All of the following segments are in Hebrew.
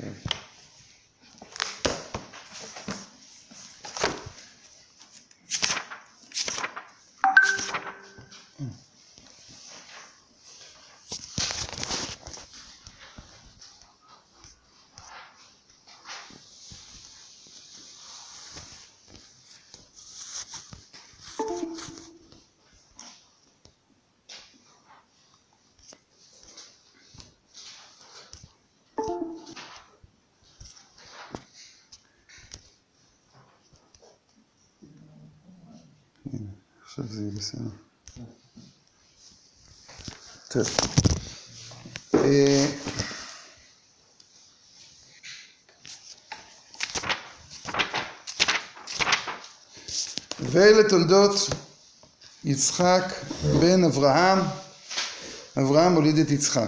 עכשיו זה יהיה בסדר. טוב. ואלה תולדות יצחק בן אברהם. אברהם הוליד את יצחק.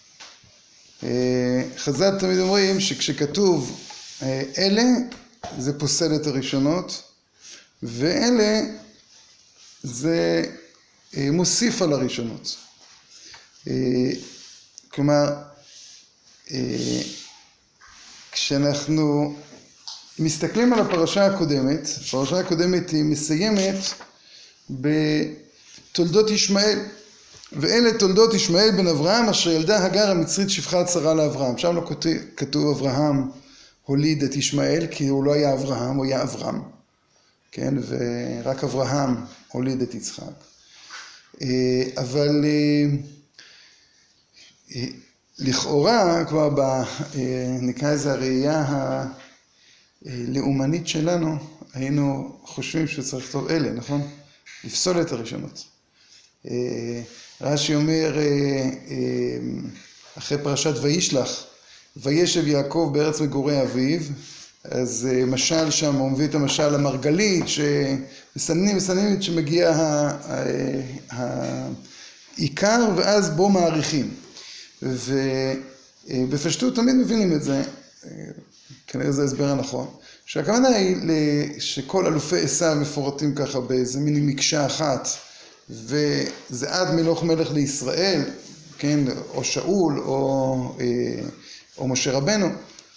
חז"ל תמיד אומרים שכשכתוב אלה זה פוסל את הראשונות, ואלה זה מוסיף על הראשונות. כלומר, כשאנחנו מסתכלים על הפרשה הקודמת היא מסיימת בתולדות ישמעאל. ואלה תולדות ישמעאל בן אברהם אשר ילדה הגר המצרית שפחה צרה לאברהם. שם לא כתוב אברהם הוליד את ישמעאל, כי הוא לא היה אברהם, הוא היה אברהם. כן, ורק אברהם הוליד את יצחק. אבל לכאורה, כבר נקרא איזה הראייה הלאומנית שלנו, היינו חושבים שצריך לכתוב אלה, נכון? לפסול את הראשונות. רש"י אומר, אחרי פרשת וישלח, וישב יעקב בארץ מגורי אביו, אז משל שם, הוא מביא את המשל המרגלית, שמסננים שמגיע העיקר, ואז בו מעריכים. ובפשטות תמיד מבינים את זה, כנראה זה הסבר הנכון, שהכוונה היא שכל אלופי עשיו מפורטים ככה באיזה מיני מקשה אחת, וזה עד מלוך מלך לישראל, כן, או שאול, או משה רבנו.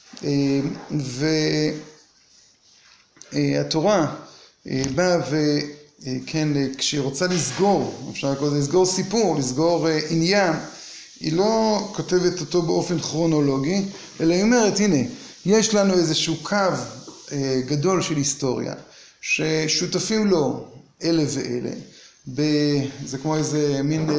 והתורה באה וכן, כשהיא רוצה לסגור, אפשר לקרוא לזה לסגור סיפור, לסגור עניין, היא לא כותבת אותו באופן כרונולוגי, אלא היא אומרת, הנה, יש לנו איזשהו קו גדול של היסטוריה, ששותפים לו אלה ואלה, זה כמו איזה מין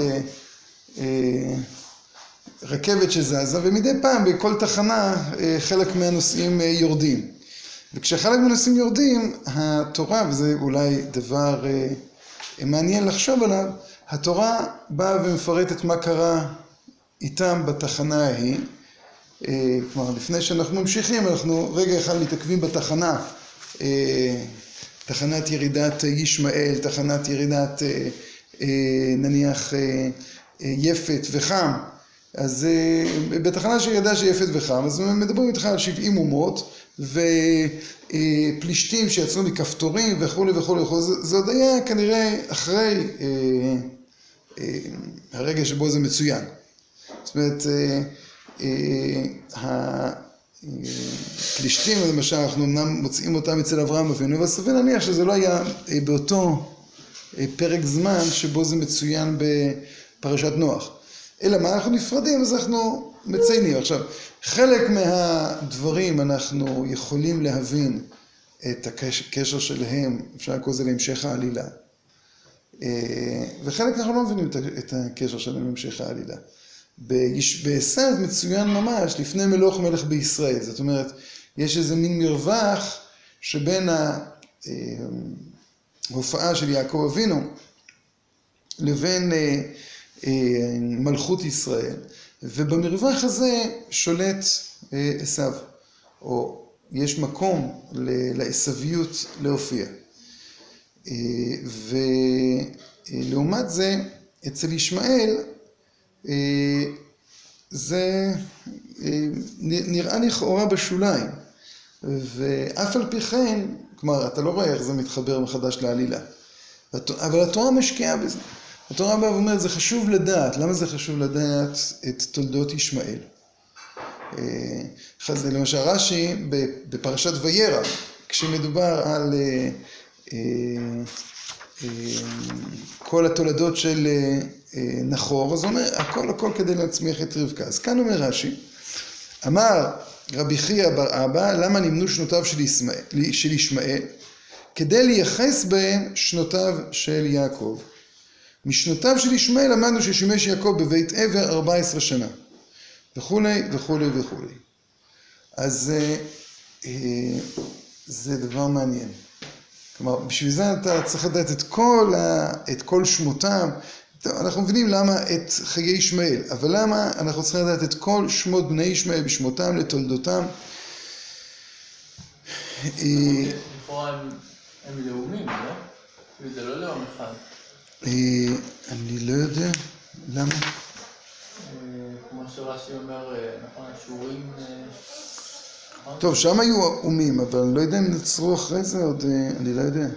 רכבת שזזה, ומדי פעם בכל תחנה חלק מהנושאים יורדים. וכשחלק מהנושאים יורדים, התורה, וזה אולי דבר מעניין לחשוב עליו, התורה באה ומפרטת מה קרה איתם בתחנה ההיא. כלומר, לפני שאנחנו ממשיכים, אנחנו רגע אחד מתעכבים בתחנה, תחנת ירידת ישמעאל, תחנת ירידת נניח יפת וחם. אז בתחנה שידע שיפת וחם, אז מדברים איתך על 70 אומות, ופלישתים שיצאו מכפתורים וכו' וכו' וכו'. זה עוד היה כנראה אחרי הרגע שבו זה מצוין. זאת אומרת, הפלישתים, למשל, אנחנו אמנם מוצאים אותם אצל אברהם אבינו, אבל סביר להניח שזה לא היה באותו פרק זמן שבו זה מצוין בפרשת נוח. אלא מה, אנחנו נפרדים, אז אנחנו מציינים. עכשיו, חלק מהדברים אנחנו יכולים להבין את הקשר שלהם, אפשר לקרוא זה להמשך העלילה. וחלק אנחנו לא מבינים את הקשר שלהם להמשך העלילה. בעשיו מצוין ממש לפני מלוך מלך בישראל. זאת אומרת, יש איזה מין מרווח שבין ההופעה של יעקב אבינו לבין מלכות ישראל, ובמרווח הזה שולט עשיו, או יש מקום לעשוויות להופיע. ולעומת זה, אצל ישמעאל, זה נראה לכאורה בשוליים, ואף על פי כן, כלומר, אתה לא רואה איך זה מתחבר מחדש לעלילה, אבל התורה משקיעה בזה. התורה באה ואומרת, זה חשוב לדעת. למה זה חשוב לדעת את תולדות ישמעאל? למשל רש"י בפרשת וירא, כשמדובר על כל התולדות של נחור, אז הוא אומר הכל כדי להצמיח את רבקה. אז כאן אומר רש"י, אמר רבי חייא בר אבא, למה נמנו שנותיו של ישמעאל? כדי לייחס בהם שנותיו של יעקב. משנותיו של ישמעאל למדנו ששימש יעקב בבית עבר 14 שנה. וכולי וכולי וכולי. אז זה דבר מעניין. כלומר, בשביל זה אתה צריך לדעת את כל שמותם. אנחנו מבינים למה את חיי ישמעאל, אבל למה אנחנו צריכים לדעת את כל שמות בני ישמעאל בשמותם, לתולדותם. לכאורה הם לאומים, לא? זה לא לאום אחד. אני לא יודע. למה? כמו שרש"י אומר, נכון, אשורים... טוב, שם היו אומים, אבל אני לא יודע אם נצרו אחרי זה עוד, אני לא יודע.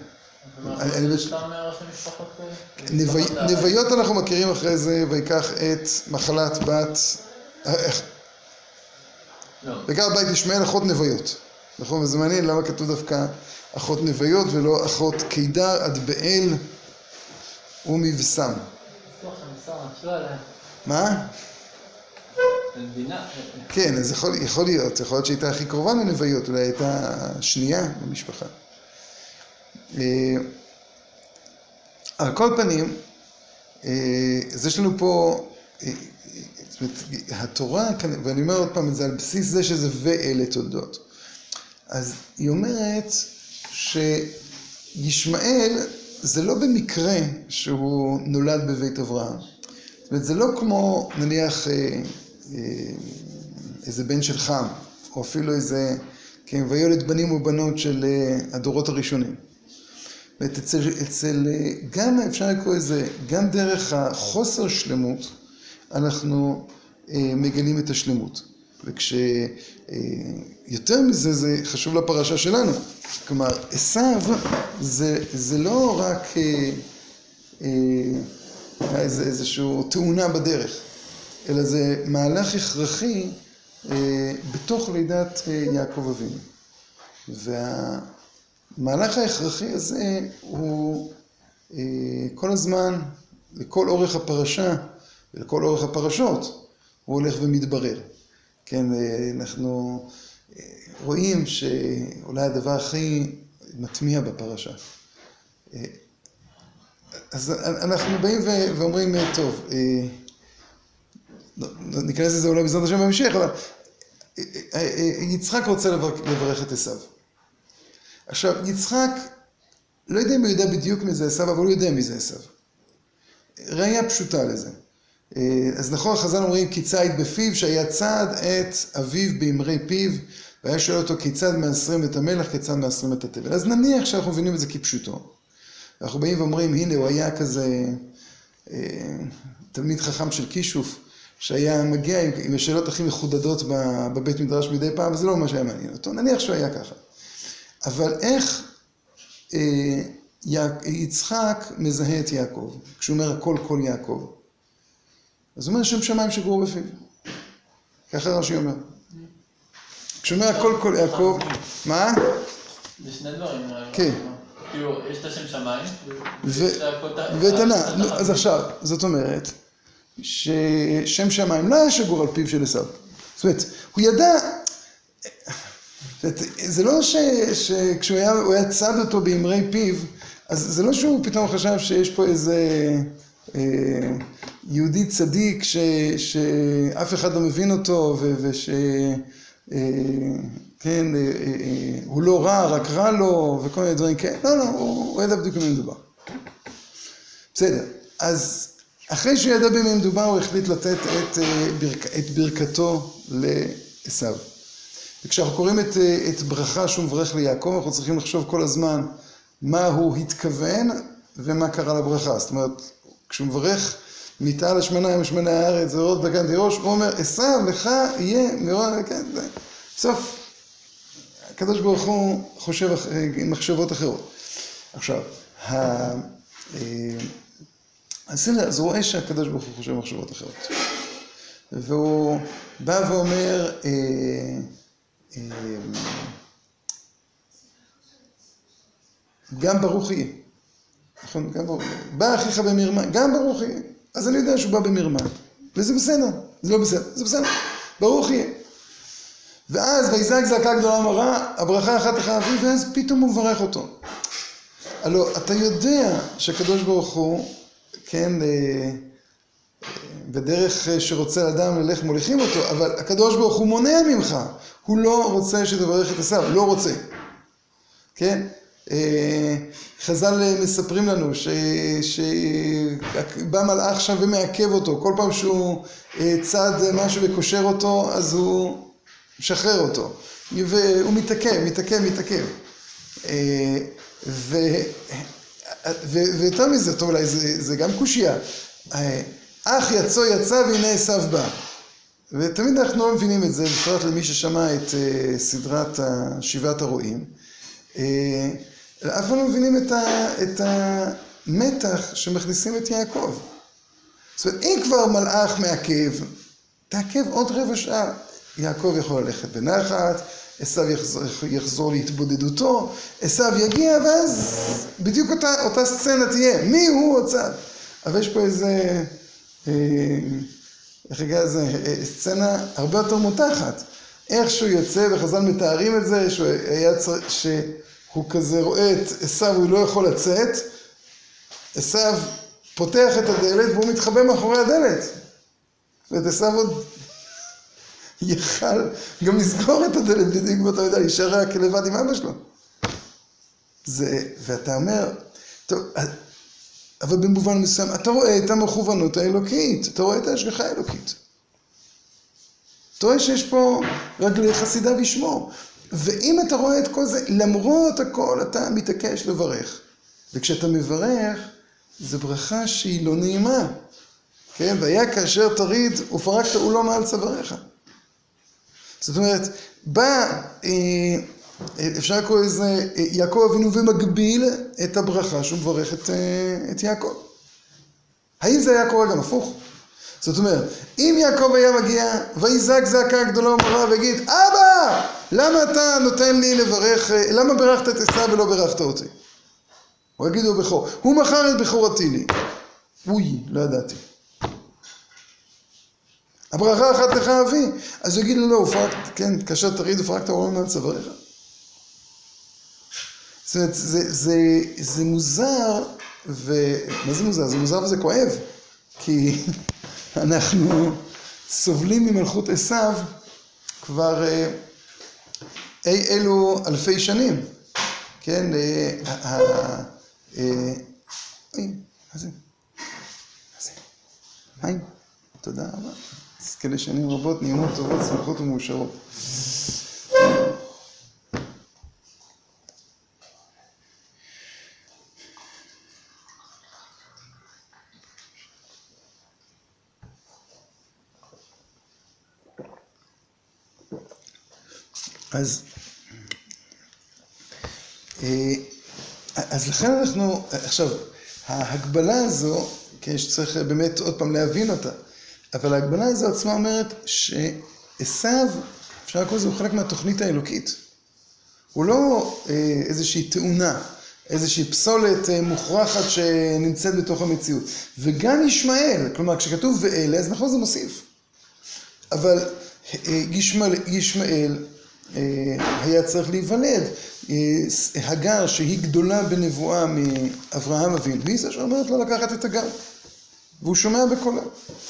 נוויות אנחנו מכירים אחרי זה, ויקח את מחלת בת... ויקח בית ישמעאל אחות נוויות. נכון, וזה מעניין למה כתוב דווקא אחות נוויות ולא אחות קידר עד באל ומבשם. מה? כן, אז יכול להיות שהייתה הכי קרובה לנוויות, אולי הייתה שנייה במשפחה. על כל פנים, אז יש לנו פה, התורה, ואני אומר עוד פעם, זה על בסיס זה שזה ואלה תולדות. אז היא אומרת שישמעאל זה לא במקרה שהוא נולד בבית אברהם. זאת אומרת, זה לא כמו נניח איזה בן של חם, או אפילו איזה, כן, ויולד בנים ובנות של הדורות הראשונים. אצל, גם אפשר לקרוא איזה, גם דרך החוסר שלמות, אנחנו מגלים את השלמות. וכשיותר מזה, זה חשוב לפרשה שלנו. כלומר, עשיו זה לא רק איזשהו תאונה בדרך, אלא זה מהלך הכרחי בתוך לידת יעקב אבינו. והמהלך ההכרחי הזה הוא כל הזמן, לכל אורך הפרשה ולכל אורך הפרשות, הוא הולך ומתברר. כן, אנחנו רואים שאולי הדבר הכי מטמיע בפרשה. אז אנחנו באים ואומרים, טוב, ניכנס לזה אולי בעזרת השם בהמשך, אבל יצחק רוצה לברך את עשיו. עכשיו, יצחק, לא יודע אם הוא יודע בדיוק מי זה עשיו, אבל הוא יודע מי זה עשיו. ראיה פשוטה לזה. אז נכון, חז"ל אומרים, כי ציד בפיו, שהיה צד את אביו באמרי פיו, והיה שואל אותו כיצד מאסרים את המלך, כיצד מאסרים את התבל. אז נניח שאנחנו מבינים את זה כפשוטו. אנחנו באים ואומרים, הנה הוא היה כזה תלמיד חכם של כישוף, שהיה מגיע עם השאלות הכי מחודדות בבית מדרש מדי פעם, וזה לא מה שהיה מעניין אותו. נניח שהוא היה ככה. אבל איך יצחק מזהה את יעקב, כשהוא אומר הכל כל יעקב? אז הוא אומר שם שמיים שגור בפיו. ככה רש"י אומר. כשהוא אומר הכל כל יעקב, מה? זה שני דברים. כן. כאילו, יש את השם שמיים, ואת ענה. אז עכשיו, זאת אומרת, ששם שמיים לא היה שגור על פיו של עשיו. זאת אומרת, הוא ידע, זה לא שכשהוא היה צד אותו באמרי פיו, אז זה לא שהוא פתאום חשב שיש פה איזה יהודי צדיק שאף אחד לא מבין אותו, כן, הוא לא רע, רק רע לו, וכל מיני דברים כאלה. לא, הוא ידע בדיוק במי מדובר. בסדר, אז אחרי שהוא ידע במי מדובר, הוא החליט לתת את ברכתו לעשיו. וכשאנחנו קוראים את ברכה שהוא מברך ליעקב, אנחנו צריכים לחשוב כל הזמן מה הוא התכוון ומה קרה לברכה. זאת אומרת, כשהוא מברך מיטה לשמנה משמני הארץ, זרועות דגן תירוש, הוא אומר, עשיו לך יהיה מרוע, כן, זה. בסוף, הקדוש ברוך הוא חושב מחשבות אחרות. עכשיו, אז הוא רואה שהקדוש ברוך הוא חושב מחשבות אחרות. והוא בא ואומר, גם ברוך יהיה. נכון, גם ברוך יהיה. בא אחיך במרמה, גם ברוך יהיה. אז אני יודע שהוא בא במרמה. וזה בסדר, זה לא בסדר, זה בסדר. ברוך יהיה. ואז ויזעק זעקה גדולה ומרה, הברכה אחת לך אביו, ואז פתאום הוא מברך אותו. הלוא אתה יודע שהקדוש ברוך הוא, כן, בדרך שרוצה לאדם ללך מוליכים אותו, אבל הקדוש ברוך הוא מונע ממך. הוא לא רוצה שתברך את עשיו, לא רוצה. כן? חז"ל מספרים לנו שבא מלאך שם ומעכב אותו, כל פעם שהוא צד משהו וקושר אותו, אז הוא משחרר אותו, והוא מתעכב. ויותר מזה, טוב, אולי זה גם קושיה, אח יצא והנה עשיו בא. ותמיד אנחנו לא מבינים את זה, בפרט למי ששמע את סדרת שבעת הרועים, אף פעם לא מבינים את המתח שמכניסים את יעקב. זאת אומרת, אם כבר מלאך מעכב, תעכב עוד רבע שעה. יעקב יכול ללכת בנחת, עשיו יחזור להתבודדותו, עשיו יגיע, ואז בדיוק אותה סצנה תהיה. מי הוא עוצב? אבל יש פה איזה, איך הגע איזה, סצנה הרבה יותר מותחת. איך שהוא יוצא, וחז"ל מתארים את זה, שהוא כזה רואה את עשיו, הוא לא יכול לצאת, עשיו פותח את הדלת והוא מתחבא מאחורי הדלת. ואת עשיו עוד יכל גם לסגור את הדלת, בדיוק ואתה יודע, להישאר רק לבד עם אבא שלו. ואתה אומר, טוב, אבל במובן מסוים, אתה רואה את המכוונות האלוקית, אתה רואה את ההשגחה האלוקית. אתה רואה שיש פה רגלי חסידיו ישמור. ואם אתה רואה את כל זה, למרות הכל אתה מתעקש לברך. וכשאתה מברך, זו ברכה שהיא לא נעימה. כן? והיה כאשר תריד ופרקת עולו מעל צוואריך. זאת אומרת, בא, אפשר לקרוא איזה, יעקב אבינו ומגביל את הברכה שהוא מברך את יעקב. האם זה היה קורה גם הפוך? זאת אומרת, אם יעקב היה מגיע ויזעק זעקה גדולה ומרה ויגיד, אבא, למה אתה נותן לי לברך, למה ברכת את עשיו ולא ברכת אותי? הוא יגיד לו בכור, הוא מכר את בכורתי לי. אוי, לא ידעתי. הברכה אחת לך אבי. אז הוא יגיד לו, לא, ופרקת, כן, כאשר תריד ופרקת עולו מעל צוואריך. זאת אומרת, זה מוזר, מה זה מוזר? זה מוזר וזה כואב. כי אנחנו סובלים ממלכות עשיו כבר אלו אלפי שנים. כן, מה זה? היי, תודה רבה. אז כאלה שנים רבות, נעימות טובות, שמחות ומאושרות. אז לכן אנחנו, עכשיו, ההגבלה הזו, כן, שצריך באמת עוד פעם להבין אותה, אבל ההגבלה הזו עצמה אומרת שעשיו, אפשר לקרוא לזה, הוא חלק מהתוכנית האלוקית. הוא לא איזושהי תאונה, איזושהי פסולת מוכרחת שנמצאת בתוך המציאות. וגם ישמעאל, כלומר כשכתוב ואלה, אז נכון זה מוסיף. אבל ישמעאל היה צריך להיוולד. הגר שהיא גדולה בנבואה מאברהם אבינו, והיא זה שאומרת לו לקחת את הגר. והוא שומע בקולה.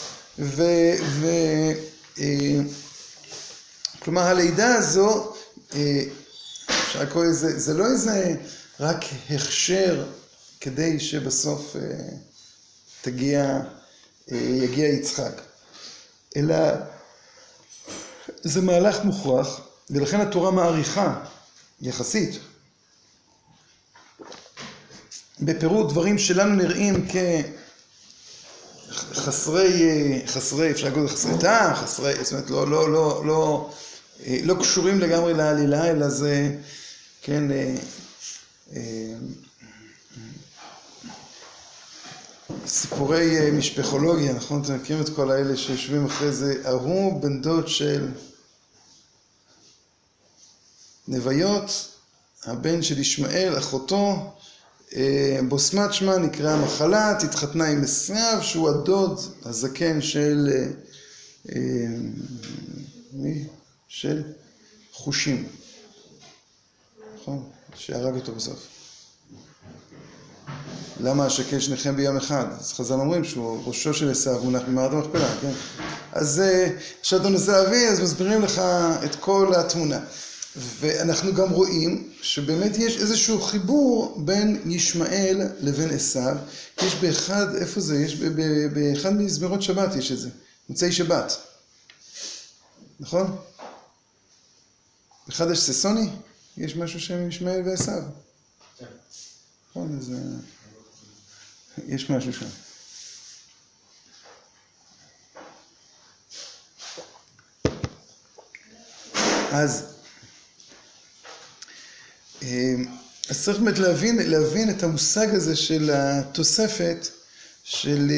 כלומר הלידה הזו, אפשר לקרוא לזה, זה לא איזה רק הכשר כדי שבסוף יגיע יצחק, אלא זה מהלך מוכרח, ולכן התורה מעריכה יחסית בפירוט דברים שלנו נראים כחסרי, אפשר לקרוא לזה חסרי טעם, זאת אומרת לא קשורים לגמרי לעלילה, אלא זה, כן, סיפורי משפחולוגיה, נכון? אתם מכירים את כל האלה שיושבים אחרי זה, ההוא בן דוד של נוויות, הבן של ישמעאל, אחותו, בוסמת שמה נקרא מחלת, התחתנה עם עשיו, שהוא הדוד הזקן של מי? של חושים, נכון? שהרג אותו בסוף. למה שכן שניכם ביום אחד? אז חז"ל אומרים שהוא ראשו של עשיו מונח במערת המכפלה, כן? אז כשאתה מנסה להבין, אז מסבירים לך את כל התמונה. ואנחנו גם רואים שבאמת יש איזשהו חיבור בין ישמעאל לבין עשיו. יש באחד, איפה זה? יש באחד מזמירות שבת יש את זה. מוצאי שבת. נכון? באחד יש ששוני? יש משהו שם ישמעאל ועשיו. נכון, אז יש משהו שם. אז צריך באמת להבין את המושג הזה של התוספת, של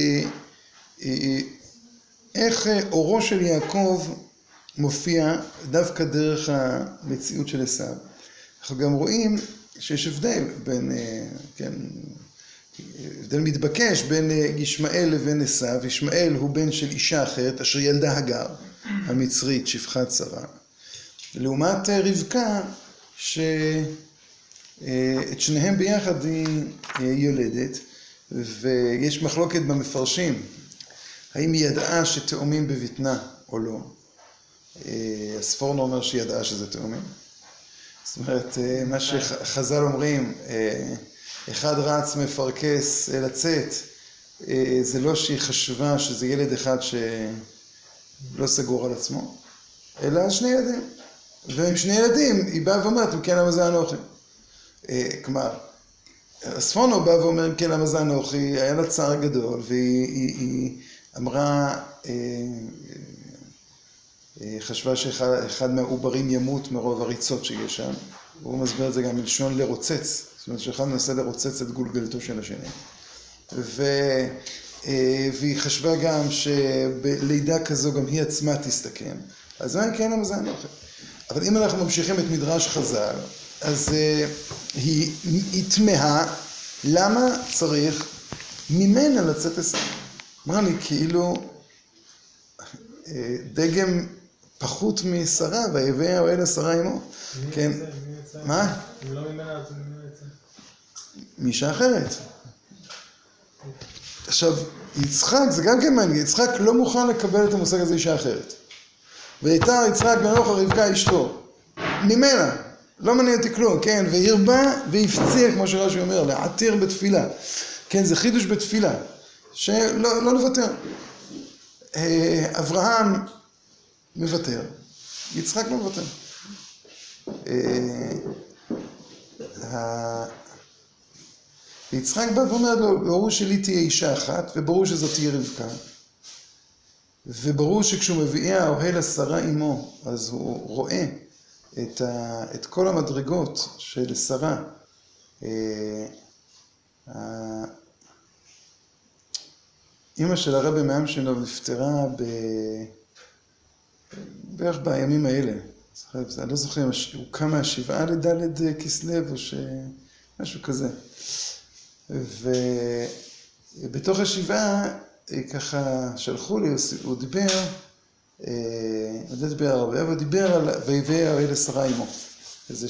איך אורו של יעקב מופיע דווקא דרך המציאות של עשיו. אנחנו גם רואים שיש הבדל בין, כן, הבדל מתבקש בין ישמעאל לבין עשיו. ישמעאל הוא בן של אישה אחרת, אשר ילדה הגר, המצרית, שפחת שרה. לעומת רבקה, שאת שניהם ביחד היא יולדת, ויש מחלוקת במפרשים, האם היא ידעה שתאומים בבטנה או לא. הספורנו אומר שהיא ידעה שזה תאומים. זאת אומרת, מה שחז"ל אומרים, אחד רץ מפרקס לצאת, זה לא שהיא חשבה שזה ילד אחד שלא סגור על עצמו, אלא שני ילדים. ועם שני ילדים היא באה ואומרת, אם כן למה זה אנוכי? כלומר, הספורנו בא ואומר, אם כן למה זה אנוכי, היה לה צער גדול, והיא אמרה, חשבה שאחד מהעוברים ימות מרוב הריצות שיש שם. הוא מסביר את זה גם מלשון לרוצץ. זאת אומרת שאחד מנסה לרוצץ את גולגלתו של השני. והיא חשבה גם שבלידה כזו גם היא עצמה תסתכן. אז מה כן למה זה אנוכי? אבל אם אנחנו ממשיכים את מדרש חז"ל, אז היא תמהה למה צריך ממנה לצאת עשיו. אמרה לי כאילו דגם פחות משרה, ויבא האוהל לשרה עמו. כן. מה? אם לא ממנה, אז ממנה יצא. מאישה אחרת. עכשיו, יצחק, זה גם כן מעניין, יצחק לא מוכן לקבל את המושג הזה אישה אחרת. והייתה יצחק בן נוחר רבקה אשתו. ממנה, לא מעניין אותי כלום, כן? והרבה והפציע, כמו שרש"י אומר, לעתיר בתפילה. כן, זה חידוש בתפילה, שלא לוותר. אברהם מוותר, יצחק לא מוותר. יצחק בא ואומר לו, ברור שלי תהיה אישה אחת, וברור שזאת תהיה רבקה. וברור שכשהוא מביאה האוהל לשרה עמו, אז הוא רואה את כל המדרגות של שרה. אמא של הרבי מאמשנוב נפטרה בערך בימים האלה. אני לא זוכר, הוא קם מהשבעה לד' כסלו או משהו כזה. ובתוך השבעה ככה שלחו לי, הוא דיבר, לא דיבר הרבה, אבל הוא דיבר על ויבא האוהל לשרה עמו. זה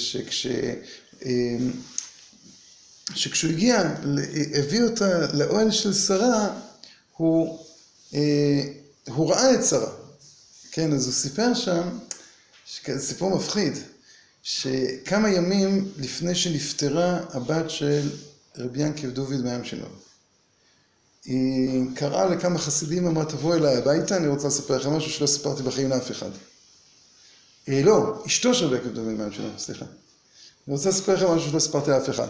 שכשהוא הגיע, הביא אותה לאוהל של שרה, הוא ראה את שרה. כן, אז הוא סיפר שם, סיפור מפחיד, שכמה ימים לפני שנפטרה הבת של רבי ינקב דוד מאמשנוב, היא קראה לכמה חסידים, אמרה, תבואו אליי הביתה, אני רוצה לספר לכם משהו שלא סיפרתי בחיים לאף אחד. לא, אשתו של רבי ינקב דוד מאמשנוב, סליחה. אני רוצה לספר לכם משהו שלא סיפרתי לאף אחד.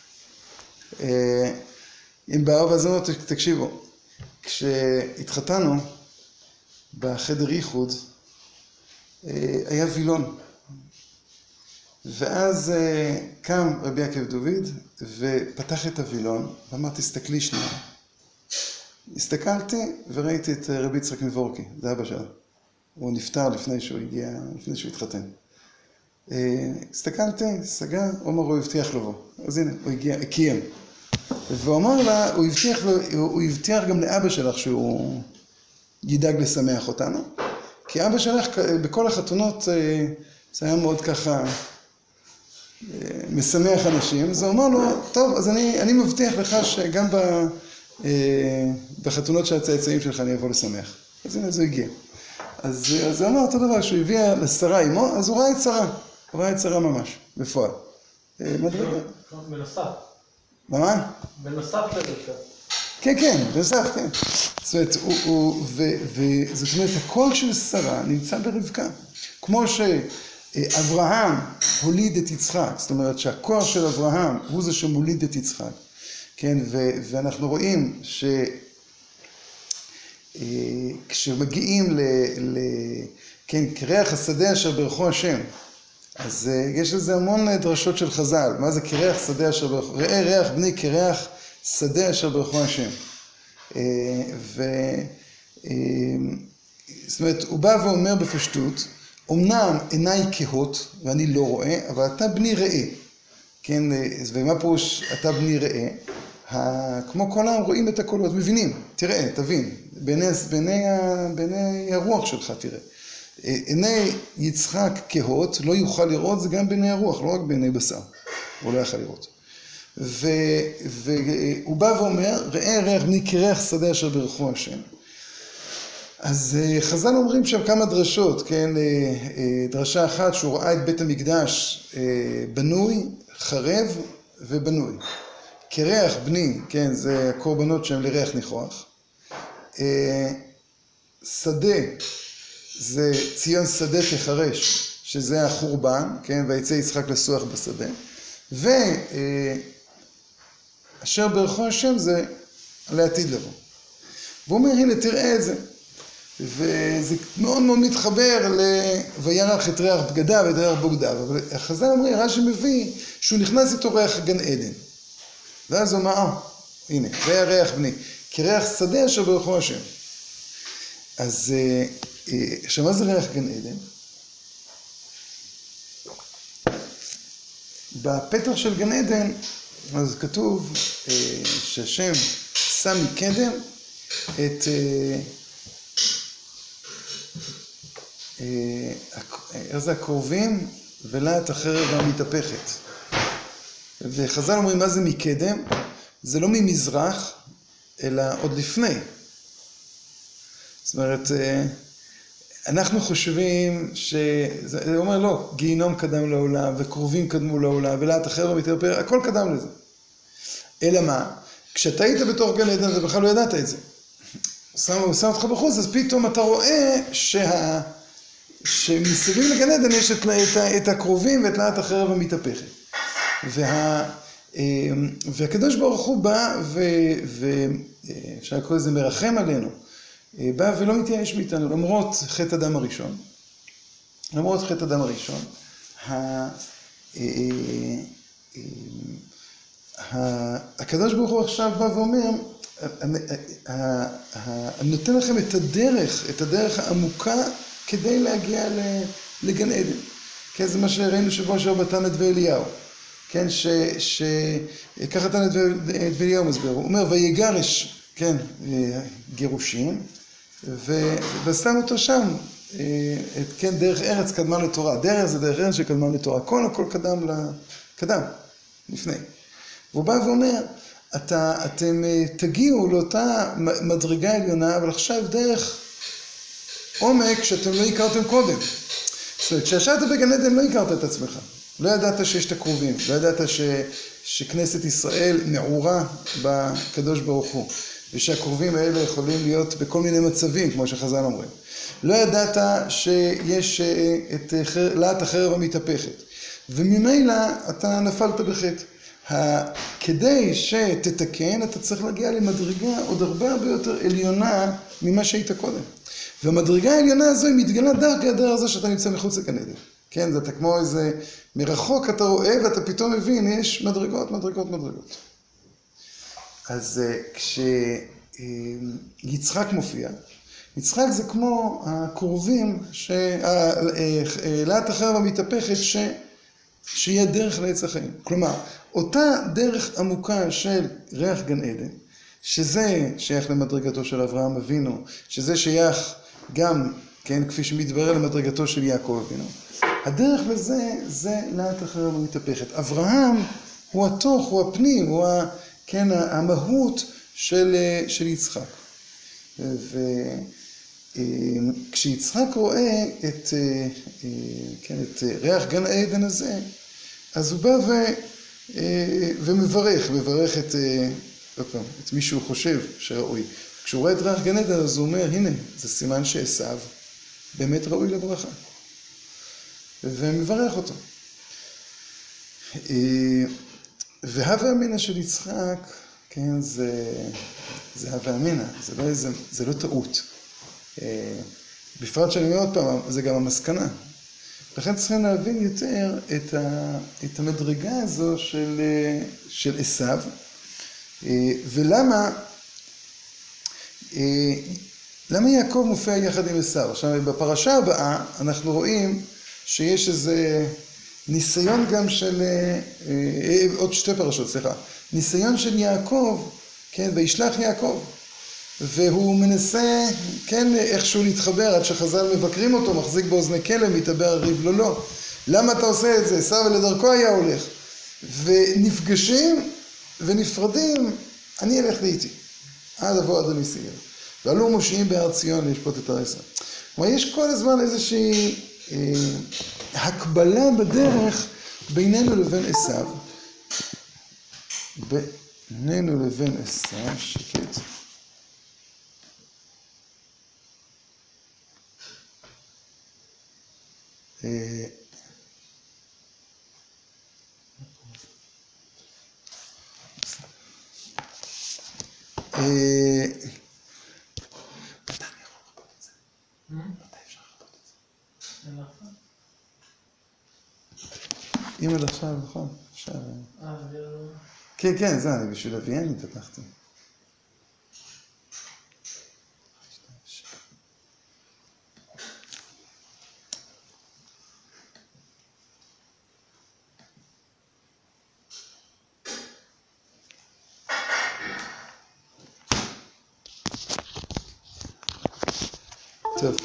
אם באו ואזונו, תקשיבו, כשהתחתנו בחדר ייחוד, היה וילון. ואז קם רבי ינקב דוד ופתח את הווילון, ואמר, תסתכלי שנייה. הסתכלתי וראיתי את רבי יצחק מבורקי, זה אבא שלה. הוא נפטר לפני שהוא התחתן. הסתכלתי, סגר, הוא הבטיח לבוא. אז הנה, הוא הגיע, קיים. והוא אמר לה, הוא הבטיח גם לאבא שלך שהוא ידאג לשמח אותנו. כי אבא שלך בכל החתונות זה היה מאוד ככה משמח אנשים. אז הוא אמר לו, טוב, אז אני מבטיח לך שגם בחתונות של הצאצאים שלך אני אבוא לשמח. אז הנה, זה הגיע. אז הוא אמר אותו דבר, שהוא הביא לשרה עמו, אז הוא ראה את שרה. הוא ראה את שרה ממש, בפועל. מדרגה. בנוסף. מה? בנוסף לרבקה. כן, כן, בנוסף, כן. זאת אומרת, הקול של שרה נמצא ברבקה. כמו שאברהם הוליד את יצחק, זאת אומרת שהכוח של אברהם הוא זה שמוליד את יצחק. כן, ואנחנו רואים כשמגיעים כן, כריח השדה אשר ברכו השם, אז יש לזה המון דרשות של חז"ל. מה זה כריח שדה אשר ברכו? ראה ריח בני כריח שדה אשר ברכו השם. זאת אומרת, הוא בא ואומר בפשטות, אמנם עיניי כהות ואני לא רואה, אבל אתה בני ראה. כן, ומה פירוש אתה בני ראה? כמו כל העם רואים את הקולות, מבינים, תראה, תבין, בעיני הרוח שלך תראה. עיני יצחק כהות לא יוכל לראות, זה גם בעיני הרוח, לא רק בעיני בשר, הוא לא יוכל לראות. והוא בא ואומר, ראה ריח בני כריח שדה אשר ברכו השם. אז חז"ל אומרים שם כמה דרשות, כן, דרשה אחת שהוא ראה את בית המקדש בנוי, חרב ובנוי. כריח בני, כן, זה הקורבנות שהם לריח ניחוח. שדה, זה ציון שדה תחרש, שזה החורבן, כן, ויצא יצחק לסוח בשדה. ואשר ברכו השם זה לעתיד לבוא. והוא אומר, הנה, תראה את זה. וזה מאוד מאוד מתחבר וירח את ריח בגדיו ואת ריח בגדיו. אבל החז"ל אומרים, רש"י מביא שהוא נכנס איתו ריח גן עדן. ואז הוא אמר, הנה, ראה ריח בני, כריח שדה אשר ברכו השם. אז עכשיו, מה זה ריח גן עדן? בפתח של גן עדן, אז כתוב שהשם שם מקדם את זה הקרובים ולהט החרב המתהפכת. וחז"ל אומרים, מה זה מקדם? זה לא ממזרח, אלא עוד לפני. זאת אומרת, אנחנו חושבים זה אומר לא, גיהינום קדם לעולם, וקרובים קדמו לעולם, ולהט החרב המתהפכת, הכל קדם לזה. אלא מה? כשאתה היית בתוך גן עדן, אתה בכלל לא ידעת את זה. הוא שם אותך בחוץ, אז פתאום אתה רואה שמסביב לגן עדן יש את הקרובים ואת להט החרב המתהפכת. והקדוש ברוך הוא בא, ואפשר לקרוא לזה מרחם עלינו, בא ולא מתייאש מאיתנו, למרות חטא אדם הראשון. למרות חטא אדם הראשון, הקדוש ברוך הוא עכשיו בא ואומר, אני נותן לכם את הדרך העמוקה כדי להגיע לגן עדן. כן, זה מה שראינו שבוע שעבר בתנא דבי אליהו. כן, ככה תנא דבי אליהו מסביר. הוא אומר, ויגרש, כן, גירושים, ושם אותו שם, כן, דרך ארץ קדמה לתורה. דרך זה דרך ארץ שקדמה לתורה. הכל קדם, לפני. והוא בא ואומר, אתם תגיעו לאותה מדרגה עליונה, אבל עכשיו דרך עומק שאתם לא הכרתם קודם. זאת אומרת, כשישבת בגן עדן לא הכרת את עצמך. לא ידעת שיש את הקרובים, לא ידעת שכנסת ישראל נעורה בקדוש ברוך הוא, ושהקרובים האלה יכולים להיות בכל מיני מצבים, כמו שחז"ל אומרים. לא ידעת שיש את להט החרב המתהפכת, וממילא אתה נפלת בחטא. כדי שתתקן, אתה צריך להגיע למדרגה עוד הרבה יותר עליונה ממה שהיית קודם. והמדרגה העליונה הזו היא מתגלה דרכי הדרך הזו שאתה נמצא מחוץ לגן עדן. כן, זה אתה כמו איזה מרחוק אתה רואה ואתה פתאום מבין, יש מדרגות. אז יצחק מופיע. יצחק זה כמו הקרובים, להט החרב המתהפכת שיהיה דרך לעץ החיים. כלומר, אותה דרך עמוקה של ריח גן עדן, שזה שייך למדרגתו של אברהם אבינו, שזה שייך גם, כן, כפי שמתברר למדרגתו של יעקב אבינו. הדרך לזה, זה להט החרב המתהפכת. אברהם הוא התוך, הוא הפנים, הוא כן, המהות של יצחק. וכשיצחק רואה את ריח גן העדן הזה, אז הוא בא ומברך את מי שהוא חושב שראוי. כשהוא רואה את ריח גן עדן, אז הוא אומר, הנה, זה סימן שעשיו באמת ראוי לברכה. ומברך אותו. והווה אמינא של יצחק, כן, זה הווה אמינא, זה לא טעות. בפרט שאני אומר עוד פעם, זה גם המסקנה. לכן צריכים להבין יותר את המדרגה הזו של עשיו, ולמה יעקב מופיע יחד עם עשיו. עכשיו, בפרשה הבאה אנחנו רואים שיש איזה ניסיון גם של, עוד שתי פרשות, סליחה, ניסיון של יעקב, כן, וישלח יעקב, והוא מנסה, כן, איכשהו להתחבר, עד שחז"ל מבקרים אותו, מחזיק באוזני כלב, מתאבר הריב לו לא. למה אתה עושה את זה? עשיו לדרכו היה הולך. ונפגשים ונפרדים, אני אלך לאיתי. עד אבוא עד אני סייל. ועלו מושיעים בהר ציון לשפוט את הר ישראל. כלומר, יש כל הזמן איזושהי הקבלה בדרך בינינו לבין עשיו. בינינו לבין עשיו, שקט. אם עד עכשיו, נכון? אפשר. כן, כן, זה אני בשביל אביאני פתחתי. טוב.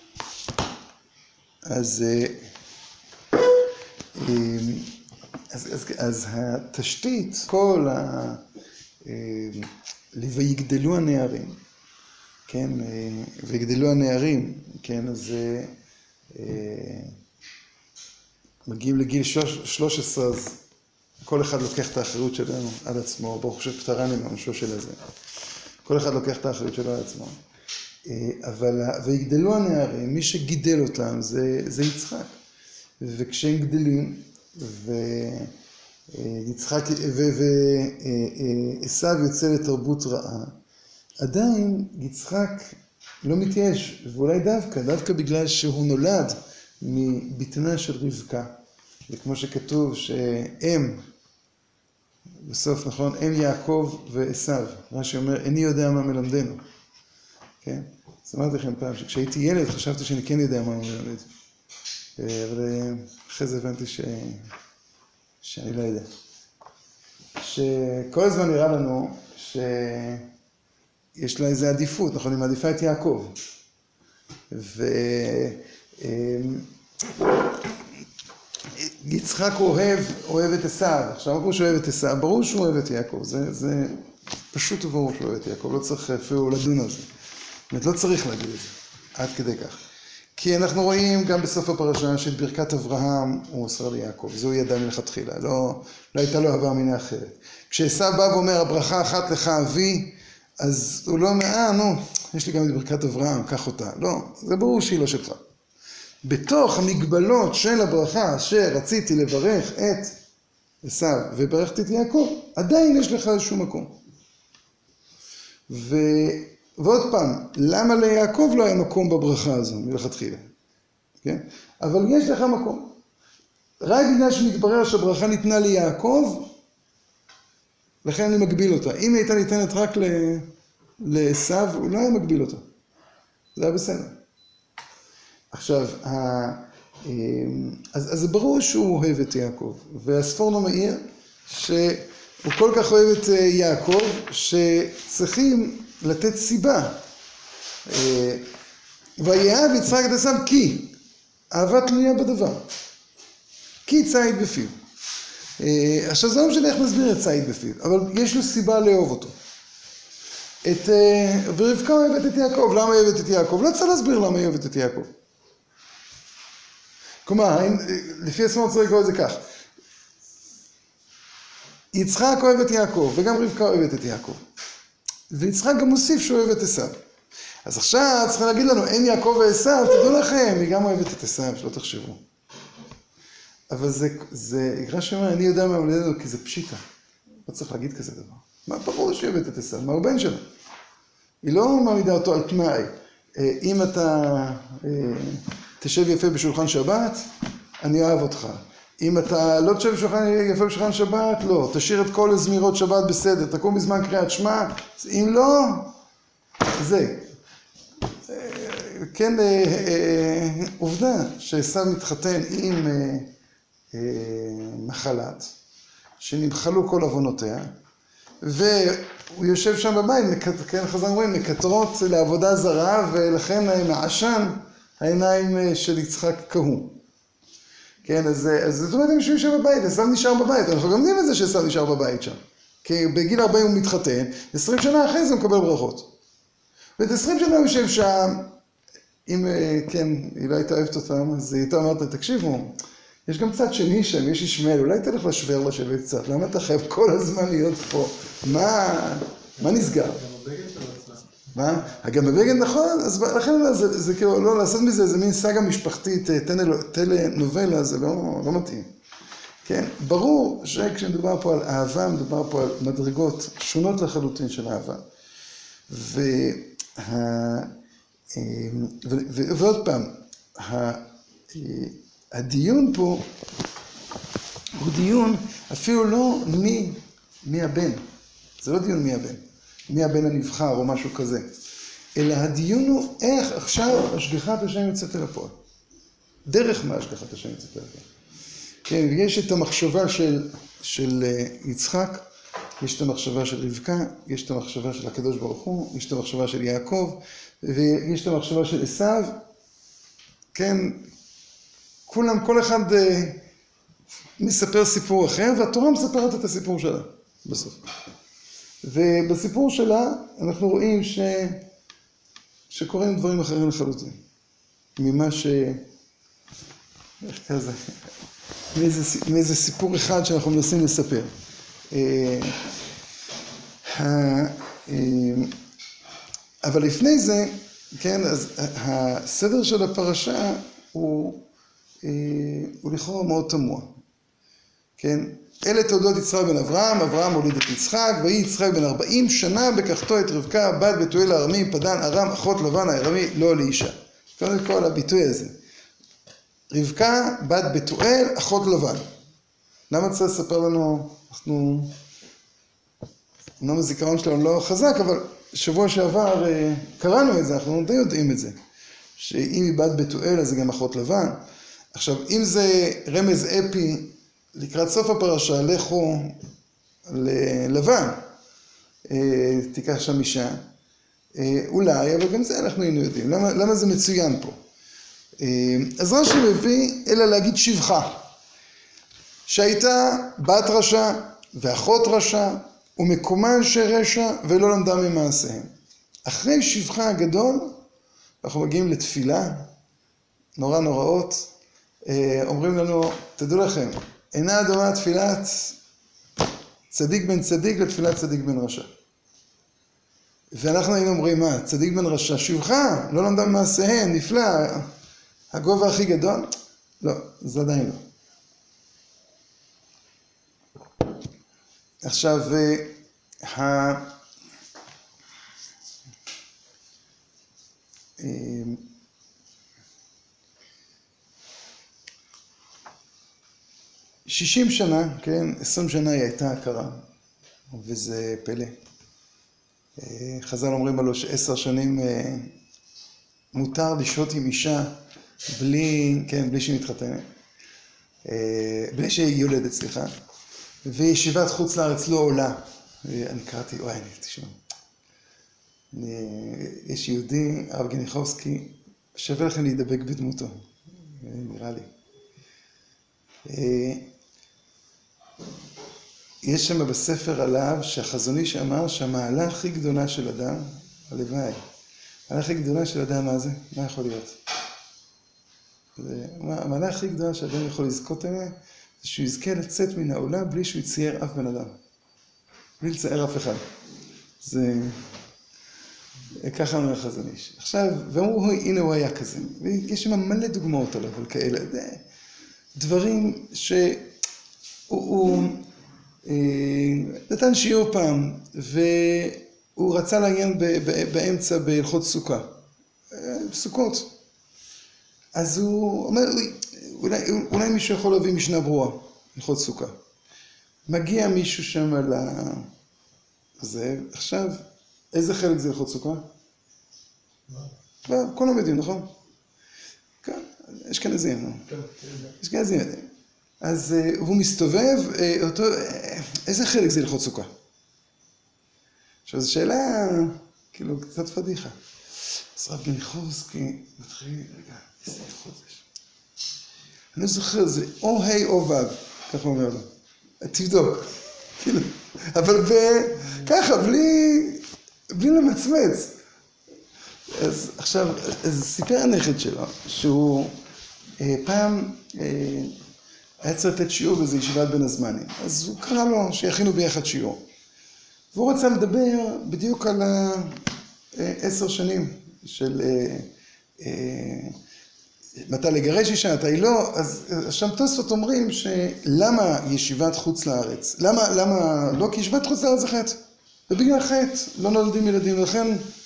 אז התשתית, כל ויגדלו הנערים, כן, ויגדלו הנערים, כן, אז מגיעים לגיל 13, אז כל אחד לוקח את האחריות שלנו על עצמו, ברוך שפטרני מעונשו של הזה. כל אחד לוקח את האחריות שלו על עצמו. אבל ויגדלו הנערים, מי שגידל אותם זה יצחק. וכשהם גדלים, ויצחק ועשיו יוצא לתרבות רעה, עדיין יצחק לא מתייאש, ואולי דווקא בגלל שהוא נולד מבטנה של רבקה. וכמו שכתוב שהם, בסוף נכון, הם יעקב ועשיו. רש"י אומר, איני יודע מה מלמדנו. כן? אז אמרתי לכם פעם שכשהייתי ילד חשבתי שאני כן יודע מה הוא מלמד. אבל אחרי זה הבנתי שאני לא יודע. שכל הזמן נראה לנו שיש לה איזו עדיפות, נכון? היא מעדיפה את יעקב. ויצחק אוהב את עשיו. עכשיו אמרו שהוא אוהב את עשיו, ברור שהוא אוהב את יעקב. זה פשוט וברור שהוא אוהב את יעקב, לא צריך אפילו לדון על זה. זאת אומרת, לא צריך להגיד את זה, עד כדי כך. כי אנחנו רואים גם בסוף הפרשה של ברכת אברהם הוא מוסר ליעקב, זהו ידע מלכתחילה, לא הייתה לו הווה אמינא אחרת. כשעשיו בא ואומר, הברכה אחת לך אבי, אז הוא לא אומר, נו, יש לי גם את ברכת אברהם, קח אותה. לא, זה ברור שהיא לא שלך. בתוך המגבלות של הברכה אשר רציתי לברך את עשיו וברכתי את יעקב, עדיין יש לך איזשהו מקום. ועוד פעם, למה ליעקב לא היה מקום בברכה הזו מלכתחילה? כן? אבל יש לך מקום. רק בגלל שמתברר שהברכה ניתנה ליעקב, לכן אני מגביל אותה. אם היא הייתה ניתנת רק לעשיו, הוא לא היה מגביל אותו. זה היה בסדר. עכשיו, אז זה ברור שהוא אוהב את יעקב, והספורנו מעיר שהוא כל כך אוהב את יעקב, שצריכים לתת סיבה. ויאהב יצחק את עשיו כי אהבה תלויה בדבר. כי ציד בפיו. עכשיו זה לא משנה איך נסביר את ציד בפיו, אבל יש לו סיבה לאהוב אותו. ורבקה אוהבת את יעקב. למה אוהבת את יעקב? לא צריך להסביר למה היא אוהבת את יעקב. כלומר, לפי הספורנו צריך לקרוא את זה כך. יצחק אוהב את יעקב, וגם רבקה אוהבת את יעקב. ויצחק גם מוסיף שהוא אוהב את עשיו. אז עכשיו צריכים להגיד לנו, אין יעקב ועשיו, תדעו לכם, היא גם אוהבת את עשיו, שלא תחשבו. אבל זה יקרא שאומר, אני יודע מה מולדנו, כי זה פשיטה. לא צריך להגיד כזה דבר. מה ברור שהיא אוהבת את עשיו? מה הוא בן שלה? היא לא מעמידה אותו על תנאי. אם אתה תשב יפה בשולחן שבת, אני אוהב אותך. אם אתה לא תשב יפה בשולחן שבת, לא. תשאיר את כל הזמירות שבת בסדר. תקום בזמן קריאת שמע. אם לא, זה. כן, עובדה שעשיו מתחתן עם מחלת, שנמחלו כל עוונותיה, והוא יושב שם בבית, כן, חז"ל אומרים, מקטרות לעבודה זרה, ולכן מעשן העיניים של יצחק כהו. כן, אז זאת אומרת, הם יושבים שם בבית, עשיו נשאר בבית, אנחנו גם יודעים את זה שעשיו נשאר בבית שם. כי בגיל 40 הוא מתחתן, 20 שנה אחרי זה הוא מקבל ברכות. ואת 20 שנה הוא יושב שם, אם, כן, היא לא הייתה אוהבת אותם, אז היא הייתה אומרת, תקשיבו, יש גם צד שני שם, יש ישמעאל, אולי תלך לשוור לשבת קצת, למה אתה חייב כל הזמן להיות פה? מה נסגר? גם בבגד שלו עצמה. מה? גם בבגד נכון, אז לכן זה כאילו, לא לעשות מזה איזה מין סאגה משפחתית, טלנובלה, זה לא מתאים. כן, ברור שכשמדובר פה על אהבה, מדובר פה על מדרגות שונות לחלוטין של אהבה. ועוד פעם, הדיון פה הוא דיון אפילו לא מי הבן, זה לא דיון מי הבן הנבחר או משהו כזה, אלא הדיון הוא איך עכשיו השגחת השם יוצאת אל הפועל. דרך מה השגחת השם יוצאת אל הפועל. כן, יש את המחשבה של יצחק, יש את המחשבה של רבקה, יש את המחשבה של הקדוש ברוך הוא, יש את המחשבה של יעקב, ויש את המחשבה של עשיו. כן, כולם, כל אחד מספר סיפור אחר, והתורה מספרת את הסיפור שלה בסוף. ובסיפור שלה אנחנו רואים שקוראים דברים אחרים לחלוטין. ממה איך כזה? מאיזה סיפור אחד שאנחנו מנסים לספר. אבל לפני זה, כן, אז הסדר של הפרשה הוא לכאורה מאוד תמוה. כן, אלה תולדות יצחק בן אברהם, אברהם הוליד את יצחק, ויהי יצחק בן 40 שנה בקחתו את רבקה, בת בתואל הארמי, פדן ארם, אחות לבן הארמי, לא לאישה. קודם כל הביטוי הזה. רבקה, בת בתואל, אחות לבן. למה צריך לספר לנו, אמנם הזיכרון שלנו לא חזק, אבל שבוע שעבר קראנו את זה, אנחנו די יודעים את זה. שאם היא בת בתואל, אז זה גם אחות לבן. עכשיו, אם זה רמז אפי, לקראת סוף הפרשה, לכו ללבן, תיקח שם אישה. אולי, אבל גם זה אנחנו היינו יודעים. למה זה מצוין פה? אז רש"י מביא, אלא להגיד שבחה, שהייתה בת רשע ואחות רשע, ומקומה אנשי רשע ולא למדה ממעשיהם. אחרי שבחה הגדול, אנחנו מגיעים לתפילה, נורא נוראות, אומרים לנו, תדעו לכם, אינה דומה תפילת צדיק בן צדיק לתפילת צדיק בן רשע. ואנחנו היינו אומרים, מה, צדיק בן רשע, שבחה, לא למדה ממעשיהם, נפלא, הגובה הכי גדול? לא, זה עדיין לא. עכשיו, 60 שנה, כן, 20 שנה היא הייתה הכרה, וזה פלא. חז"ל אומרים עלו ש10 שנים מותר לשהות עם אישה בלי שהיא מתחתנת, בלי שהיא יולדת, סליחה, וישיבת חוץ לארץ לא עולה. אני קראתי, תשמע, יש יהודי, הרב גניחובסקי, שווה לכם להידבק בדמותו, נראה לי. יש שם בספר עליו שהחזון איש אמר שהמעלה הכי גדולה של אדם, הלוואי, המעלה הכי גדולה של אדם, מה זה? מה יכול להיות? המעלה הכי גדולה שאדם יכול לזכות אליה, זה שהוא יזכה לצאת מן העולם בלי שהוא יצייר אף בן אדם. בלי לצייר אף אחד. זה... ככה אומר החזון איש. עכשיו, ואמרו, הנה הוא היה כזה. ויש שם מלא דוגמאות עליו, על כאלה. דברים שהוא נתן שיעור פעם, והוא רצה לעיין באמצע בהלכות סוכה. סוכות. אז הוא אומר, אולי מישהו יכול להביא משנה ברורה, הלכות סוכה. מגיע מישהו שם על זה, עכשיו, איזה חלק זה הלכות סוכה? כולם יודעים, נכון? כן, יש כאן אזים, יש כאן אזים. אז הוא מסתובב, איזה חלק זה הלכות סוכה? עכשיו, זו שאלה, כאילו, קצת פדיחה. אז רב גניחובסקי מתחיל, רגע, איזה הלכות זה? אני לא זוכר, זה או ה' או ו', ככה אומר לו. תבדוק, כאילו, אבל ככה, בלי למצמץ. אז עכשיו, סיפר הנכד שלו, שהוא פעם היה צריך לתת שיעור באיזו ישיבת בין הזמנים. אז הוא קרא לו שיכינו ביחד שיעור. והוא רצה לדבר בדיוק על 10 שנים של מתי לגרש אישה, מתי לא. אז שם תוספות אומרים שלמה ישיבת חוץ לארץ? למה לא? כי ישיבת חוץ לארץ זה חטא. ובגלל חטא לא נולדים ילדים, ולכן...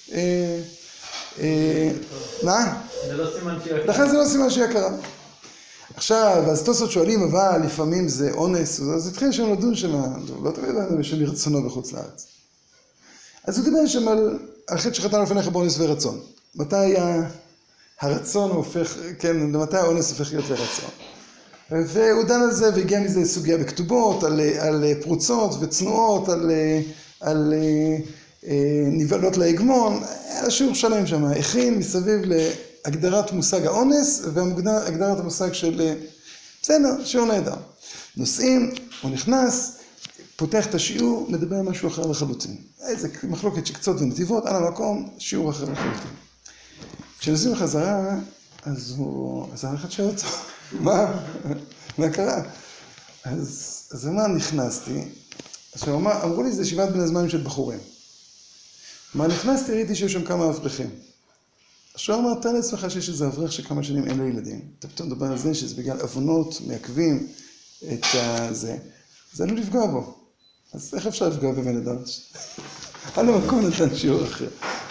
מה? זה לא סימן שיקרה. לכן זה לא סימן שיקרה. עכשיו, אז תוספות שואלים, אבל לפעמים זה אונס, אז התחיל שם לדון שם, לא תמיד לדון בשם מרצונו בחוץ לארץ. אז הוא דיבר שם על חטא שחטא לפניך באונס ורצון. מתי הרצון הופך, כן, מתי האונס הופך להיות לרצון. והוא דן על זה והגיע מזה סוגיה בכתובות, על פרוצות וצנועות, על נבלות להגמון, היה שיעור שלם שם, הכין מסביב להגדרת מושג האונס והגדרת המושג של... בסדר, שיעור נהדר. נוסעים, הוא נכנס, פותח את השיעור, מדבר על משהו אחר לחלוטין. איזה מחלוקת שקצות ונתיבות, על המקום, שיעור אחר לחלוטין. כשנוסעים לחזרה, אז הלכת שואל אותו, מה קרה? אז אמר, נכנסתי, עכשיו אמרו לי, זה ישיבת בין הזמנים של בחורים. מה נכנסתי, ראיתי שיש שם כמה אברכים. עכשיו אמר, תן לעצמך שיש איזה אברך שכמה שנים אין לו ילדים. אתה פתאום מדבר על זה, שזה בגלל אבונות, מעכבים את זה. זה עלול לפגוע בו. אז איך אפשר לפגוע בבן אדם? על המקום נתן שיעור אחר.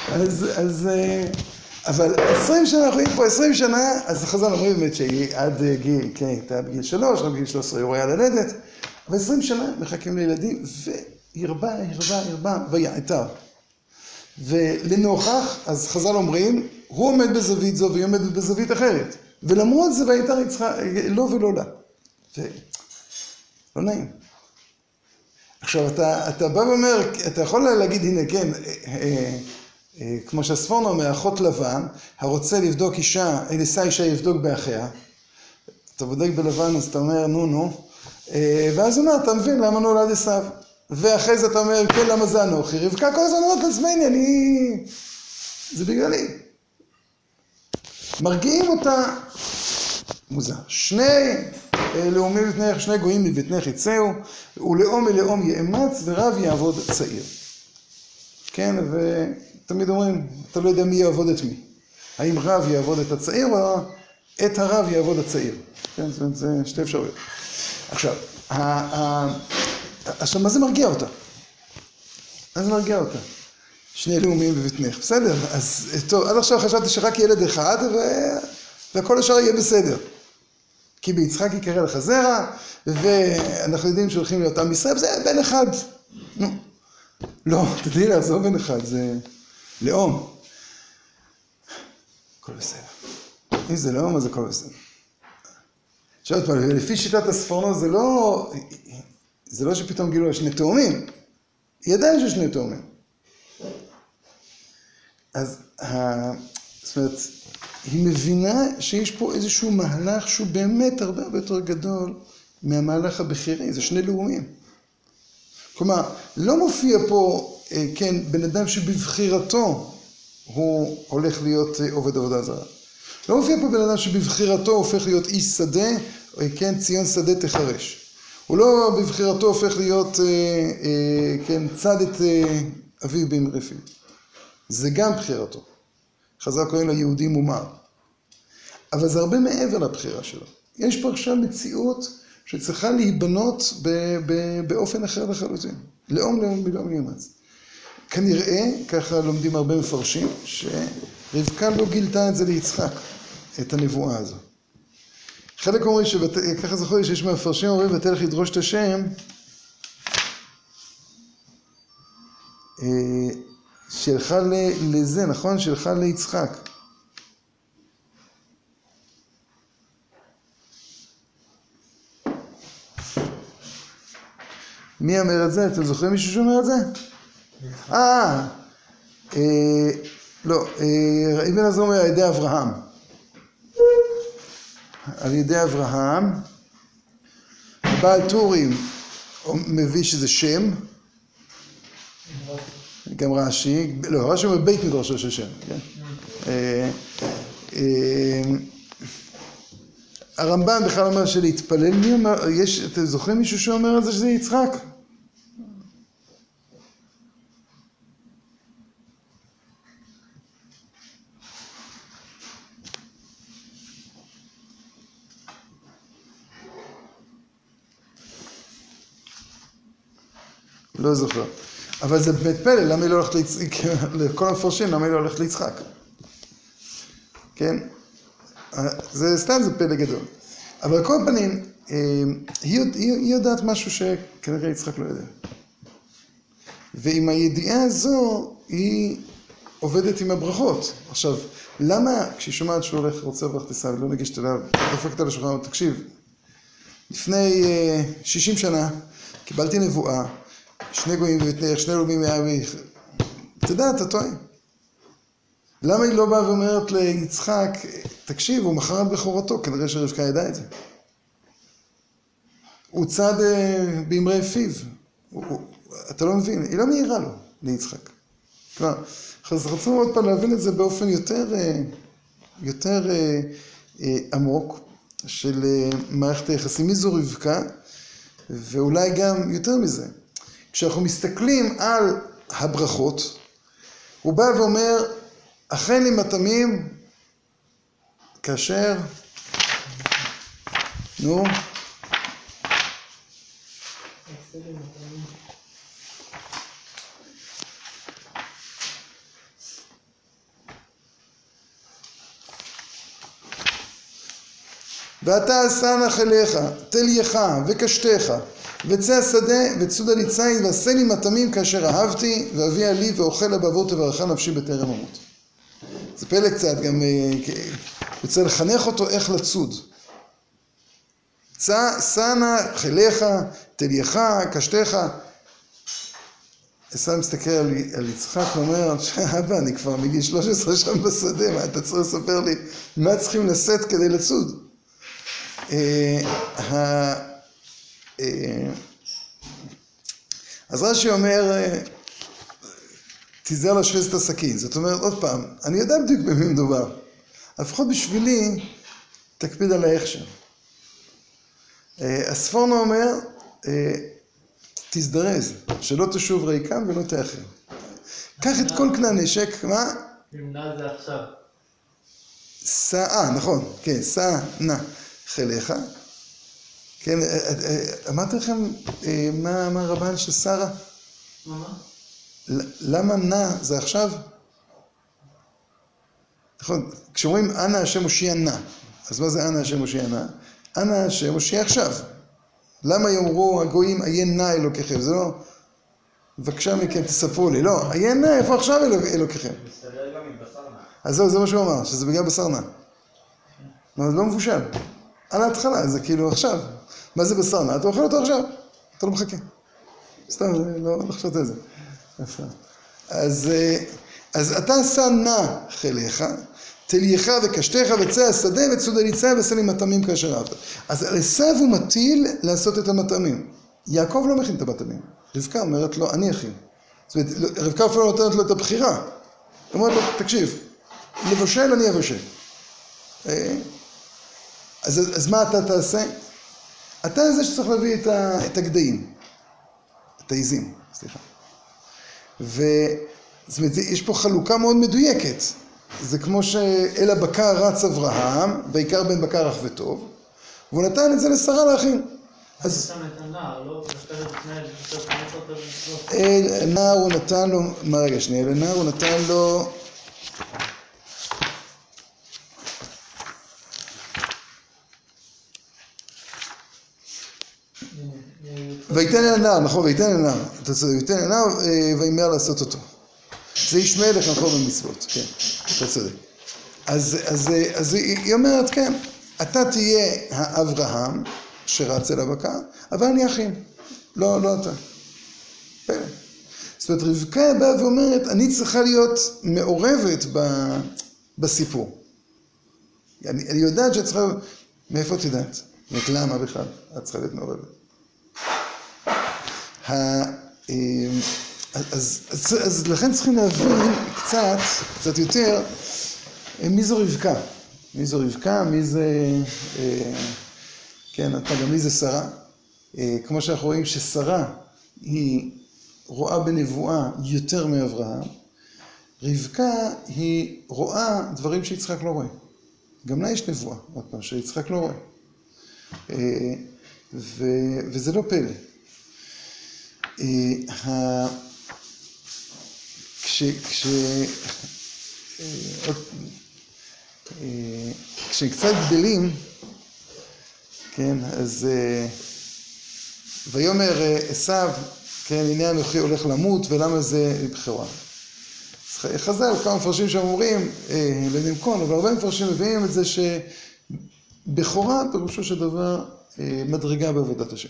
אבל 20 שנה, אנחנו רואים פה 20 שנה, אז חז"ל אומרים באמת שהיא עד גיל, כן, הייתה בגיל 3, עד גיל 13 הוא היה ללדת, אבל 20 שנה מחכים לילדים, וירבה, ויעתר. ולנוכח, אז חז"ל אומרים, הוא עומד בזווית זו, והיא עומדת בזווית אחרת. ולמרות זה, ויעתר יצחק, לא ולא לה. לא נעים. עכשיו, אתה בא ואומר, אתה יכול להגיד, הנה, כן, כמו שהספורנו אומר, אחות לבן, הרוצה לבדוק אישה, נשא אישה יבדוק באחיה. אתה בודק בלבן, אז אתה אומר, נו. ואז הוא אומר, אתה מבין למה נולד עשיו. ואחרי זה אתה אומר, כן, למה זה אנוכי? רבקה כל הזמן אומרת לעצמני, זה בגללי. מרגיעים אותה, מוזר. שני לאומים בבטנך, שני גויים מבטנך יצאו, ולאום מלאום יאמץ, ורב יעבוד צעיר. כן, ותמיד אומרים, אתה לא יודע מי יעבוד את מי. האם רב יעבוד את הצעיר, או את הרב יעבוד הצעיר. כן, זה שתי אפשרויות. עכשיו, מה זה מרגיע אותה? שני לאומים בבטנך, בסדר. אז טוב, עד עכשיו חשבתי שרק ילד אחד, והכל השאר יהיה בסדר. כי ביצחק יקרא לך זרע, ואנחנו יודעים שהולכים להיות עם ישראל, זה בן אחד. נו. לא, תדעי לעזוב בין אחד, זה לאום. הכל בסדר. אם זה לאום, אז זה הכל בסדר. עכשיו עוד פעם, לפי שיטת הספורנו זה לא שפתאום גילו יש שני תאומים. היא עדיין שיש שני תאומים. אז זאת אומרת, היא מבינה שיש פה איזשהו מהלך שהוא באמת הרבה יותר גדול מהמהלך הבחירי, זה שני לאומים. כלומר, לא מופיע פה, כן, בן אדם שבבחירתו הוא הולך להיות עובד עבודה זרה. לא מופיע פה בן אדם שבבחירתו הופך להיות איש שדה, כן, ציון שדה תחרש. הוא לא בבחירתו הופך להיות, כן, צד את אביו באמרי פיו. זה גם בחירתו. חז"ל קוראים ליהודי מומר. אבל זה הרבה מעבר לבחירה שלו. יש פה עכשיו מציאות שצריכה להיבנות באופן אחר לחלוטין. לאום יאמץ. כנראה, ככה לומדים הרבה מפרשים, שרבקה לא גילתה את זה ליצחק, את הנבואה הזו. חלק אומרים, ככה זכור לי שיש מפרשים אומרים, ותלך לדרוש את השם, שלך לזה, נכון? שלך ליצחק. מי אמר את זה? אתם זוכרים מישהו שאומר את זה? לא, אבן עזרא אומר על ידי אברהם. על ידי אברהם, בעל טורים מביא שזה שם, גם רש"י, לא, רש"י אומר בית מדרשו של שם, כן? הרמב"ם בכלל אומר שלהתפלל, מי אומר, אתם זוכרים מישהו שאומר את זה שזה יצחק? לא זוכר. אבל זה באמת פלא, למה היא לא הולכת ליצחק? לכל המפרשים, למה היא לא הולכת ליצחק? כן? זה סתם, זה פלא גדול. אבל על כל פנים, היא יודעת משהו שכנראה יצחק לא יודע. ועם הידיעה הזו, היא עובדת עם הברכות. עכשיו, למה כשהיא שומעת שהוא רוצה לברך תישא ולא נגישת אליו, דופקת על השולחן, תקשיב, לפני 60 שנה קיבלתי נבואה, שני גויים ובתנך, שני לאומים מהאביך. אתה יודע, אתה טועה. למה היא לא באה ואומרת ליצחק, תקשיב, הוא מכר את בכורתו, כנראה שרבקה ידעה את זה. הוא צד באמרי פיו. אתה לא מבין, היא לא מהירה לו, ליצחק. כלומר, רצינו עוד פעם להבין את זה באופן יותר עמוק של מערכת היחסים. מי זו רבקה, ואולי גם יותר מזה. כשאנחנו מסתכלים על הברכות, הוא בא ואומר, אכן לי מטעמים, כאשר, ואתה אסנח אליך, תלייך וקשתך, וצא השדה וצודה לי ציד, ועשה לי מטעמים כאשר אהבתי, ואביה לי ואוכל בעבור תברכך נפשי בטרם אמות. זה פלא קצת, גם רוצה לחנך אותו איך לצוד. סנח אליך, תלייך, קשתך. עשיו מסתכל על יצחק ואומר, אבא, אני כבר מגיל 13 שם בשדה, מה אתה צריך לספר לי מה צריכים לשאת כדי לצוד? אז רש"י אומר, תיזהר להשחיז את הסכין. זאת אומרת, עוד פעם, אני יודע בדיוק במי מדובר. לפחות בשבילי, תקפיד על ההכשר. הספורנו אומר, תזדרז, שלא תשוב ריקם ולא תאחר. קח את כל כלי הנשק, מה? נמנע זה עכשיו. נכון, כן, נא חיליך. כן, אמרתי לכם מה הרבן של שרה? מה? למה נא זה עכשיו? נכון, כשאומרים אנא השם מושיע נא, אז מה זה אנא השם מושיע נא? אנא השם מושיע עכשיו. למה יאמרו הגויים איה נא אלוקיכם? זה לא... בבקשה מכם תספרו לי. לא, עיין איפה עכשיו אלוקיכם. מסתדר גם עם בשר נע. אז זהו, זה מה שהוא אמר, שזה בגלל בשר נע. אבל זה לא מבושל. על ההתחלה, זה כאילו עכשיו. מה זה בשר נע? אתה אוכל אותו עכשיו. אתה לא מחכה. סתם, לא חשבת על זה. אז אתה עשה נע חיליך, תלייך וקשתך וצא השדה וצוד הליצה ועשה לי מטעמים כאשר אהבת. אז על עשיו הוא מטיל לעשות את המטעמים. יעקב לא מכין את המטעמים. רבקה אומרת לו, אני אכין. זאת אומרת, רבקה אפילו נותנת לו את הבחירה. היא אומרת לו, תקשיב, לבשל אני אבשל. אז מה אתה תעשה? אתה זה שצריך להביא את הגדיים. את העיזים, סליחה. זאת אומרת, יש פה חלוקה מאוד מדויקת. זה כמו שאל הבקר רץ אברהם, בעיקר בן בקר רך וטוב, והוא נתן את זה לשרה להכין. אז שם את הנער, לא? נער הוא נתן לו, מה רגע שנייה, לנער הוא נתן לו, ויתן אל הנער, נכון, ויתן אל הנער, אתה צודק, ויתן אל הנער וימר לעשות אותו. זה ישמעאל לחנכו במצוות, כן, אתה צודק. אז היא אומרת, כן, אתה תהיה האברהם שרץ אל הבקר, אבל אני אכין, לא אתה. פלא. זאת אומרת, רבקה באה ואומרת, אני צריכה להיות מעורבת בסיפור. אני יודעת שאת צריכה, מאיפה את יודעת? למה בכלל? את צריכה להיות מעורבת. אז לכן צריכים להבין קצת יותר, מי זו רבקה? מי זו רבקה? מי זה, כן, גם מי זה שרה? כמו שאנחנו רואים ששרה היא רואה בנבואה יותר מאברהם, רבקה היא רואה דברים שיצחק לא רואה. גם לה יש נבואה, עוד פעם, שיצחק לא רואה. וזה לא פלא. כשקצת גדלים, כן, אז ויאמר עשיו, כן, הנה אנוכי הולך למות, ולמה זה בכורה? חז"ל, כמה מפרשים שם אומרים, לנמקון, אבל הרבה מפרשים מביאים את זה שבכורה פירושו של דבר מדרגה בעבודת השם.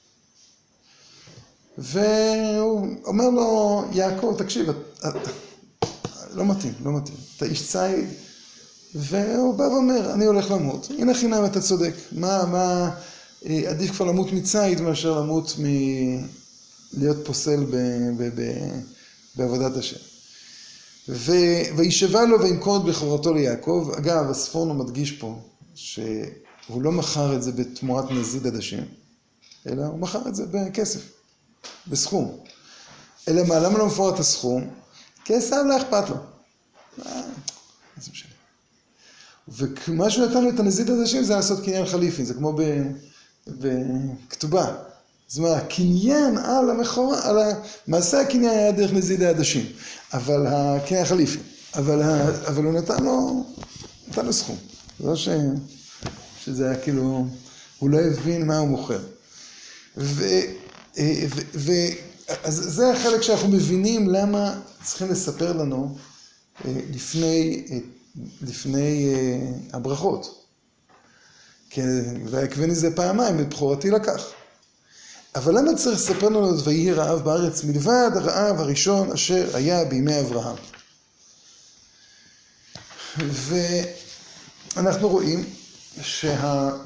והוא אומר לו, יעקב, תקשיב, לא מתאים, אתה איש ציד, והוא בא ואומר, אני הולך למות, הנה חינם אתה צודק, מה עדיף כבר למות מציד מאשר למות להיות פוסל בעבודת השם. וישבע לו וימכור את בכורתו ליעקב. אגב, הספורנו מדגיש פה שהוא לא מכר את זה בתמורת נזיד עדשים, אלא הוא מכר את זה בכסף, בסכום. אלא מה, למה לא מפורט הסכום? כי עשיו לא אכפת לו. זה משנה. ומה שהוא נתן לו את הנזיד עדשים זה לעשות קניין חליפין, זה כמו בכתובה. זאת אומרת, הקניין על המכורה, מעשה הקניין היה דרך נזיד העדשים, אבל הקניין החליפי, אבל הוא נתן לו סכום. זה לא שזה היה כאילו, הוא לא הבין מה הוא מוכר. אז זה החלק שאנחנו מבינים למה צריכים לספר לנו לפני הברכות. והקווני זה פעמיים, ובכורתי לקח. אבל למה צריך לספר לנו את ויהי רעב בארץ מלבד הרעב הראשון אשר היה בימי אברהם? ואנחנו רואים שהרעב,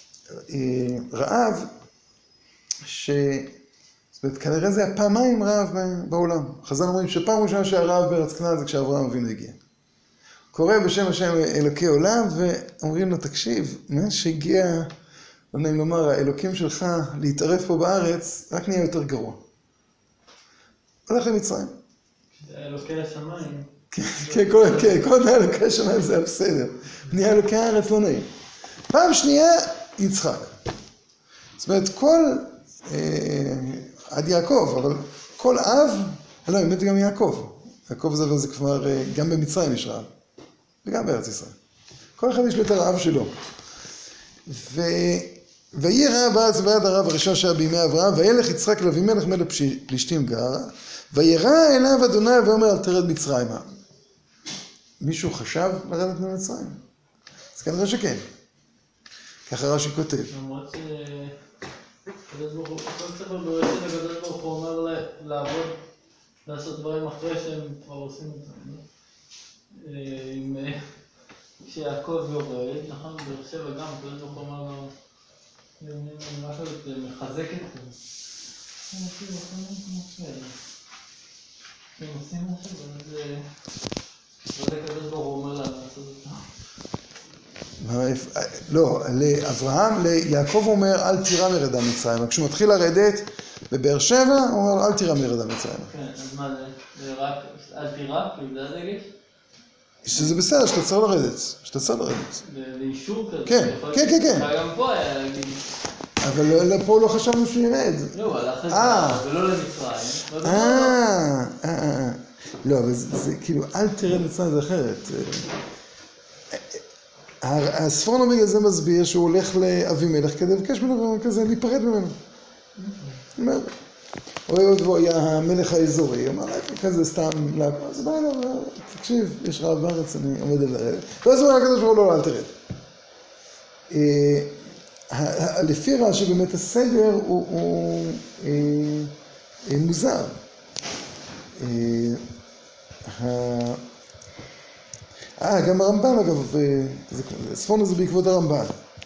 זאת אומרת, כנראה זה הפעמיים רעב בעולם. חז"ל אומרים שפעם ראשונה שהרעב בארץ כנען זה כשאברהם אבינו הגיע. קורא בשם השם אלוקי עולם, ואומרים לו, תקשיב, מה שהגיע, לא נעים לומר, האלוקים שלך להתערף פה בארץ, רק נהיה יותר גרוע. הולך למצרים. זה אלוקי השמיים. כן, כל אלוקי השמיים זה בסדר. נהיה אלוקי הארץ לא נעים. פעם שנייה, יצחק. זאת אומרת, עד יעקב, אבל כל אב, לא, האמת גם יעקב. יעקב זה כבר, גם במצרים יש רעב. וגם בארץ ישראל. כל אחד יש לו את הרעב שלו. ויהי רעב בארץ ועד הרעב הראשון שהיה בימי אברהם, וילך יצחק לאבימלך מלך פלישתים גרה, וירא אליו אדוני ואומר אל תרד מצרימה. מישהו חשב לרדת ממצרים? אז כנראה שכן. ככה רש"י כותב. למרות הקדוש ברוך הוא, כל ספר בראשית הקדוש ברוך הוא אומר לעבוד, לעשות דברים אחרי שהם כבר עושים אותם, לא? כשיעקב יורד, נכון? באר שבע גם, הקדוש ברוך הוא אומר לו, משהו מחזק את זה. הם עושים משהו, וזה הקדוש ברוך הוא אומר להם לעשות אותו. לא, לאברהם, ליעקב אומר אל תירא מרדה מצרים. כשהוא מתחיל לרדת בבאר שבע, הוא אומר אל תירא מרדה מצרים. כן, אז מה זה? זה רק אל תירא, כאילו זה הדגש? שזה בסדר, שאתה צריך לרדת. לאישור כזה. כן. גם פה היה להגיד. אבל פה לא חשבנו שהוא ירד. לא, הוא הלך ולא למצרים. לא, אבל זה כאילו, אל תרד מצרים, זה אחרת. הספורנו בגלל זה מסביר שהוא הולך לאבימלך כדי לבקש ממנו כזה להיפרד ממנו. הוא היה המלך האזורי, הוא אמר כזה סתם להקום, אז בא אליו, תקשיב, יש רעב בארץ, אני עומד על לרדת. ואז הוא היה כזה שהוא לא, אל תרד. לפי רש"י באמת הסדר הוא מוזר. גם הרמב"ן אגב, ספורנו זה בעקבות הרמב"ן.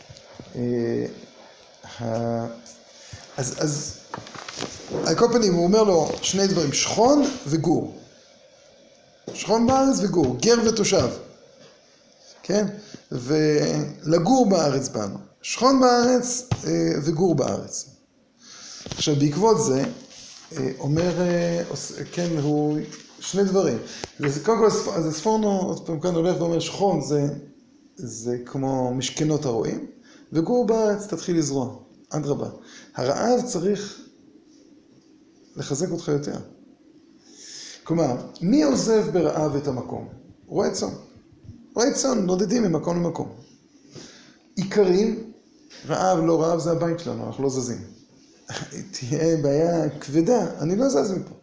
אז על כל פנים הוא אומר לו שני דברים, שכון וגור. שכון בארץ וגור, גר ותושב. כן? ולגור בארץ באנו. שכון בארץ וגור בארץ. עכשיו בעקבות זה אומר, כן, הוא שני דברים. קודם כל, אז הספורנו, עוד פעם כאן הולך ואומר, שכון זה כמו משכנות הרועים, וגור בארץ תתחיל לזרוע, אדרבה. הרעב צריך לחזק אותך יותר. כלומר, מי עוזב ברעב את המקום? רועי צאן, נודדים ממקום למקום. עיקרים, רעב לא רעב, זה הבית שלנו, אנחנו לא זזים. תהיה בעיה כבדה, אני לא זז מפה.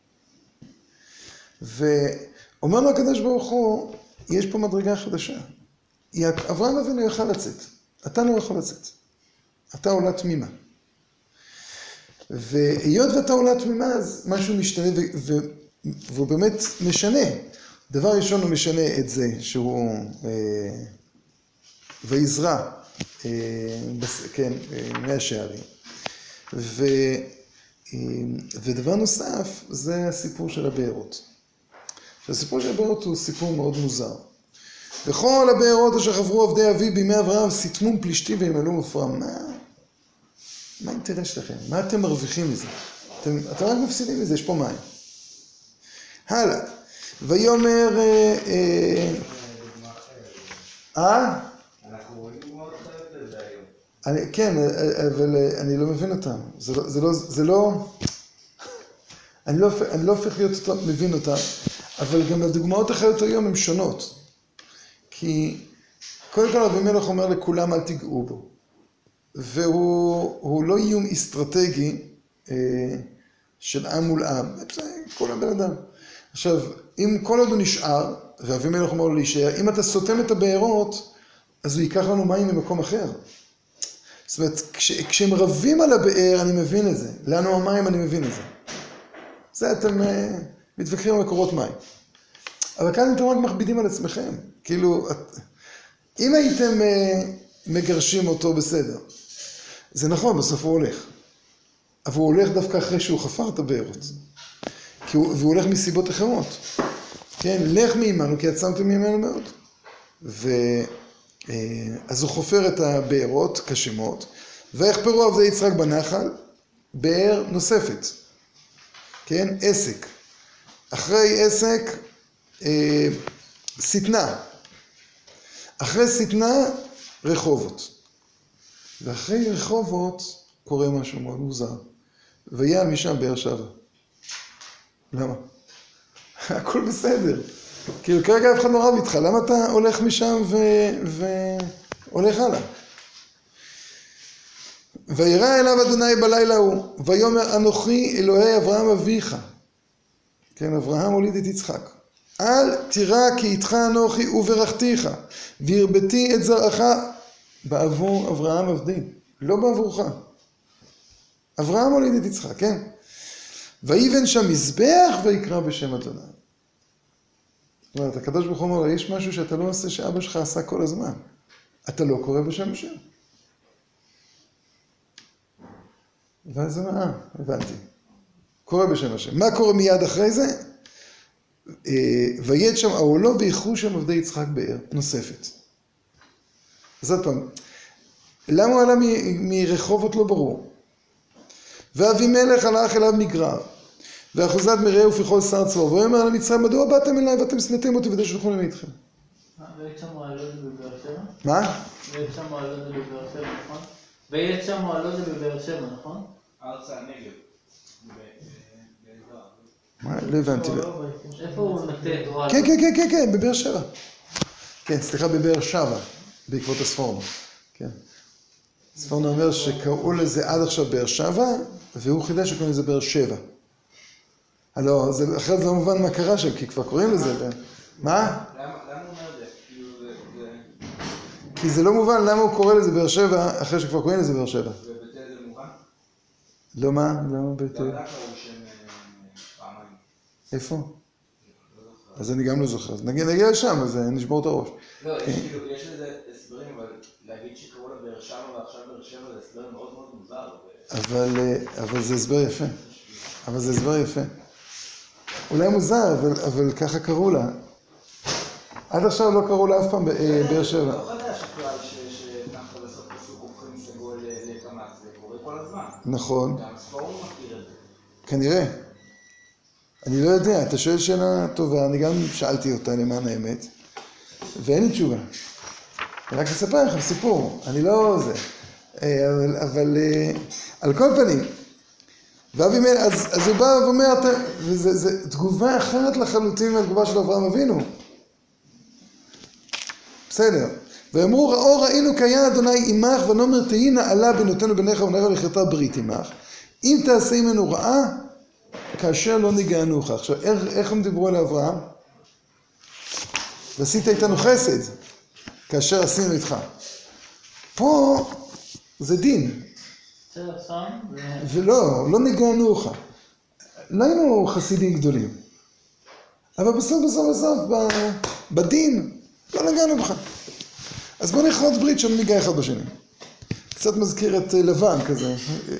ואומר לו הקדוש ברוך הוא, יש פה מדרגה חדשה. אברהם אבינו יכל לצאת, אתה לא יכול לצאת. אתה עולה תמימה. והיות ואתה עולה תמימה, אז משהו משתנה, והוא באמת משנה. דבר ראשון הוא משנה את זה, שהוא ויזרע, כן, מהשערים. ודבר נוסף, זה הסיפור של הבארות. הסיפור של הבארות הוא סיפור מאוד מוזר. וכל הבארות אשר חברו עבדי אבי בימי אברהם, סתמום פלישתי וימלאו מפרם. מה האינטרס שלכם? מה אתם מרוויחים מזה? אתם רק מפסידים מזה, יש פה מים. הלאה. ויאמר... אנחנו רואים מאוד חיות לזה היום. כן, אבל אני לא מבין אותם. זה לא... אני לא הופך להיות מבין אותם, אבל גם הדוגמאות החיות היום הן שונות. כי קודם כל אבימלך אומר לכולם אל תיגעו בו. והוא לא איום אסטרטגי של עם מול עם. זה כל הבן אדם. עכשיו, אם כל עוד הוא נשאר, ואבימלך אומר לו להישאר, אם אתה סותם את הבארות, אז הוא ייקח לנו מים ממקום אחר. זאת אומרת, כשהם רבים על הבאר, אני מבין את זה. לנו המים, אני מבין את זה. זה אתם מתווכחים על מקורות מים. אבל כאן אתם רק מכבידים על עצמכם. כאילו, אם הייתם מגרשים אותו בסדר, זה נכון, בסוף הוא הולך. אבל הוא הולך דווקא אחרי שהוא חפר את הבארות. והוא הולך מסיבות אחרות. כן, לך מעמנו, כי עצמתם מעמנו מאוד. אז הוא חופר את הבארות כשמות, ויחפרו עבדי יצחק בנחל, באר נוספת. כן, עסק. אחרי עסק, סתנה. אחרי סתנה, רחובות. ואחרי רחובות, קורה משהו מאוד מוזר. ויהיה משם באר שבע. למה? הכל בסדר. כאילו כרגע אף אחד לא רב איתך, למה אתה הולך משם והולך הלאה? וירא אליו אדוני בלילה ההוא, ויאמר אנוכי אלוהי אברהם אביך. כן, אברהם הוליד את יצחק. אל תירא כי איתך אנוכי וברכתיך, והרביתי את זרעך בעבור אברהם עבדי, לא בעבורך. אברהם הוליד את יצחק, כן? ויבן שם מזבח ויקרא בשם אדוני. זאת אומרת, הקדוש ברוך הוא אומר לו, יש משהו שאתה לא עושה שאבא שלך עשה כל הזמן. אתה לא קורא בשם השם. ואז הוא אומר, הבנתי. קורא בשם השם. מה קורה מיד אחרי זה? ויד שם אהלו ויחרו שם עבדי יצחק באר נוספת. אז עוד פעם, למה הוא עלה מרחובות לא ברור? ואבימלך הלך אליו מגרר, ואחוזת מרעה ופיכול שר צבאו, ואומר למצרים, מדוע באתם אליי ואתם שנאתם אותי ותשלחו לי איתכם? ויית שם אהלו זה בבאר שבע? מה? ויית שם אהלו זה בבאר שבע, נכון? ויית שם אהלו זה בבאר שבע, נכון? ארצה הנגב. מה? לא הבנתי. איפה הוא נטה תורה? כן, בבאר שבע. כן, סליחה, בבאר שבע, בעקבות הספורנו. כן. הספורנו אומר שקראו לזה עד עכשיו באר שבע, והוא חידש שקוראים לזה באר שבע. הלא, אחרת זה לא מובן מה קרה שם, כי כבר קוראים לזה. מה? למה הוא אומר את זה? כי זה לא מובן למה הוא קורא לזה באר שבע, אחרי שכבר קוראים לזה באר שבע. ובתל זה מובן? לא מה? למה בתל? גם אתה קראו שם פעמיים. איפה? אז אני גם לא זוכר. נגיע לשם, אז נשבור את הראש. לא, יש לזה הסברים, אבל להגיד שקראו לה באר שבע ועכשיו באר שבע זה הסבר מאוד מאוד מוזר. אבל זה הסבר יפה. אולי מוזר, אבל ככה קראו לה. עד עכשיו לא קראו לה אף פעם באר שבע. לא חדש הכלל שנחת בסוף פסוק הופכים סגול לקמץ, זה קורה כל הזמן. נכון. גם הספורנו מכיר את זה. כנראה. אני לא יודע, אתה שואל שאלה טובה, אני גם שאלתי אותה למען האמת, ואין לי תשובה. אני רק אספר לכם סיפור, אני לא זה. אבל על כל פנים, אז הוא בא ואומר, וזו תגובה אחרת לחלוטין מהתגובה של אברהם אבינו. בסדר. ואמרו, ראינו כי היה אדוני עמך, ונאמר תהי נעלה בנותינו בניך ונראה לכרתה ברית עמך. אם תעשה ממנו רעה, כאשר לא נגענוך. עכשיו, איך הם דיברו על אברהם? ועשית איתנו חסד, כאשר עשינו איתך. פה זה דין. ולא נגענוך. לא היינו חסידים גדולים. אבל בסוף, בדין, לא נגענו בך. אז בוא נכרות ברית שלא ניגע אחד בשני. קצת מזכיר את לבן כזה.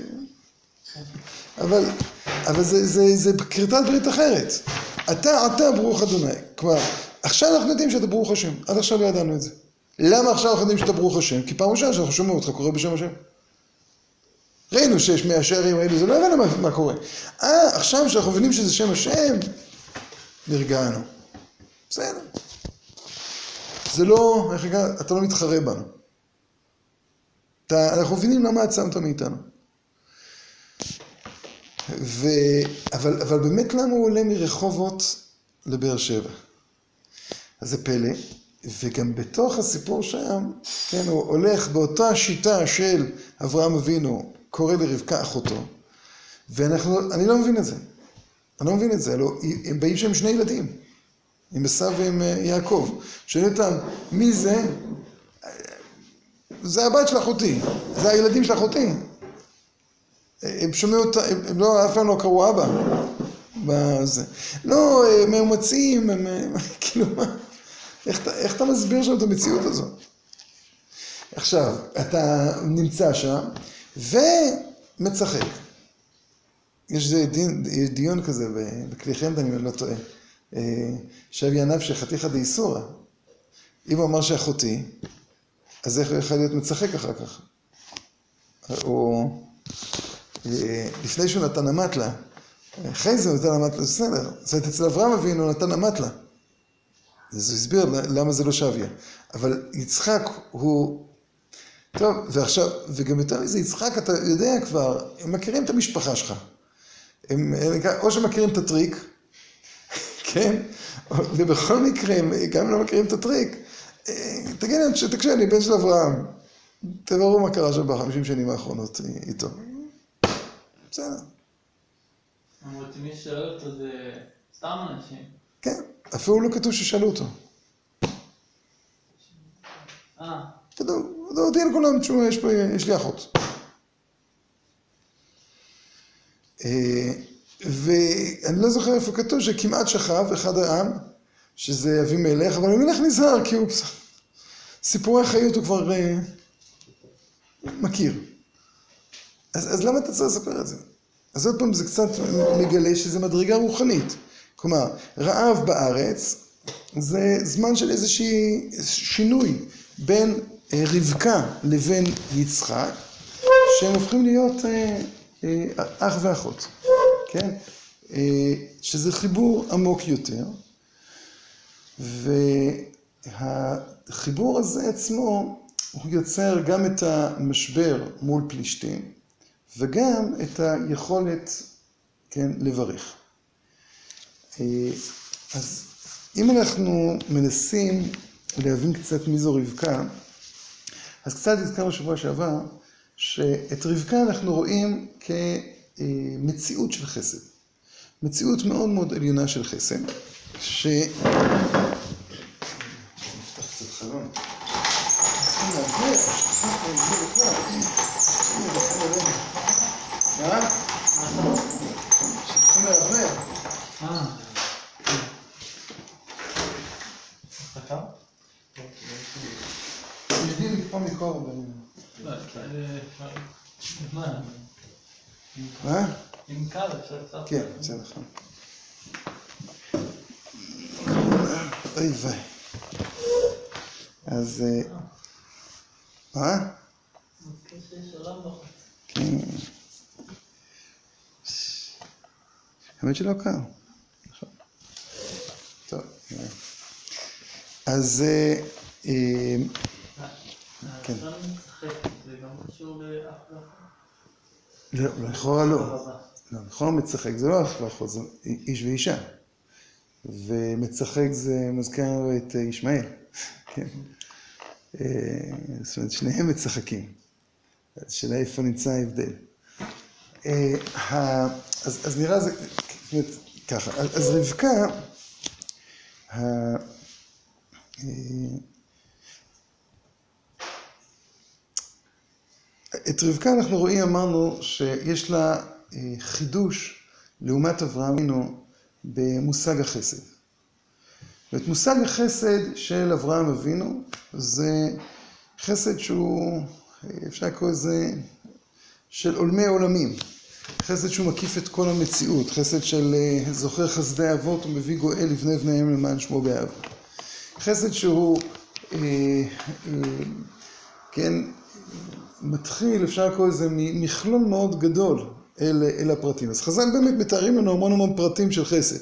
אבל זה כריתת ברית אחרת. אתה ברוך אדוני. כלומר, עכשיו אנחנו יודעים שאתה ברוך השם. עד עכשיו לא ידענו את זה. למה עכשיו אנחנו יודעים שאתה ברוך השם? כי פעם ראשונה שאנחנו שומעים אותך קורא בשם השם. ראינו שיש 100 שערים, ראינו, זה לא הבנו מה קורה. עכשיו שאנחנו מבינים שזה שם השם, נרגענו. בסדר. זה לא, אתה לא מתחרה בנו. אנחנו מבינים למה עצמת מאיתנו. אבל באמת למה הוא עולה מרחובות לבאר שבע? אז זה פלא, וגם בתוך הסיפור שם, כן, הוא הולך באותה השיטה של אברהם אבינו, קורא לרבקה אחותו, ואני לא מבין את זה. אני לא מבין את זה, הם באים שם שני ילדים, עם עשיו ועם יעקב. שואלים אותם, מי זה? זה הבת של אחותי, זה הילדים של אחותי. הם שומעים אותה, הם לא, אף פעם לא קראו אבא. בזה. לא, מאומצים, כאילו, איך אתה מסביר שם את המציאות הזאת? עכשיו, אתה נמצא שם ומצחק. יש דיון כזה בכלי חמד, אני לא טועה. שב ינב שחתיך דאיסורא. אם הוא אמר שאחותי, אז איך הוא יכול להיות מצחק אחר כך? או לפני שהוא נתן אמתלה, אחרי זה הוא נתן אמתלה, בסדר. זאת אומרת, אצל אברהם אבינו הוא נתן אמתלה. אז הוא הסביר למה זה לא שביה. אבל יצחק הוא... טוב, ועכשיו, וגם יותר מזה, יצחק, אתה יודע כבר, הם מכירים את המשפחה שלך. או שמכירים את הטריק, כן? ובכל מקרה, גם אם לא מכירים את הטריק, תגיד להם, תקשיב, אני בן של אברהם. תראו מה קרה שם ב50 שנים האחרונות איתו. בסדר. למרות שמי ששואל אותו זה סתם אנשים. כן, אפילו לא כתוב ששאלו אותו. כתוב, הודיע לכולם, תשמע, יש לי אחות. ואני לא זוכר איפה כתוב שכמעט שכב אחד העם, שזה אבימלך, אבל אבימלך נזהר, כי הוא סיפורי החיות הוא כבר מכיר. אז למה אתה צריך לספר את זה? אז עוד פעם זה קצת מגלה שזה מדרגה רוחנית. כלומר, רעב בארץ זה זמן של איזושהי שינוי בין רבקה לבין יצחק, שהם הופכים להיות אח ואחות, כן? שזה חיבור עמוק יותר, והחיבור הזה עצמו הוא יוצר גם את המשבר מול פלישתים, וגם את היכולת, כן, לברך. אז אם אנחנו מנסים להבין קצת מי זו רבקה, אז קצת הזכרנו שבוע שעבר, שאת רבקה אנחנו רואים כמציאות של חסד. מציאות מאוד מאוד עליונה של חסד, נפתח קצת חלון. מה? שצריכים להעבר. חכה? יודעים לקפוא מקור. מה? אם קל אפשר קצת. כן, זה נכון. אוי ויי. אז... מה? מזכיר שיש עולם בחוץ. כן. האמת שלא קר. נכון. טוב. אז... כן. עכשיו נצחק, זה גם קשור לאח ואחות. לא, לכאורה לא. לא, לכאורה מצחק זה לא אח ואחות, זה איש ואישה. ומצחק זה מזכיר את ישמעאל. כן. זאת אומרת, שניהם מצחקים. השאלה איפה נמצא ההבדל. אז נראה זה, זאת אומרת, ככה, אז רבקה, את רבקה אנחנו רואים, אמרנו, שיש לה חידוש לעומת אברהם אבינו במושג החסד. ואת מושג החסד של אברהם אבינו זה חסד שהוא, אפשר לקרוא לזה, של עולמי עולמים. חסד שהוא מקיף את כל המציאות, חסד של זוכר חסדי אבות ומביא גואל לבני בניהם למען שמו באב. חסד שהוא, כן, מתחיל, אפשר לקרוא לזה, מכלול מאוד גדול אל הפרטים. אז חז"ל באמת מתארים לנו המון פרטים של חסד.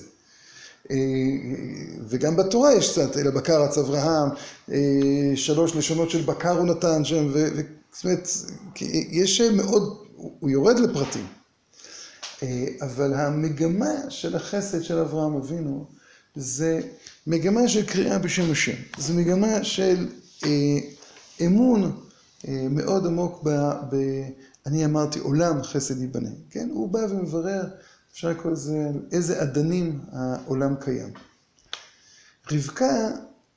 וגם בתורה יש קצת, אל הבקר רץ אברהם, 3 לשונות של בקר הוא נתן שם, זאת אומרת, יש מאוד, הוא יורד לפרטים. אבל המגמה של החסד של אברהם אבינו, זה מגמה של קריאה בשם השם. זה מגמה של אמון מאוד עמוק אני אמרתי, עולם חסד ייבנה. כן? הוא בא ומברר, אפשר לקרוא לזה, איזה עדנים העולם קיים. רבקה,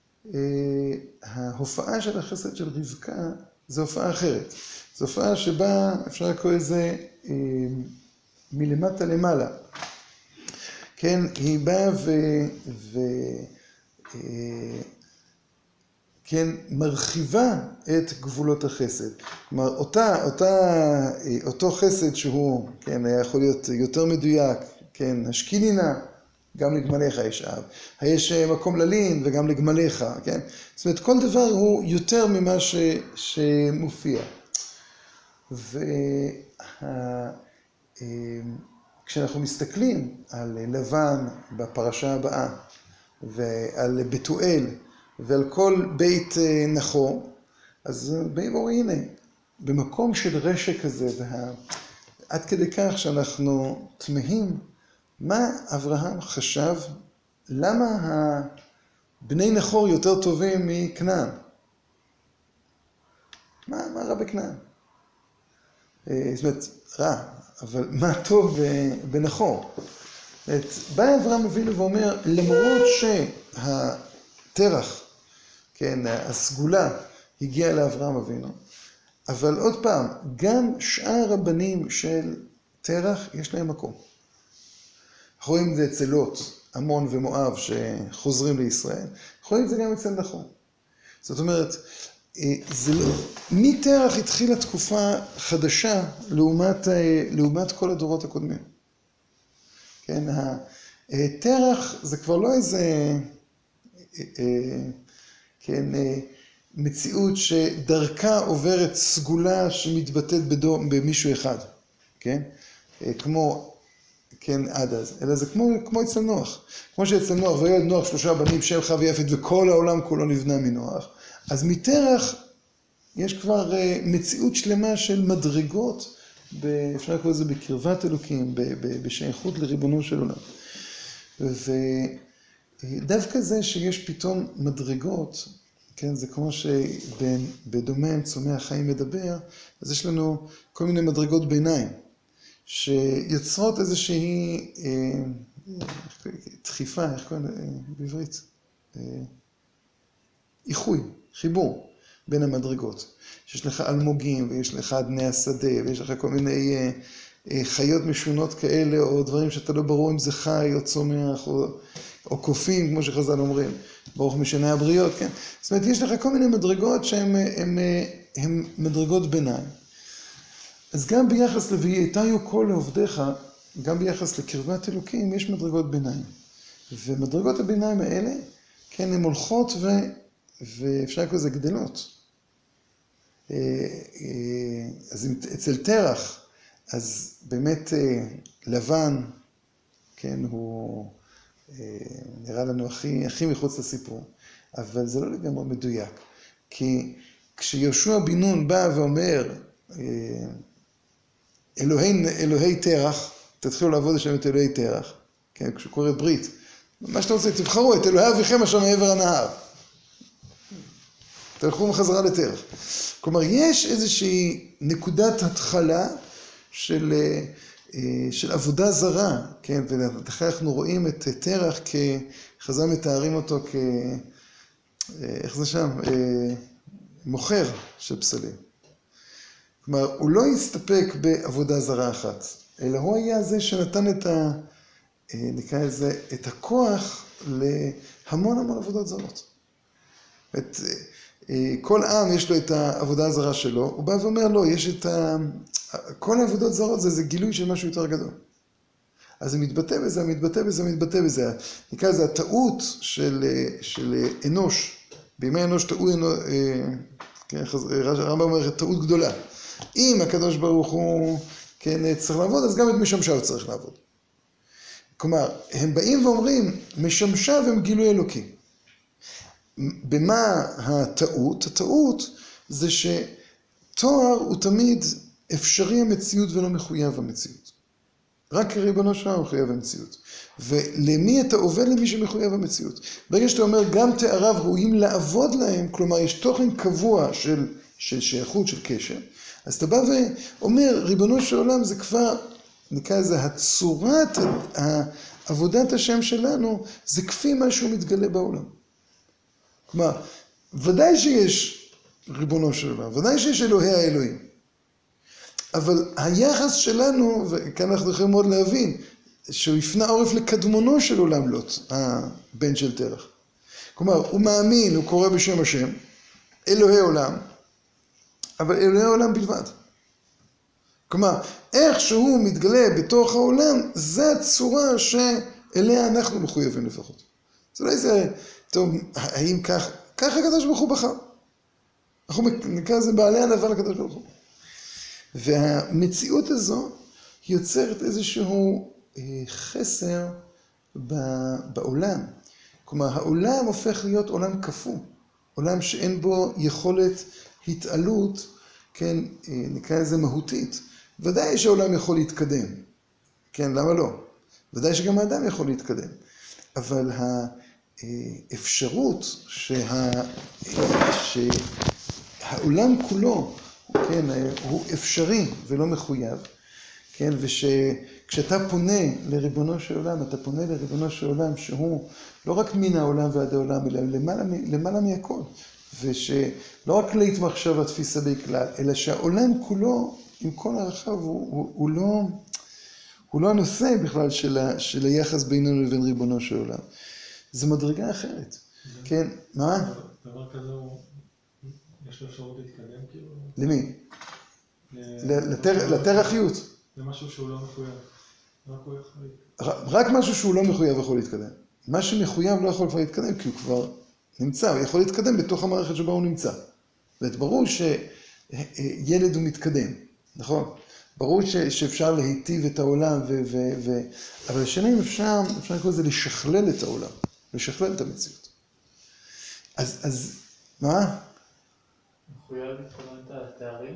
ההופעה של החסד של רבקה, זו הופעה אחרת. זו הופעה שבה אפשר לקרוא לזה מלמטה למעלה. כן, היא באה כן, מרחיבה את גבולות החסד. כלומר, אותו חסד שהוא, כן, היה יכול להיות יותר מדויק, כן, השקינינה, גם לגמליך יש אב. יש מקום ללין וגם לגמליך, כן? זאת אומרת, כל דבר הוא יותר ממה שמופיע. כשאנחנו מסתכלים על לבן בפרשה הבאה, ועל בתואל, ועל כל בית נחור, אז באים ואומרים, הנה, במקום של רשע כזה, עד כדי כך שאנחנו תמהים, מה אברהם חשב, למה בני נחור יותר טובים מכנען? מה רע בכנען? זאת אומרת, רע, אבל מה טוב בנחור? בא אברהם אבינו ואומר, למרות שהתרח, כן, הסגולה הגיעה לאברהם אבינו, אבל עוד פעם, גם שאר הבנים של תרח יש להם מקום. אנחנו רואים את זה אצל לוט, עמון ומואב שחוזרים לישראל, אנחנו רואים את זה גם אצל נחור. זאת אומרת, מתרח התחילה תקופה חדשה לעומת כל הדורות הקודמים. כן, תרח זה כבר לא איזה, כן, מציאות שדרכה עוברת סגולה שמתבטאת במישהו אחד, כן? כמו, כן, עד אז, אלא זה כמו אצל נוח. כמו שאצל נוח, וילד נוח 3 בנים, שם, חם ויפת, וכל העולם כולו נבנה מנוח. אז מתרח יש כבר מציאות שלמה של מדרגות, אפשר לקרוא לזה בקרבת אלוקים, בשייכות לריבונו של עולם. ודווקא זה שיש פתאום מדרגות, כן, זה כמו שבדומם צומח חיים מדבר, אז יש לנו כל מיני מדרגות ביניים, שיוצרות איזושהי דחיפה, איך קוראים בעברית? איחוי, חיבור בין המדרגות. שיש לך אלמוגים, ויש לך אדני השדה, ויש לך כל מיני חיות משונות כאלה, או דברים שאתה לא ברור אם זה חי או צומח, או קופים, כמו שחז"ל אומרים, ברוך משנה הבריות, כן? זאת אומרת, יש לך כל מיני מדרגות שהן מדרגות ביניים. אז גם ביחס ל"ויהיו כל לעובדיך", גם ביחס לקרבת אלוקים, יש מדרגות ביניים. ומדרגות הביניים האלה, כן, הן הולכות ואפשר לקרוא לזה גדלות. אז אצל תרח, אז באמת לבן, כן, הוא נראה לנו הכי מחוץ לסיפור, אבל זה לא לגמרי מדויק. כי כשיהושע בן נון בא ואומר, אלוהי תרח, תתחילו לעבוד לשם את אלוהי תרח, כן, כשהוא קורא ברית, מה שאתה רוצה, תבחרו את אלוהי אביכם אשר מעבר הנהר. תלכו בחזרה לתרח. כלומר, יש איזושהי נקודת התחלה של עבודה זרה, כן, ולכן אנחנו רואים את תרח חז"ל מתארים אותו איך זה שם? מוכר של פסלים. כלומר, הוא לא הסתפק בעבודה זרה אחת, אלא הוא היה זה שנתן נקרא לזה, את הכוח להמון עבודות זרות. כל עם יש לו את העבודה הזרה שלו, הוא בא ואומר לו, יש כל העבודות זרות זה גילוי של משהו יותר גדול. אז זה מתבטא בזה, נקרא לזה הטעות של אנוש, בימי אנוש הרמב"ם אומר טעות גדולה. אם הקדוש ברוך הוא, כן, צריך לעבוד, אז גם את משמשיו צריך לעבוד. כלומר, הם באים ואומרים, משמשיו הם גילוי אלוקי. במה הטעות? הטעות זה שתואר הוא תמיד אפשרי המציאות ולא מחויב המציאות. רק ריבונו של עולם מחויב המציאות. ולמי אתה עובד? למי שמחויב המציאות. ברגע שאתה אומר גם תאריו ראויים לעבוד להם, כלומר יש תוכן קבוע של שייכות, של קשר, אז אתה בא ואומר ריבונו של עולם זה כבר, נקרא לזה הצורת עבודת השם שלנו, זה כפי משהו מתגלה בעולם. כלומר, ודאי שיש ריבונו של עולם, ודאי שיש אלוהי האלוהים. אבל היחס שלנו, וכאן אנחנו יכולים מאוד להבין, שהוא הפנה עורף לקדמונו של עולם לוט, הבן של תרח. כלומר, הוא מאמין, הוא קורא בשם השם, אלוהי עולם, אבל אלוהי עולם בלבד. כלומר, איך שהוא מתגלה בתוך העולם, זה הצורה שאליה אנחנו מחויבים לפחות. זה לא איזה, טוב, האם כך הקדוש ברוך הוא בחר. אנחנו נקרא לזה בעלי ענווה לקדוש ברוך הוא. והמציאות הזו יוצרת איזשהו חסר בעולם. כלומר, העולם הופך להיות עולם כפו. עולם שאין בו יכולת התעלות, כן, נקרא לזה מהותית. ודאי שהעולם יכול להתקדם. כן, למה לא? ודאי שגם האדם יכול להתקדם. אבל האפשרות שהעולם כולו, כן, הוא אפשרי ולא מחויב, כן, וכשאתה פונה לריבונו של עולם, אתה פונה לריבונו של עולם שהוא לא רק מן העולם ועד העולם, אלא למעלה מהכל. ושלא רק להתמחשב התפיסה בכלל, אלא שהעולם כולו, עם כל הרחב, הוא לא הנושא בכלל של היחס בינינו לבין ריבונו של עולם. זו מדרגה אחרת. כן, מה? דבר כזה יש לו אפשרות להתקדם כאילו? למי? לתרחיות. זה משהו שהוא לא מחויב. רק משהו שהוא לא מחויב יכול להתקדם. מה שמחויב לא יכול כבר להתקדם, כי הוא כבר נמצא, הוא יכול להתקדם בתוך המערכת שבה הוא נמצא. ברור שילד הוא מתקדם, נכון? ברור שאפשר להיטיב את העולם, אבל השאלה אם אפשר לקרוא לזה לשכלל את העולם, לשכלל את המציאות. אז מה? מחויב להתכונן את התארים?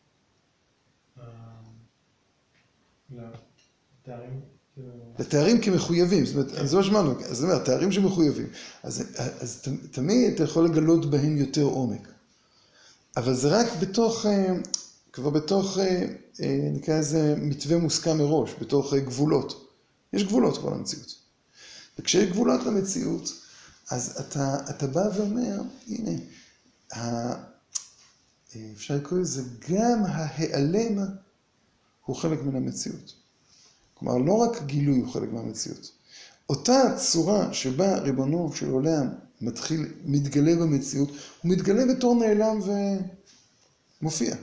לא, תארים לתארים כמחויבים, זאת אומרת, זה מה שאמרנו, אז זאת אומרת, תארים שמחויבים, אז תמיד אתה יכול לגלות בהם יותר עומק. אבל זה רק כבר בתוך, נקרא לזה, מתווה מוסכם מראש, בתוך גבולות. יש גבולות כבר למציאות. וכשיש גבולות למציאות, אז אתה בא ואומר, הנה, אפשר לקרוא לזה, גם ההיעלם הוא חלק מן המציאות. כלומר, לא רק גילוי הוא חלק מהמציאות. אותה צורה שבה ריבונו של עולם מתגלה במציאות, הוא מתגלה בתור נעלם ומופיע.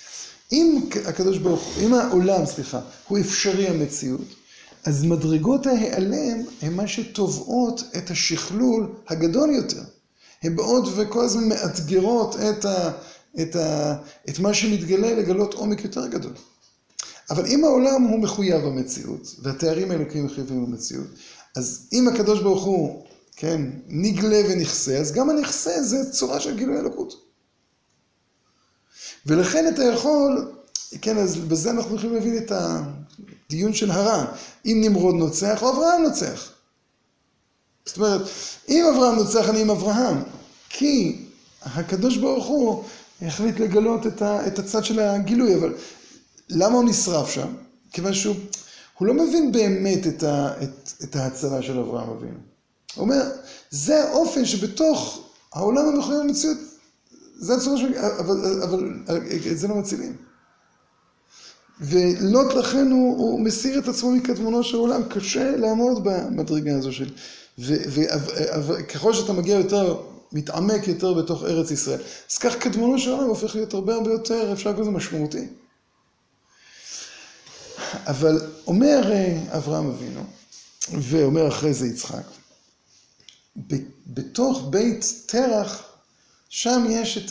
אם העולם, הוא אפשרי המציאות, אז מדרגות ההיעלם הן מה שתובעות את השכלול הגדול יותר. הן באות וכל הזמן מאתגרות את מה שמתגלה לגלות עומק יותר גדול. אבל אם העולם הוא מחויב במציאות, והתארים האלוקיים מחויבים במציאות, אז אם הקדוש ברוך הוא, כן, נגלה ונכסה, אז גם הנכסה זה צורה של גילוי אלוקות. ולכן אתה יכול, כן, אז בזה אנחנו יכולים להבין את הדיון של הר"ן, אם נמרוד נוצח או אברהם נוצח. זאת אומרת, אם אברהם נוצח, אני עם אברהם, כי הקדוש ברוך הוא החליט לגלות את הצד של הגילוי, אבל למה הוא נשרף שם? כיוון שהוא לא מבין באמת את ההצלה של אברהם אבינו. הוא אומר, זה האופן שבתוך העולם המחויב במציאות, זה הצורה של... אבל את זה לא מצילים. ולא לכן הוא מסיר את עצמו מקדמונו של העולם, קשה לעמוד במדרגה הזו של... וככל שאתה מגיע יותר, מתעמק יותר בתוך ארץ ישראל, אז כך קדמונו של העולם הופך להיות הרבה יותר, אפשר לקרוא לזה משמעותי. אבל אומר אברהם אבינו, ואומר אחרי זה יצחק, בתוך בית תרח, שם יש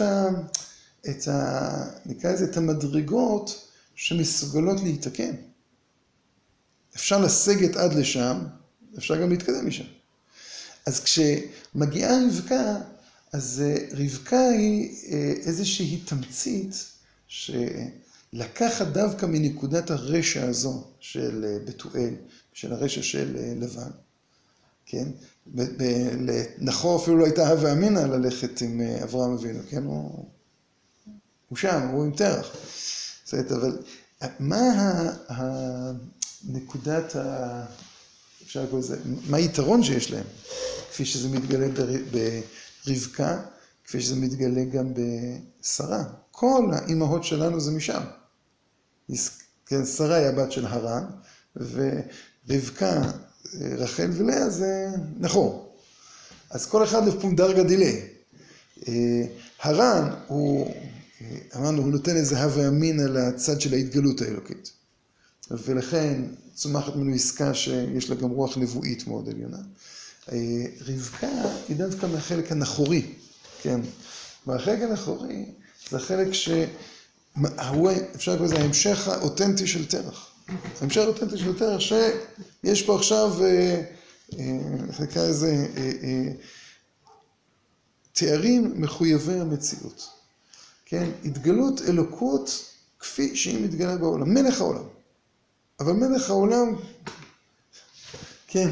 נקרא לזה, את המדרגות שמסוגלות להתקן. אפשר לסגת עד לשם, אפשר גם להתקדם משם. אז כשמגיעה רבקה, אז רבקה היא איזושהי תמצית לקחת דווקא מנקודת הרשע הזו של בתואל, של הרשע של לבן, כן? לנחור אפילו לא הייתה הווה אמינא ללכת עם אברהם אבינו, כן? הוא שם, הוא עם תרח. זאת, אבל מה הנקודת, אפשר לקרוא לזה, מה היתרון שיש להם? כפי שזה מתגלה ברבקה, כפי שזה מתגלה גם בשרה. כל האימהות שלנו זה משם. כן, שרה היא הבת של הרן, ורבקה, רחל ולאה זה נחור. אז כל אחד לפונדרגה דילי. הרן אמרנו, הוא נותן איזה הווה אמינא לצד של ההתגלות האלוקית. ולכן צומחת ממנו עסקה שיש לה גם רוח נבואית מאוד עליונה. רבקה היא דווקא מהחלק הנחורי, כן. מהחלק הנחורי זה החלק אפשר לקרוא לזה ההמשך האותנטי של תרח. ההמשך האותנטי של תרח שיש פה עכשיו, נקרא איזה, תארים מחויבי המציאות. כן, התגלות אלוקות כפי שהיא מתגלה בעולם, מלך העולם. אבל מלך העולם, כן,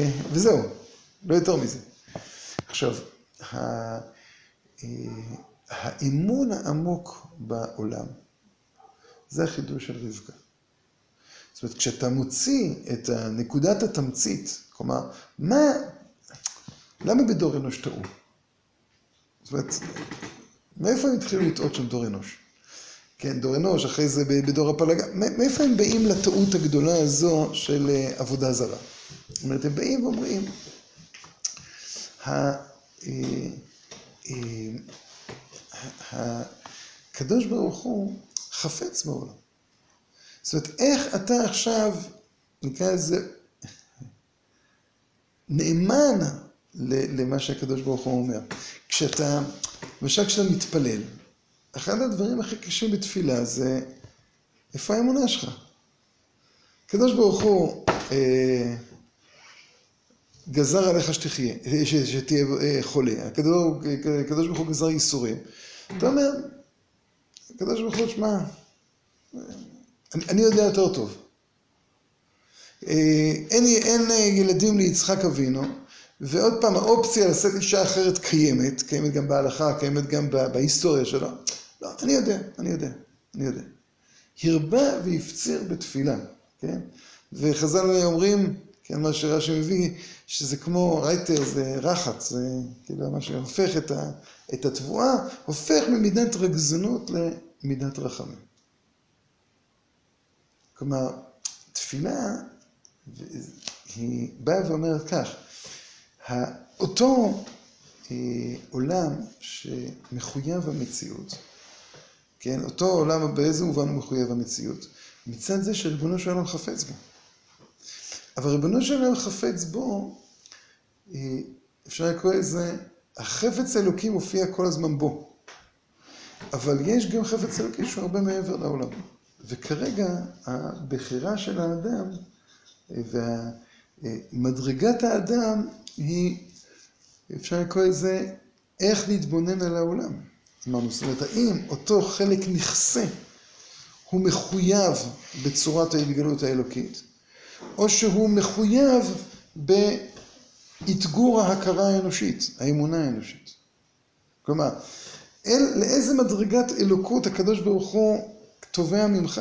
וזהו, לא יותר מזה. עכשיו, האמון העמוק בעולם, זה החידוש של רבקה. זאת אומרת, כשאתה מוציא את נקודת התמצית, כלומר, למה בדור אנוש טעו? זאת אומרת, מאיפה הם התחילו לטעות שם דור אנוש? כן, דור אנוש, אחרי זה בדור הפלגה, מאיפה הם באים לטעות הגדולה הזו של עבודה זרה? זאת אומרת, הם באים ואומרים, הקדוש ברוך הוא חפץ בעולם. זאת אומרת, איך אתה עכשיו, נקרא לזה, נאמן למה שהקדוש ברוך הוא אומר. למשל כשאתה מתפלל, אחד הדברים הכי קשים בתפילה זה, איפה האמונה שלך? הקדוש ברוך הוא גזר עליך שתהיה חולה. הקדוש ברוך הוא גזר ייסורים. אתה אומר, הקדוש ברוך הוא, שמע, אני יודע יותר טוב. אין ילדים ליצחק אבינו, ועוד פעם האופציה לשאת אישה אחרת קיימת גם בהלכה, קיימת גם בהיסטוריה שלו. לא, אני יודע. הרבה והפציר בתפילה, כן? וחז"ל אומרים, כן, מה שרש"י מביא, שזה כמו רייטר, זה רחץ, זה כאילו מה שהופך את התבואה, הופך ממידת רגזנות למידת רחמים. כלומר, תפילה, היא באה ואומרת כך, אותו עולם שמחויב המציאות, כן, אותו עולם באיזה מובן הוא מחויב המציאות, מצד זה שריבונו של עולם חפץ בו. אבל ריבונו של עולם חפץ בו, אפשר לקרוא לזה, החפץ האלוקי מופיע כל הזמן בו. אבל יש גם חפץ אלוקי שהוא הרבה מעבר לעולם. וכרגע הבחירה של האדם ומדרגת האדם היא, אפשר לקרוא לזה, איך להתבונן על העולם. זאת אומרת, האם אותו חלק נכסה הוא מחויב בצורת ההתגלות האלוקית, או שהוא מחויב בהתגור ההכרה האנושית, האמונה האנושית. כלומר, לאיזה מדרגת אלוקות הקדוש ברוך הוא תובע ממך?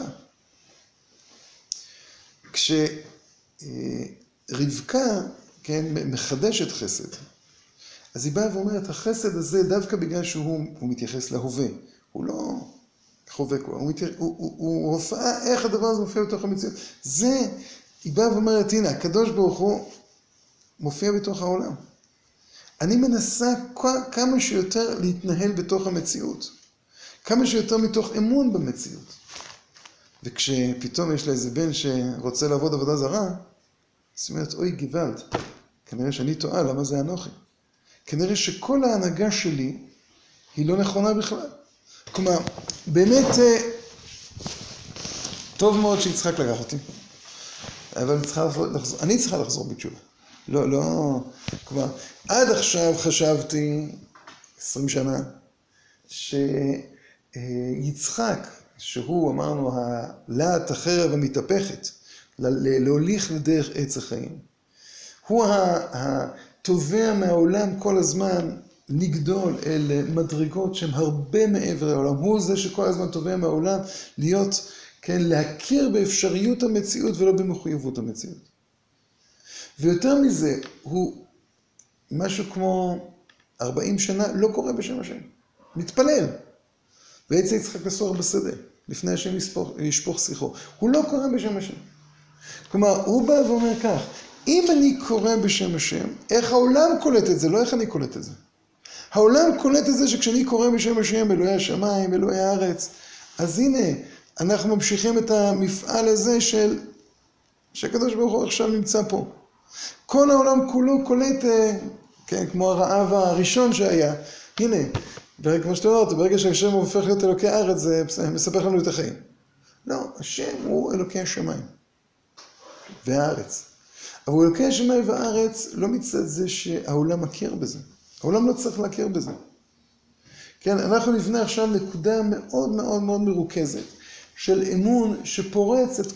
כשרבקה, כן, מחדשת חסד, אז היא באה ואומרת, החסד הזה דווקא בגלל שהוא מתייחס להווה, הוא לא חווה כבר, הוא הופעה, איך הדבר הזה מופיע בתוך המציאות. זה, היא באה ואומרת, הנה, הקדוש ברוך הוא מופיע בתוך העולם. אני מנסה כמה שיותר להתנהל בתוך המציאות, כמה שיותר מתוך אמון במציאות. וכשפתאום יש לה איזה בן שרוצה לעבוד עבודה זרה, אז היא אומרת, אוי גוואלד, כנראה שאני טועה, למה זה אנוכי? כנראה שכל ההנהגה שלי היא לא נכונה בכלל. כלומר, באמת טוב מאוד שיצחק לקח אותי, אבל אני צריכה לחזור בתשובה. לא, כלומר, עד עכשיו חשבתי, 20 שנה, שיצחק, שהוא אמרנו הלהט החרב המתהפכת, להוליך לדרך עץ החיים, הוא התובע מהעולם כל הזמן לגדול אל מדרגות שהן הרבה מעבר לעולם. הוא זה שכל הזמן תובע מהעולם להיות, כן, להכיר באפשריות המציאות ולא במחויבות המציאות. ויותר מזה, הוא משהו כמו 40 שנה לא קורא בשם השם. מתפלל. ועץ יצחק לסוח בשדה, לפני השם ישפוך שיחו. הוא לא קורא בשם השם. כלומר, הוא בא ואומר כך, אם אני קורא בשם השם, איך העולם קולט את זה, לא איך אני קולט את זה. העולם קולט את זה שכשאני קורא בשם השם, אלוהי השמיים, אלוהי הארץ, אז הנה, אנחנו ממשיכים את המפעל הזה שהקדוש ברוך הוא עכשיו נמצא פה. כל העולם כולו קולט, כן, כמו הרעב הראשון שהיה. הנה, כמו שאתה אומרת, ברגע שהשם הופך להיות אלוקי הארץ, זה מספק לנו את החיים. לא, השם הוא אלוקי השמיים והארץ. אבל אלוקי השמיים והארץ לא מצד זה שהעולם מכיר בזה. העולם לא צריך להכיר בזה. כן, אנחנו נבנה עכשיו נקודה מאוד מאוד מאוד מרוכזת של אמון שפורץ את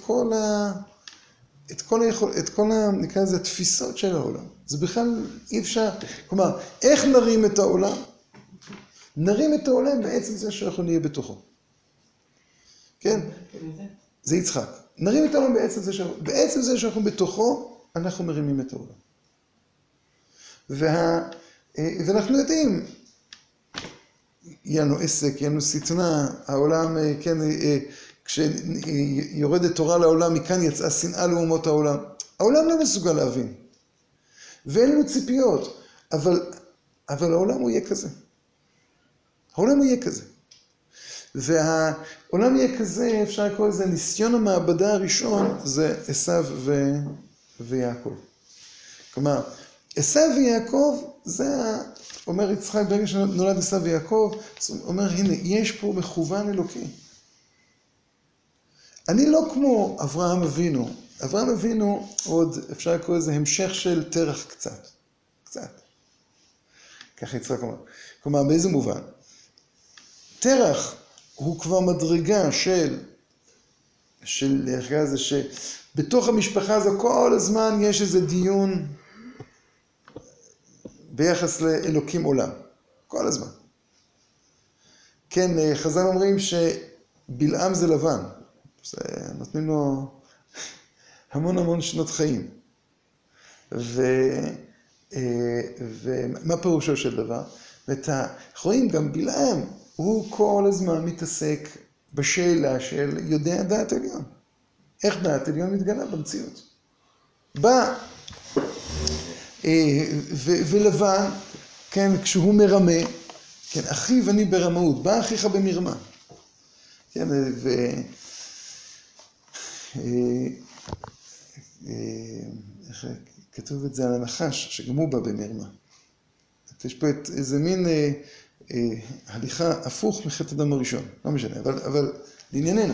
כל נקרא לזה, התפיסות של העולם. זה בכלל אי אפשר, כלומר, איך נרים את העולם? נרים את העולם בעצם זה שאנחנו נהיה בתוכו. כן? זה יצחק. נרים את העולם בעצם זה שאנחנו בתוכו, אנחנו מרימים את העולם. ואנחנו יודעים, יהיה לנו עסק, יהיה לנו שטנה, העולם, כן, כשיורדת תורה לעולם, מכאן יצאה שנאה לאומות העולם. העולם לא מסוגל להבין. ואין לנו ציפיות, אבל העולם הוא יהיה כזה. העולם הוא יהיה כזה. והעולם יהיה כזה, אפשר לקרוא לזה, ניסיון המעבדה הראשון, זה עשיו ויעקב. כלומר, עשיו ויעקב, זה אומר יצחק, ברגע שנולד עשיו ויעקב, הוא אומר, הנה, יש פה מכוון אלוקי. אני לא כמו אברהם אבינו. אברהם אבינו, עוד אפשר לקרוא לזה המשך של תרח קצת. קצת. ככה יצחק אומר. כלומר, באיזה מובן? תרח הוא כבר מדרגה איך קרא לזה, שבתוך המשפחה הזו כל הזמן יש איזה דיון ביחס לאלוקים עולם. כל הזמן. כן, חז"ל אומרים שבלעם זה לבן. נותנים לו המון שנות חיים. ומה פירושו של דבר? רואים גם בלעם, הוא כל הזמן מתעסק בשאלה של יודע דעת עליון. איך דעת עליון מתגלה במציאות? בא ולבן, כן, כשהוא מרמה, כן, אחיו אני ברמאות, בא אחיך במרמה. כן, איך כתוב את זה על הנחש, שגם הוא בא במרמה. יש פה איזה מין הליכה הפוך מחטא אדם הראשון, לא משנה, אבל לענייננו,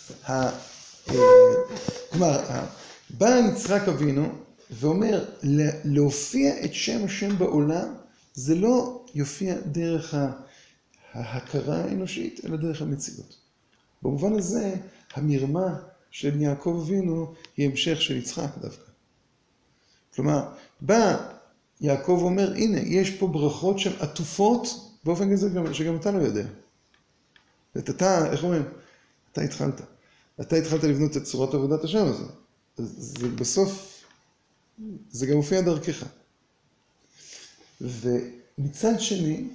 כלומר, בא יצחק אבינו ואומר, להופיע את שם השם בעולם, זה לא יופיע דרך ההכרה האנושית, אלא דרך המציאות. במובן הזה, המרמה של יעקב אבינו היא המשך של יצחק דווקא. כלומר, בא יעקב אומר, הנה, יש פה ברכות שהן עטופות, באופן כזה שגם אתה לא יודע. אתה, איך אומרים? אתה התחלת לבנות את צורת עבודת השם הזה. זה בסוף, זה גם מופיע דרכך. ומצד שני,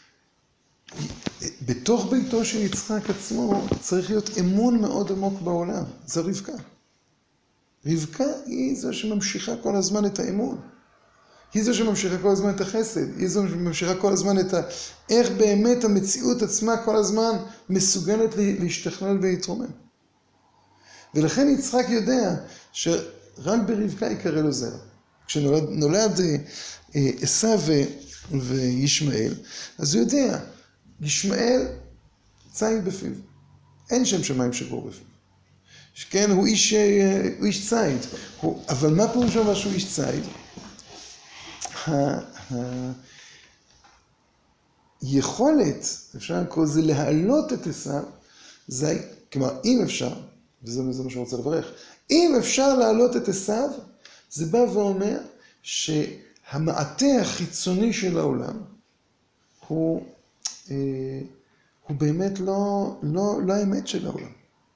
בתוך ביתו של יצחק עצמו, צריך להיות אמון מאוד עמוק בעולם. זה רבקה. רבקה היא זו שממשיכה כל הזמן את האמון. היא זו שממשיכה כל הזמן את החסד. היא זו שממשיכה כל הזמן את איך באמת המציאות עצמה כל הזמן מסוגלת להשתכלל ולהתרומם. ולכן יצחק יודע שרק ברבקה יקרא לו זרע. כשנולד עשיו וישמעאל, אז הוא יודע, ישמעאל ציד בפיו. אין שם שמיים שגור בפיו. כן, הוא איש ציד. אבל מה פירושו מה שהוא איש ציד? היכולת, אפשר לקרוא זה להעלות את עשיו, זה, כלומר, אם אפשר, וזה מה שאני רוצה לברך, אם אפשר להעלות את עשיו, זה בא ואומר שהמעטה החיצוני של העולם הוא באמת לא האמת של העולם.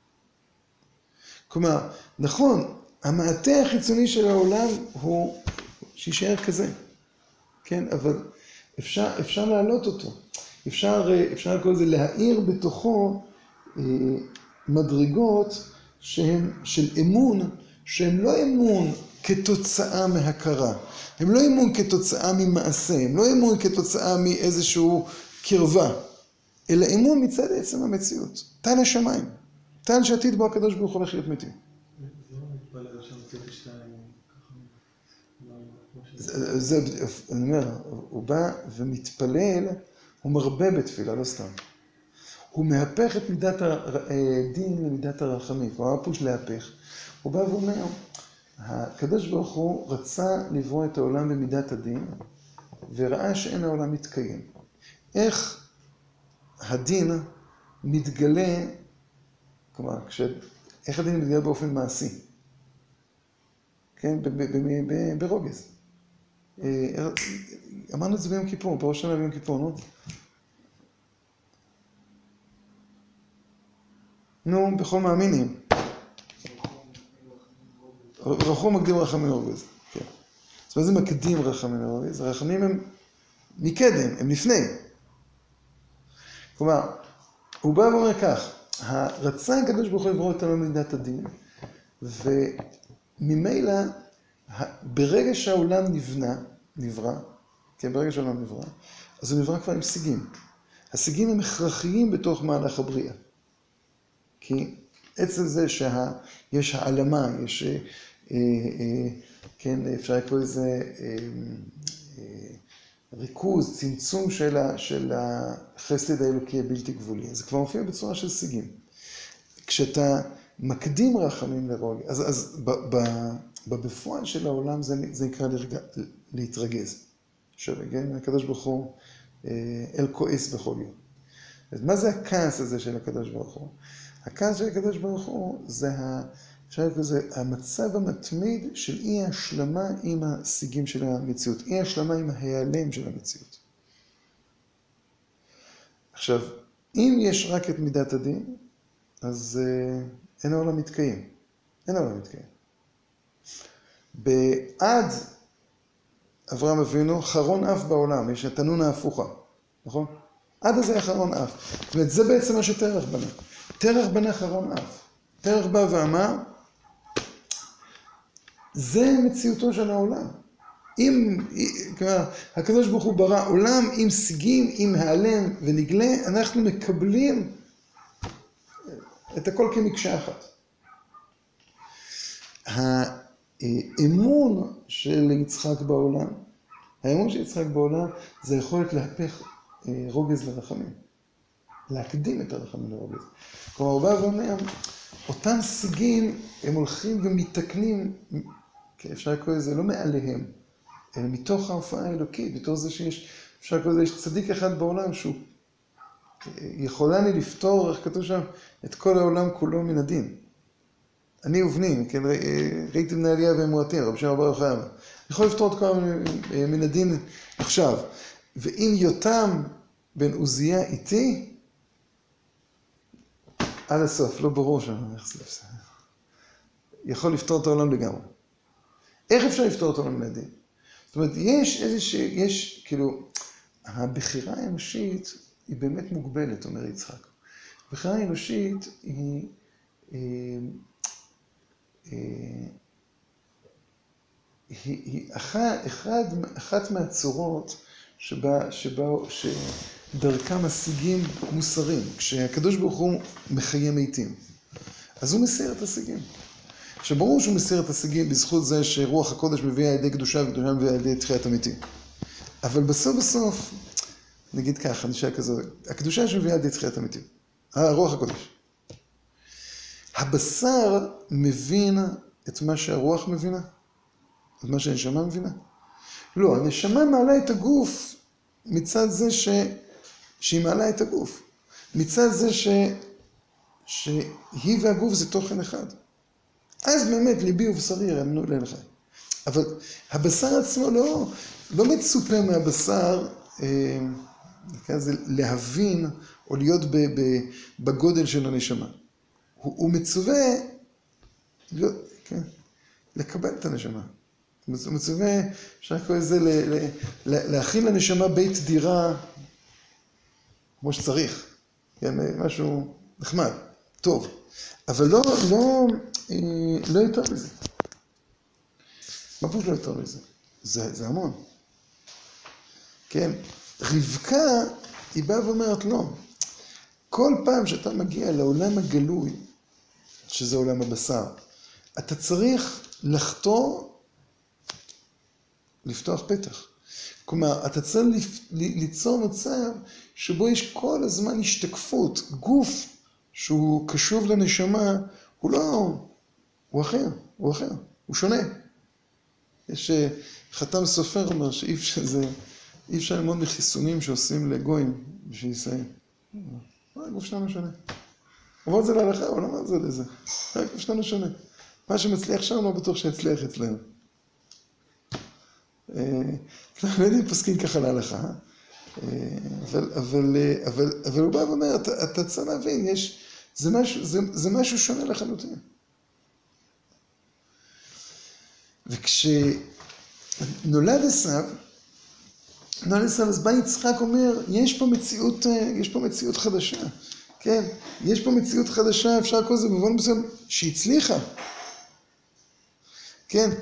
כלומר, נכון, המעטה החיצוני של העולם הוא שישאר כזה, כן, אבל אפשר להעלות אותו. אפשר לקרוא לזה להאיר בתוכו מדרגות שהן של אמון, שהן לא אמון כתוצאה מהכרה. הם לא אמון כתוצאה ממעשה, הם לא אמון כתוצאה מאיזשהו קרבה, אלא אמון מצד עצם המציאות. תן השמיים. תן שעתיד בו הקדוש ברוך הוא הולך להיות מתים. זה לא מתפלל שם צאת שתיים, זה, אני אומר, הוא בא ומתפלל, הוא מרבה בתפילה, לא סתם. הוא מהפך את מידת הדין למידת הרחמים, הוא אמר פוש להפך. הוא בא ואומר, הקדוש ברוך הוא רצה לברוא את העולם במידת הדין, וראה שאין העולם מתקיים. איך הדין מתגלה, כלומר, איך הדין מתגלה באופן מעשי? כן, ברוגז. אמרנו את זה ביום כיפור, בראש שנה ביום כיפור, נו? נו, בכל מאמינים. רחום מקדים רחמים מרוגז. כן. אז מה זה מקדים רחמים מרוגז? הרחמים הם מקדם, הם לפני. כלומר, הוא בא ואומר כך, רצה הקדוש ברוך הוא לברוא אותנו מידת הדין, וממילא, ברגע שהעולם נברא, כן, ברגע שהעולם נברא, אז הוא נברא כבר עם סיגים. הסיגים הם הכרחיים בתוך מהלך הבריאה. כי עצם זה שיש העלמה, יש, כן, אפשר לקרוא איזה ריכוז, צמצום של החסד האלוקי הבלתי גבולי. זה כבר מופיע בצורה של סיגים. כשאתה מקדים רחמים לרוגע, אז בפועל של העולם זה נקרא להתרגז. כן, הקדוש ברוך הוא אל כועס בכל יום. אז מה זה הכעס הזה של הקדוש ברוך הוא? הכעס של הקדוש ברוך הוא זה המצב המתמיד של אי ההשלמה עם השיגים של המציאות, אי ההשלמה עם ההיעלם של המציאות. עכשיו, אם יש רק את מידת הדין, אז אין העולם מתקיים. אין העולם מתקיים. בעד אברהם אבינו, חרון אף בעולם, יש את הנון ההפוכה, נכון? עד הזה היה חרון אף. זאת אומרת, זה בעצם מה שתרח בנה. תרח בנה חרון אף. תרח בא ואמר, זה מציאותו של העולם. כלומר, הקדוש ברוך הוא ברא עולם עם סיגים, עם העלם ונגלה, אנחנו מקבלים את הכל כמקשה אחת. האמון של יצחק בעולם, האמון של יצחק בעולם זה יכולת להפך רוגז לרחמים. להקדים את הרחמים לרוגז. כלומר, הוא בא ואומר, אותם סיגים הם הולכים ומתקנים, אפשר לקרוא לזה לא מעליהם, אלא מתוך ההופעה האלוקית, מתוך זה שיש, אפשר לקרוא לזה, יש צדיק אחד בעולם שהוא יכולה לי לפתור, איך כתוב שם, את כל העולם כולו מן הדין. אני ובני, כן, ראיתי בני עלייה והם מועטים, רבי שמעון בר יוחאי אמר. יכול לפתור את כל העולם מן הדין עכשיו. ואם יותם בן עוזיה איתי, עד הסוף, לא ברור שם, איך זה בסדר. יכול לפתור את העולם לגמרי. איך אפשר לפתור את העולם מן הדין? זאת אומרת, יש כאילו, הבחירה האנושית היא באמת מוגבלת, אומר יצחק. הבחירה האנושית היא אחת מהצורות שדרכם משיגים מוסרים. כשהקדוש ברוך הוא מחיה מתים, אז הוא מסיר את השיגים. שברור שהוא מסיר את השיגים בזכות זה שרוח הקודש מביאה ידי קדושה וקדושה מביאה ידי תחיית המתים. אבל בסוף, נגיד ככה, נשאר כזה, הקדושה שמביאה ידי תחיית המתים. רוח הקודש. הבשר מבין את מה שהרוח מבינה? את מה שהנשמה מבינה? לא, הנשמה מעלה את הגוף מצד זה שהיא מעלה את הגוף. מצד זה שהיא והגוף זה תוכן אחד. אז באמת ליבי ובשרי ירננו אלי לחיים. אבל הבשר עצמו לא מצופה מהבשר להבין או להיות בגודל של הנשמה. הוא מצווה לקבל את הנשמה. הוא מצווה, אפשר לקרוא את זה, להכין לנשמה בית דירה כמו שצריך. משהו נחמד, טוב. אבל לא יותר מזה. מה פשוט לא יותר מזה? זה המון. כן, רבקה היא באה ואומרת לא. כל פעם שאתה מגיע לעולם הגלוי, שזה עולם הבשר, אתה צריך לחתור, לפתוח פתח. כלומר, אתה צריך ליצור מצב שבו יש כל הזמן השתקפות, גוף שהוא קשוב לנשמה, הוא אחר, הוא שונה. יש חתם סופר אומר שאי אפשר ללמוד מחיסונים שעושים לגויים בשביל ישראל. הגוף שלנו שונה. הוא אומר את זה להלכה, הוא לא אומר את זה לזה. הגוף שלנו שונה. מה שמצליח שם לא בטוח שיצליח אצלנו. לא יודעים פוסקים ככה להלכה, אבל הוא בא ואומר, אתה צריך להבין, זה משהו שונה לחלוטין. וכשנולד עשיו, אז בא יצחק אומר, יש פה מציאות חדשה. כן, יש פה מציאות חדשה, אפשר לקרוא לזה במובן מסוים, שהצליחה. כן,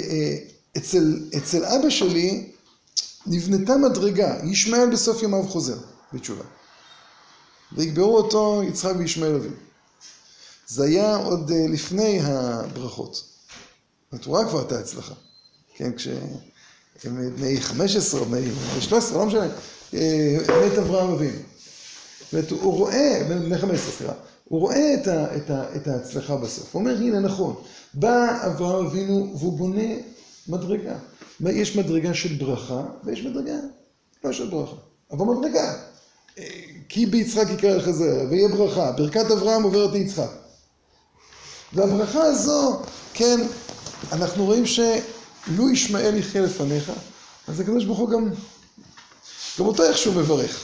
אצל אבא שלי נבנתה מדרגה, ישמעאל בסוף ימיו חוזר בתשובה. והגברו אותו יצחק וישמעאל אביו. זה היה עוד לפני הברכות. התורה כבר הייתה הצלחה. כן, כשהם בני 15 או בני 13, לא משנה, מת אברהם אבינו. הוא רואה, בני 15, סליחה, הוא רואה את ההצלחה בסוף. הוא אומר, הנה נכון, בא אברהם אבינו והוא בונה מדרגה. יש מדרגה של ברכה ויש מדרגה לא של ברכה, אבל מדרגה. כי ביצחק יקרא לך זרע ויהיה ברכה, ברכת אברהם עוברת ליצחק. והברכה הזו, כן, אנחנו רואים שלו ישמעאל יחיה לפניך, אז הקדוש ברוך הוא גם אותו איכשהו מברך.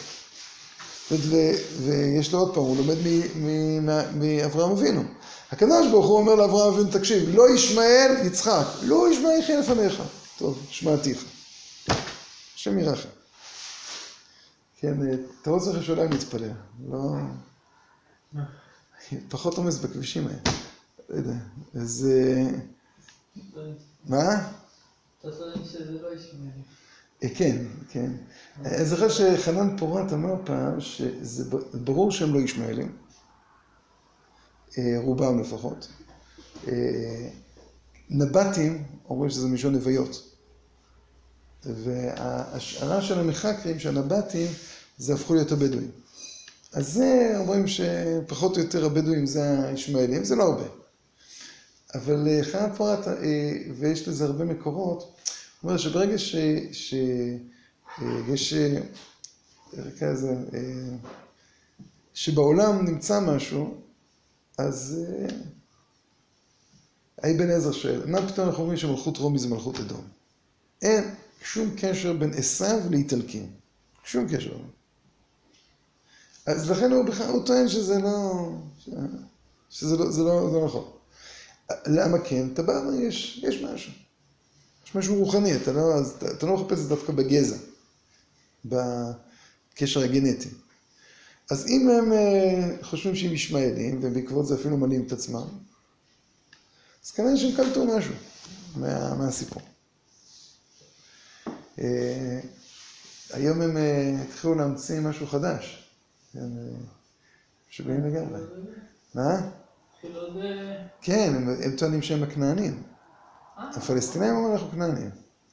ויש לו עוד פעם, הוא לומד מאברהם אבינו. הקדוש ברוך הוא אומר לאברהם אבינו, תקשיב, לא ישמעאל יצחק, לא ישמעאל יחיה לפניך. טוב, שמעתיך. השם ירחם. כן, אתה לא צריך שאולי להתפלל, לא... פחות עומס בכבישים האלה. לא יודע, אז... מה? אתה טוען שזה לא ישמעאל. כן, כן. אני זוכר שחנן פורת אמר פעם שזה ברור שהם לא ישמעאלים, רובם לפחות. נבטים אומרים שזה מלשון נוויות. וההשערה של המחקרים שהנבטים זה הפכו להיות הבדואים. אז זה אומרים שפחות או יותר הבדואים זה הישמעאלים, זה לא הרבה. אבל חנן פורת, ויש לזה הרבה מקורות, הוא אומר שברגע שיש כזה, שבעולם נמצא משהו, אז אבן עזרא שואל, מה פתאום אנחנו אומרים שמלכות רומי זה מלכות אדום? אין שום קשר בין עשיו לאיטלקים. שום קשר. אז לכן הוא טוען שזה לא נכון. למה כן? אתה בא ואומר, יש משהו. יש משהו רוחני, אתה לא מחפש את דווקא בגזע, בקשר הגנטי. אז אם הם חושבים שהם ישמעאלים, ובעקבות זה אפילו מלאים את עצמם, אז כנראה שהם קלטו משהו מהסיפור. היום הם התחילו להמציא משהו חדש. משוגעים לגמרי. מה? כן, הם טוענים שהם הכנענים. הפלסטינאים אומרים אנחנו כנענים.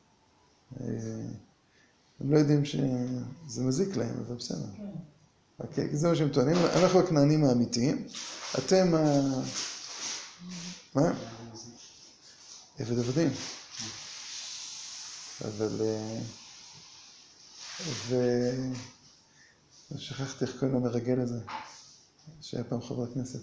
הם לא יודעים שזה מזיק להם, אבל בסדר. אוקיי, זה מה שהם טוענים. אנחנו הכנענים האמיתיים. אתם מה? עבד עבדים. אבל... שכחתי איך קוראים למרגל הזה, שהיה פעם חבר כנסת.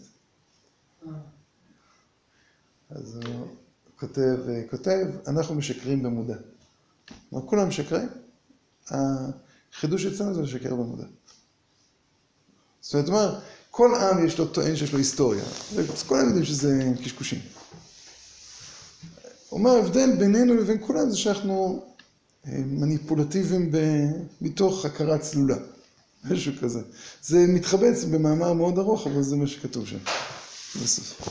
אז הוא כותב, אנחנו משקרים במודע. כולם משקרים, החידוש אצלנו זה לשקר במודע. זאת אומרת, כל עם יש לו טוען שיש לו היסטוריה, כל עם יודעים שזה קשקושים. הוא אומר, ההבדל בינינו לבין כולם זה שאנחנו מניפולטיביים מתוך הכרה צלולה. משהו כזה. זה מתחבץ במאמר מאוד ארוך, אבל זה מה שכתוב שם. בסוף.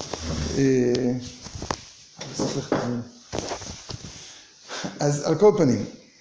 אז על כל פנים,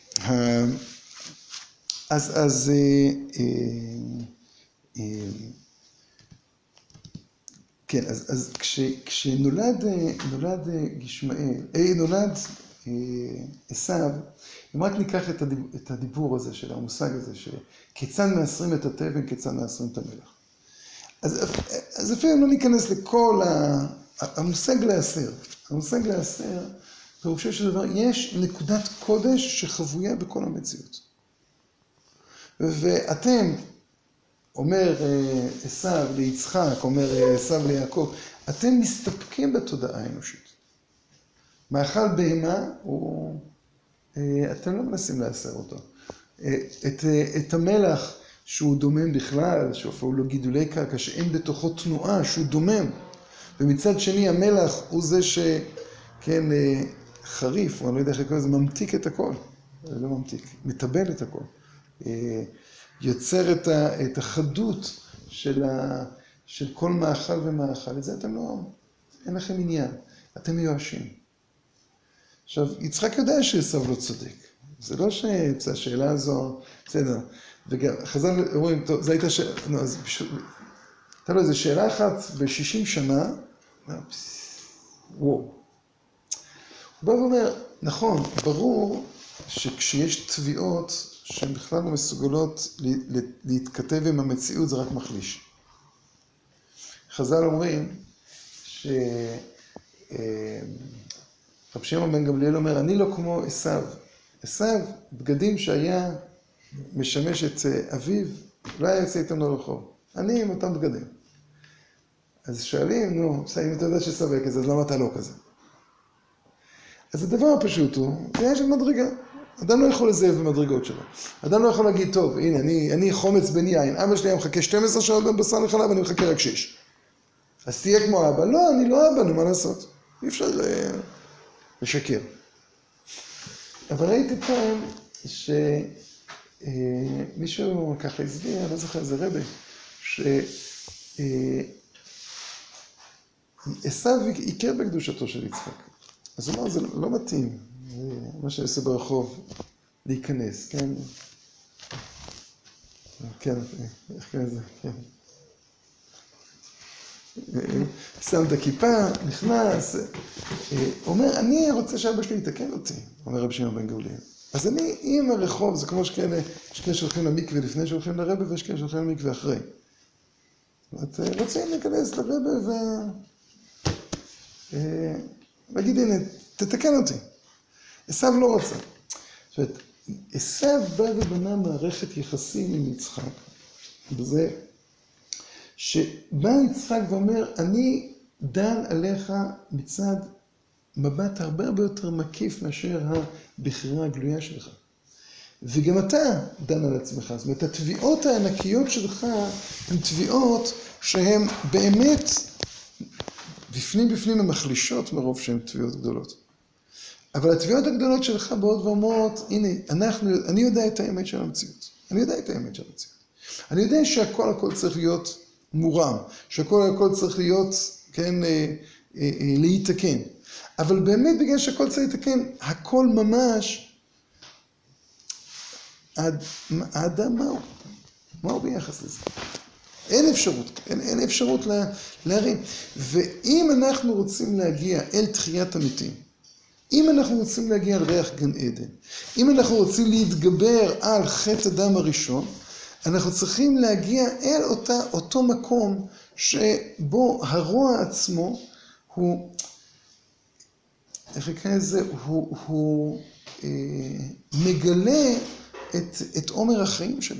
כן, אז כשנולד ישמעאל, נולד עשיו, אם רק ניקח את הדיבור הזה של המושג הזה, שכיצד מאסרים את התבן, כיצד מאסרים את המלח. אז אפילו לא ניכנס לכל המושג לאסר. המושג לאסר, פירושו של דבר, יש נקודת קודש שחבויה בכל המציאות. ואתם, אומר עשיו ליצחק, אומר עשיו ליעקב, אתם מסתפקים בתודעה האנושית. מאכל בהמה, אתם לא מנסים לאסר אותו. את המלח, שהוא דומם בכלל, שאפילו לא גידולי קרקע, שאין בתוכו תנועה, שהוא דומם. ומצד שני המלח הוא זה שכן חריף, או אני לא יודע איך לקרוא לזה, ממתיק את הכל. לא ממתיק, מטבל את הכל. יוצר את החדות של כל מאכל ומאכל. את זה אתם לא, אין לכם עניין. אתם מיואשים. עכשיו, יצחק יודע שעשיו לא צודק. זה לא שהשאלה הזו, בסדר. וגם, חז"ל אומרים, טוב, זו הייתה שאלה, לא, אז פשוט, תראו, זו שאלה אחת ב-60 שנה, וואו. הוא בא ואומר, נכון, ברור שכשיש תביעות שהן בכלל לא מסוגלות להתכתב עם המציאות, זה רק מחליש. חז"ל אומרים רב שמעון בן גמליאל אומר, אני לא כמו עשיו. עשיו, בגדים שהיה משמש את אביו, לא היה יוצא איתם לרחוב. אני עם אותם בגדים. אז שואלים, נו, אם אתה יודע שסווה כזה, אז למה אתה לא כזה? אז הדבר הפשוט הוא, זה היה של מדרגה. אדם לא יכול לזהב במדרגות שלו. אדם לא יכול להגיד, טוב, הנה, אני חומץ בן יין. אבא שלי היה מחכה 12 שעות בין בשר לחלב, אני מחכה רק 6. אז תהיה כמו אבא. לא, אני לא אבא, נו, מה לעשות? אי אפשר לשקר. אבל ראיתי פעם שמישהו ככה הסביר, אני לא זוכר, זה רבי, שעשיו עיקר בקדושתו של יצחק. אז הוא אמר, זה לא מתאים, מה שעושה ברחוב, להיכנס, כן? כן, איך קוראים לזה? כן. שם את הכיפה, נכנס, אומר, אני רוצה שאבא שלי יתקן אותי, אומר רב שמעון בן גמליאל. אז אני עם הרחוב, זה כמו שכאלה, יש כאלה שהולכים למקווה לפני שהולכים לרבא, ויש כאלה שהולכים למקווה אחרי. זאת אומרת, רוצים להיכנס לרבא ולהגיד, הנה, תתקן אותי. עשיו לא רצה. זאת אומרת, עשיו בא ובנה מערכת יחסים עם יצחק, בזה שבא יצחק ואומר, אני דן עליך מצד מבט הרבה יותר מקיף מאשר הבחירה הגלויה שלך. וגם אתה דן על עצמך. זאת אומרת, התביעות הענקיות שלך הן תביעות שהן באמת בפנים המחלישות מרוב שהן תביעות גדולות. אבל התביעות הגדולות שלך באות ואומרות, הנה, אני יודע את האמת של המציאות. אני יודע את האמת של המציאות. אני יודע שהכל צריך להיות מורם, שהכל צריך להיות, כן, להתקן. אבל באמת בגלל שהכל צריך להתקן, הכל ממש, האדם מהו? מהו ביחס לזה? אין אפשרות, אין אפשרות להרים. ואם אנחנו רוצים להגיע אל תחיית המתים, אם אנחנו רוצים להגיע על ריח גן עדן, אם אנחנו רוצים להתגבר על חטא הדם הראשון, אנחנו צריכים להגיע אל אותו מקום שבו הרוע עצמו הוא, איך יקרא לזה, הוא מגלה את עומר החיים שלו.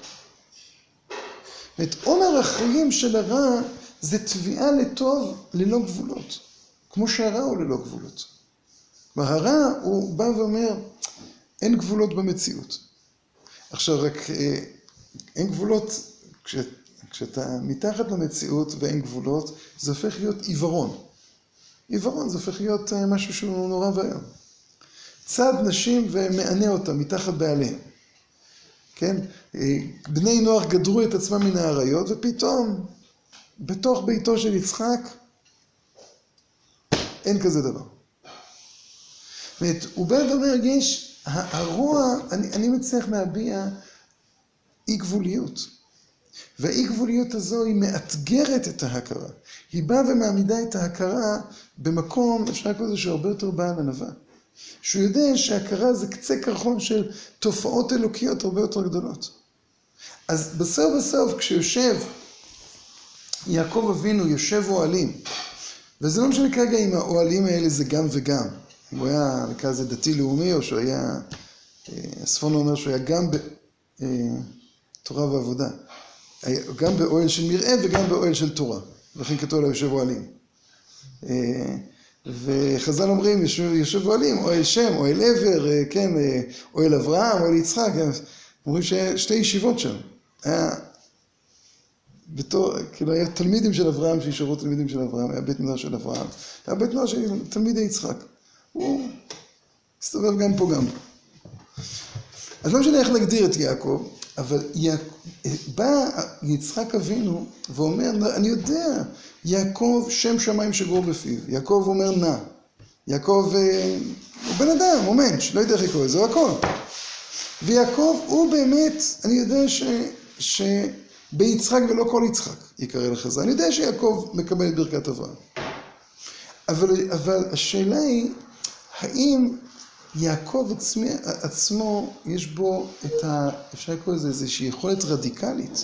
ואת עומר החיים של הרע זה תביעה לטוב ללא גבולות, כמו שהרע הוא ללא גבולות. הרע הוא בא ואומר, אין גבולות במציאות. עכשיו רק אין גבולות, כשאתה מתחת למציאות ואין גבולות, זה הופך להיות עיוורון. עיוורון זה הופך להיות משהו שהוא נורא ואיום. צד נשים ומענה אותם מתחת בעליהם. כן? בני נוח גדרו את עצמם מן האריות, ופתאום בתוך ביתו של יצחק אין כזה דבר. הוא בא ואומר, יש, הרוע, אני מצליח להביע אי גבוליות. והאי גבוליות הזו היא מאתגרת את ההכרה. היא באה ומעמידה את ההכרה במקום, אפשר לקרוא לזה שהרבה יותר בעל ענווה. שהוא יודע שההכרה זה קצה קרחון של תופעות אלוקיות הרבה יותר גדולות. אז בסוף כשיושב יעקב אבינו יושב אוהלים, וזה לא משנה כרגע אם האוהלים האלה זה גם וגם. אם הוא היה נקרא זה דתי לאומי, או שהוא היה, הספון אומר שהוא היה גם בתורה ועבודה. גם באוהל של מראה וגם באוהל של תורה. לכן כתוב עליו יושב אוהלים. וחז"ל אומרים יושב אוהלים, אוהל שם, אוהל עבר, כן, אוהל אברהם, אוהל יצחק. אומרים ששתי ישיבות שם. היה בתור, כאילו היה תלמידים של אברהם שישארו תלמידים של אברהם, היה בית מדרש של אברהם, היה בית מדרש של תלמידי יצחק. הוא הסתובב גם פה גם פה. אז לא משנה איך נגדיר את יעקב, אבל בא יצחק אבינו ואומר, אני יודע, יעקב שם שמיים שגור בפיו, יעקב אומר נע, יעקב הוא בן אדם, הוא מנש, לא יודע איך יקרוא, זה הכל. ויעקב הוא באמת, אני יודע שביצחק ולא כל יצחק יקרא לחזרה, אני יודע שיעקב מקבל את ברכת אברהם. אבל השאלה היא, האם יעקב עצמו, יש בו אפשר לקרוא לזה איזושהי יכולת רדיקלית,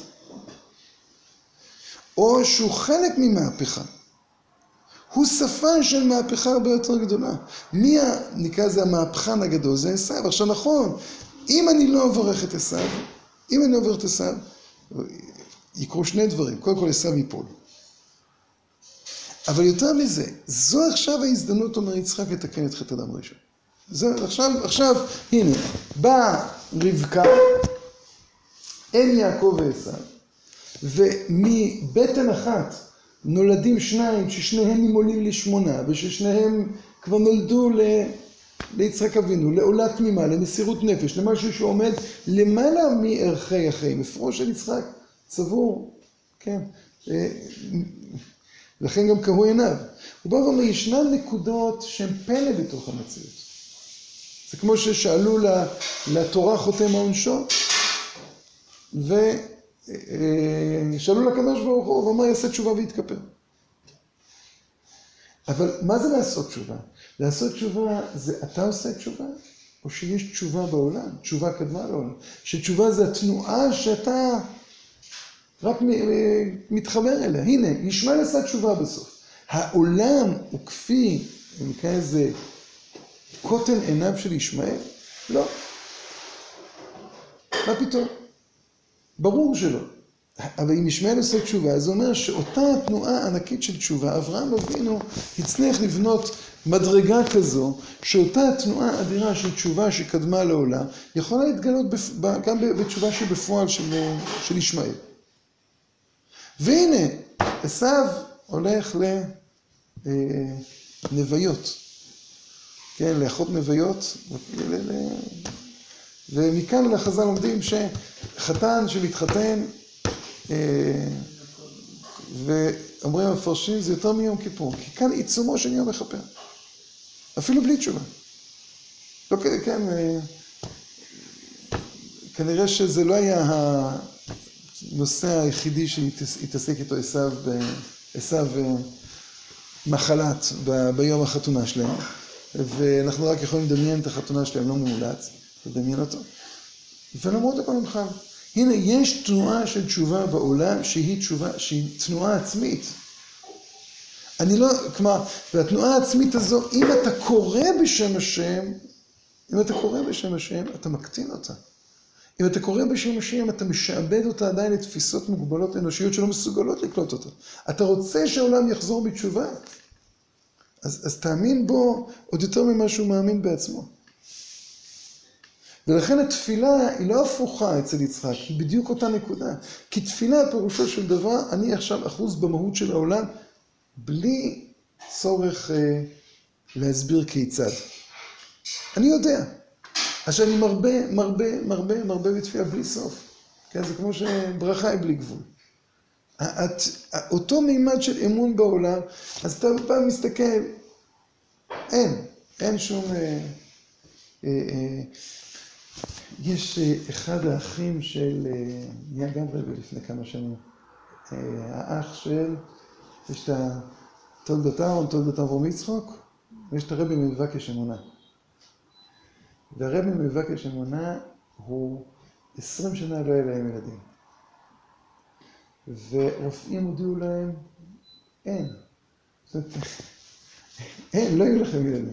או שהוא חלק ממהפכה. הוא שפה של מהפכה הרבה יותר גדולה. נקרא לזה המהפכן הגדול, זה עשיו. עכשיו נכון, אם אני לא אברך את עשיו, יקרו שני דברים. קודם כל עשיו ייפול. אבל יותר מזה, זו עכשיו ההזדמנות, אומר יצחק, לתקן את חטא אדם ראשון. עכשיו, הנה, באה רבקה, אין יעקב ועשיו, ומבטן אחת נולדים שניים ששניהם ממולים ל8, וששניהם כבר נולדו ליצחק אבינו, לעולה תמימה, למסירות נפש, למשהו שעומד למעלה מערכי החיים. מפרוש של יצחק צבור, כן, לכן גם קהו עיניו. הוא בא ואומר, ישנן נקודות שהן פלא בתוך המציאות. זה כמו ששאלו לתורה חותם העונשו, ושאלו לקדוש ברוך הוא, ואמר יעשה תשובה ויתכפר. אבל מה זה לעשות תשובה? לעשות תשובה זה אתה עושה תשובה, או שיש תשובה בעולם, תשובה קדמה לעולם. שתשובה זה התנועה שאתה רק מתחבר אליה. הנה, ישמעאל עשה תשובה בסוף. העולם הוא כפי, נקרא איזה קוטן עיניו של ישמעאל? לא. מה פתאום? ברור שלא. אבל אם ישמעאל עושה תשובה, זה אומר שאותה התנועה הענקית של תשובה, אברהם אבינו הצליח לבנות מדרגה כזו, שאותה התנועה האדירה של תשובה שקדמה לעולם, יכולה להתגלות גם בתשובה שבפועל של ישמעאל. והנה, עשיו הולך לנוויות. כן, לאחות נוויות, ומכאן לחז"ל לומדים שחתן שמתחתן, ואומרים המפרשים, זה יותר מיום כיפור, כי כאן עיצומו של יום מכפר, אפילו בלי תשובה. לא כדי, כן, כנראה שזה לא היה הנושא היחידי שהתעסק איתו עשיו מחלת ביום החתונה שלהם, ואנחנו רק יכולים לדמיין את החתונה שלהם, לא מאולץ, לדמיין אותו. ולמרות הכל נמחל. הנה, יש תנועה של תשובה בעולם שהיא תנועה עצמית. אני לא, כלומר, והתנועה העצמית הזו, אם אתה קורא בשם השם, אתה מקטין אותה. אם אתה קורא בשם השם, אתה משעבד אותה עדיין לתפיסות מוגבלות אנושיות שלא מסוגלות לקלוט אותה. אתה רוצה שהעולם יחזור בתשובה? אז תאמין בו עוד יותר ממה שהוא מאמין בעצמו. ולכן התפילה היא לא הפוכה אצל יצחק, היא בדיוק אותה נקודה. כי תפילה פירושו של דבר, אני עכשיו אחוז במהות של העולם, בלי צורך להסביר כיצד. אני יודע. עכשיו אני מרבה בתפילה בלי סוף. כן, זה כמו שברכה היא בלי גבול. אותו מימד של אמון בעולם, אז אתה פעם מסתכל, אין שום... יש אחד האחים של, נהיה גם רבי לפני כמה שנים, האח של, יש את תולדות אברהם יצחק, ויש את הרבי מבקש אמונה. והרבי מבקש אמונה הוא 20 שנה לא היה להם ילדים. ורופאים הודיעו להם, אין, לא יהיו לכם ילדים.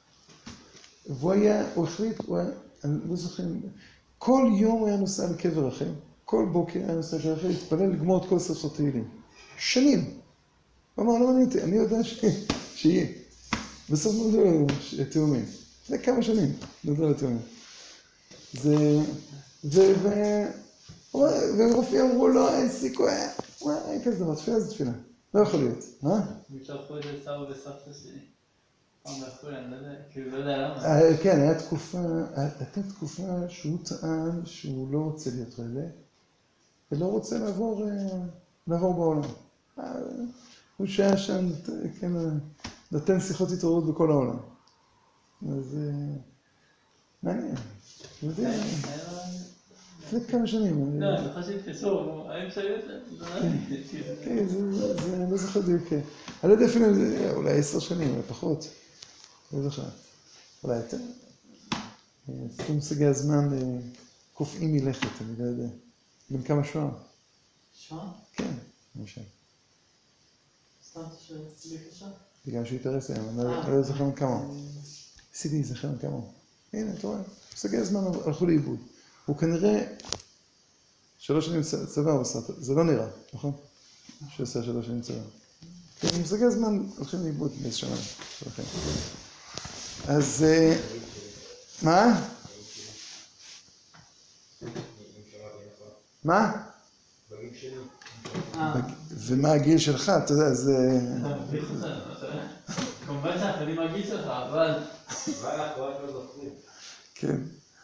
הוא החליט, אני לא זוכר, כל יום היה נוסע לקבר רחל, כל בוקר היה נוסע לקבר רחל, להתפלל לגמור את כל ספר תהילים. שנים. הוא אמר, לא מעניין אותי, אני יודע שיהיה. בסוף נולדו לנו תאומים. לפני כמה שנים נולדו לנו תאומים. ורופאים אמרו לו, אין סיכוי, אין כזה דבר, תפילה זה תפילה, לא יכול להיות, מה? משלחו את זה סבא וסבתא שלי. פעם לקחו לי, אני לא יודע, כאילו לא יודע למה. כן, הייתה תקופה שהוא טען שהוא לא רוצה להיות רעבה, ולא רוצה לעבור בעולם. הוא שהיה שם, כן, נותן שיחות התעוררות בכל העולם. אז מעניין. לפני כמה שנים. לא, אני חושב שקשור, האם שהיו את זה? כן, זה לא זוכר דיוק. אני לא יודע אפילו, אולי 10 שנים, אולי פחות. לא זוכר. אולי יותר. סתם מושגי הזמן קופאים מלכת, אני לא יודע. בין כמה שעה. שעה? כן, למשל. סתם שבלי קשה? בגלל שהוא התארס היום, אני לא זוכר כמה. ניסיתי להיזכר כמה. הנה, אתה רואה, מושגי הזמן הלכו לאיבוד. הוא כנראה 3 שנים צבא הוא עשה, זה לא נראה, נכון? שעשה 3 שנים צבא. כן, מושגי הזמן הולכים לאיבוד באיזה שנה. אז מה? מה? בגיל שלי. ומה הגיל שלך? אתה יודע, זה... כמובן שאנחנו יודעים מה הגיל שלך, אבל... אבל אנחנו רק לא זוכרים. כן.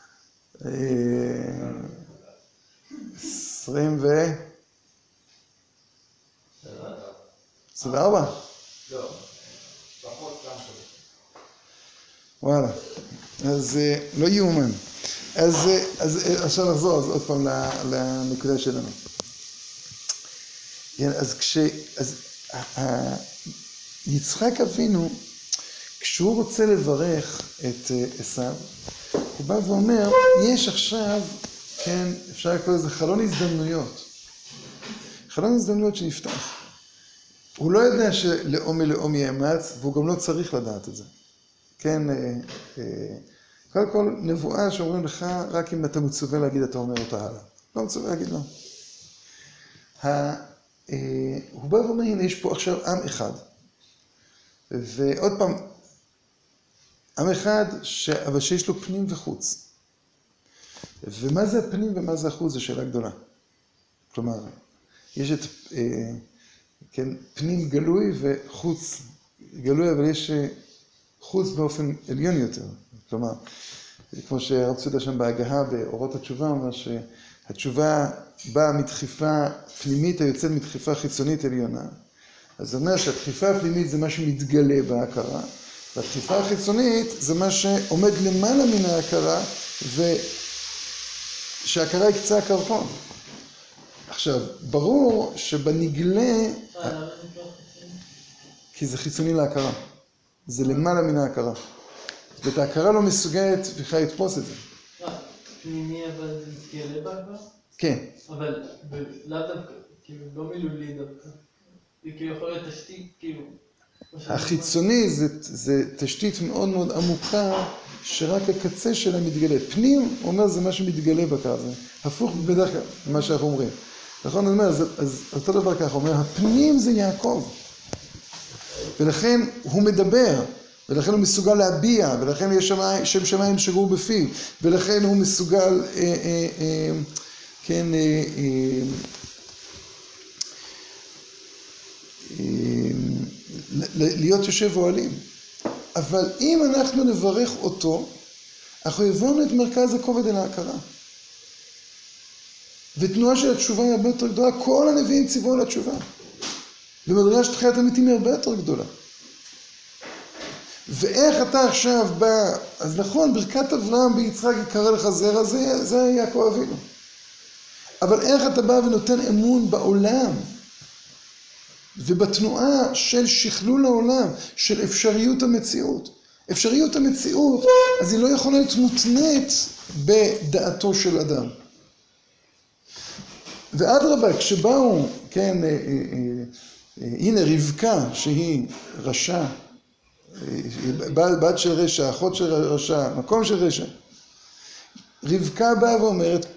24? לא, פחות כמה חודשים. וואלה. אז לא יאומן. אז עכשיו נחזור עוד פעם לנקודה שלנו. אז יצחק אבינו, כשהוא רוצה לברך את עשיו, הוא בא ואומר, יש עכשיו, כן, אפשר לקרוא לזה חלון הזדמנויות. חלון הזדמנויות שנפתח. הוא לא יודע שלאום מלאום יאמץ, והוא גם לא צריך לדעת את זה. כן, קודם כל, נבואה שאומרים לך, רק אם אתה מצווה להגיד, אתה אומר אותה הלאה. לא מצווה להגיד, לא. הוא בא ואומר, הנה, יש פה עכשיו עם אחד. ועוד פעם, עם אחד, אבל שיש לו פנים וחוץ. ומה זה הפנים ומה זה החוץ, זו שאלה גדולה. כלומר, יש את כן, פנים גלוי וחוץ גלוי, אבל יש חוץ באופן עליון יותר. כלומר, כמו שהרב צודה שם בהגהה באורות התשובה, אומר שהתשובה באה מדחיפה פנימית היוצאת מדחיפה חיצונית עליונה. אז זה אומר שהדחיפה הפנימית זה מה שמתגלה בהכרה, והדחיפה החיצונית זה מה שעומד למעלה מן ההכרה, ושההכרה היא קצה הקרחון. עכשיו, ברור שבנגלה, כי זה חיצוני להכרה, זה למעלה מן ההכרה. זאת אומרת, ההכרה לא מסוגלת בכלל לתפוס את זה. פנימי אבל זה מתגלה בהכרה? כן. אבל לאו דווקא, כאילו לא מילולי דווקא. זה כאילו יכול להיות תשתית, כאילו... החיצוני זה תשתית מאוד מאוד עמוקה, שרק הקצה שלה מתגלה. פנים, הוא אומר, זה מה שמתגלה בהכרה. זה הפוך בדרך כלל מה שאנחנו אומרים. נכון? אני אומר, אז אותו דבר ככה, הוא אומר, הפנים זה יעקב. ולכן הוא מדבר, ולכן הוא מסוגל להביע, ולכן יש שם שמיים שגור בפיו, ולכן הוא מסוגל, כן, להיות יושב אוהלים. אבל אם אנחנו נברך אותו, אנחנו הבנו את מרכז הכובד אל ההכרה. ותנועה של התשובה היא הרבה יותר גדולה, כל הנביאים ציוו על התשובה. ומדרגה של תחיית המתים היא הרבה יותר גדולה. ואיך אתה עכשיו בא, אז נכון, ברכת אברהם ביצחק יקרא לך זרע, זה יעקב אבינו. אבל איך אתה בא ונותן אמון בעולם, ובתנועה של שכלול העולם, של אפשריות המציאות. אפשריות המציאות, אז היא לא יכולה להיות מותנית בדעתו של אדם. ואדרבה, כשבאו, כן, הנה רבקה שהיא רשע, בת של רשע, אחות של רשע, מקום של רשע. רבקה באה ואומרת,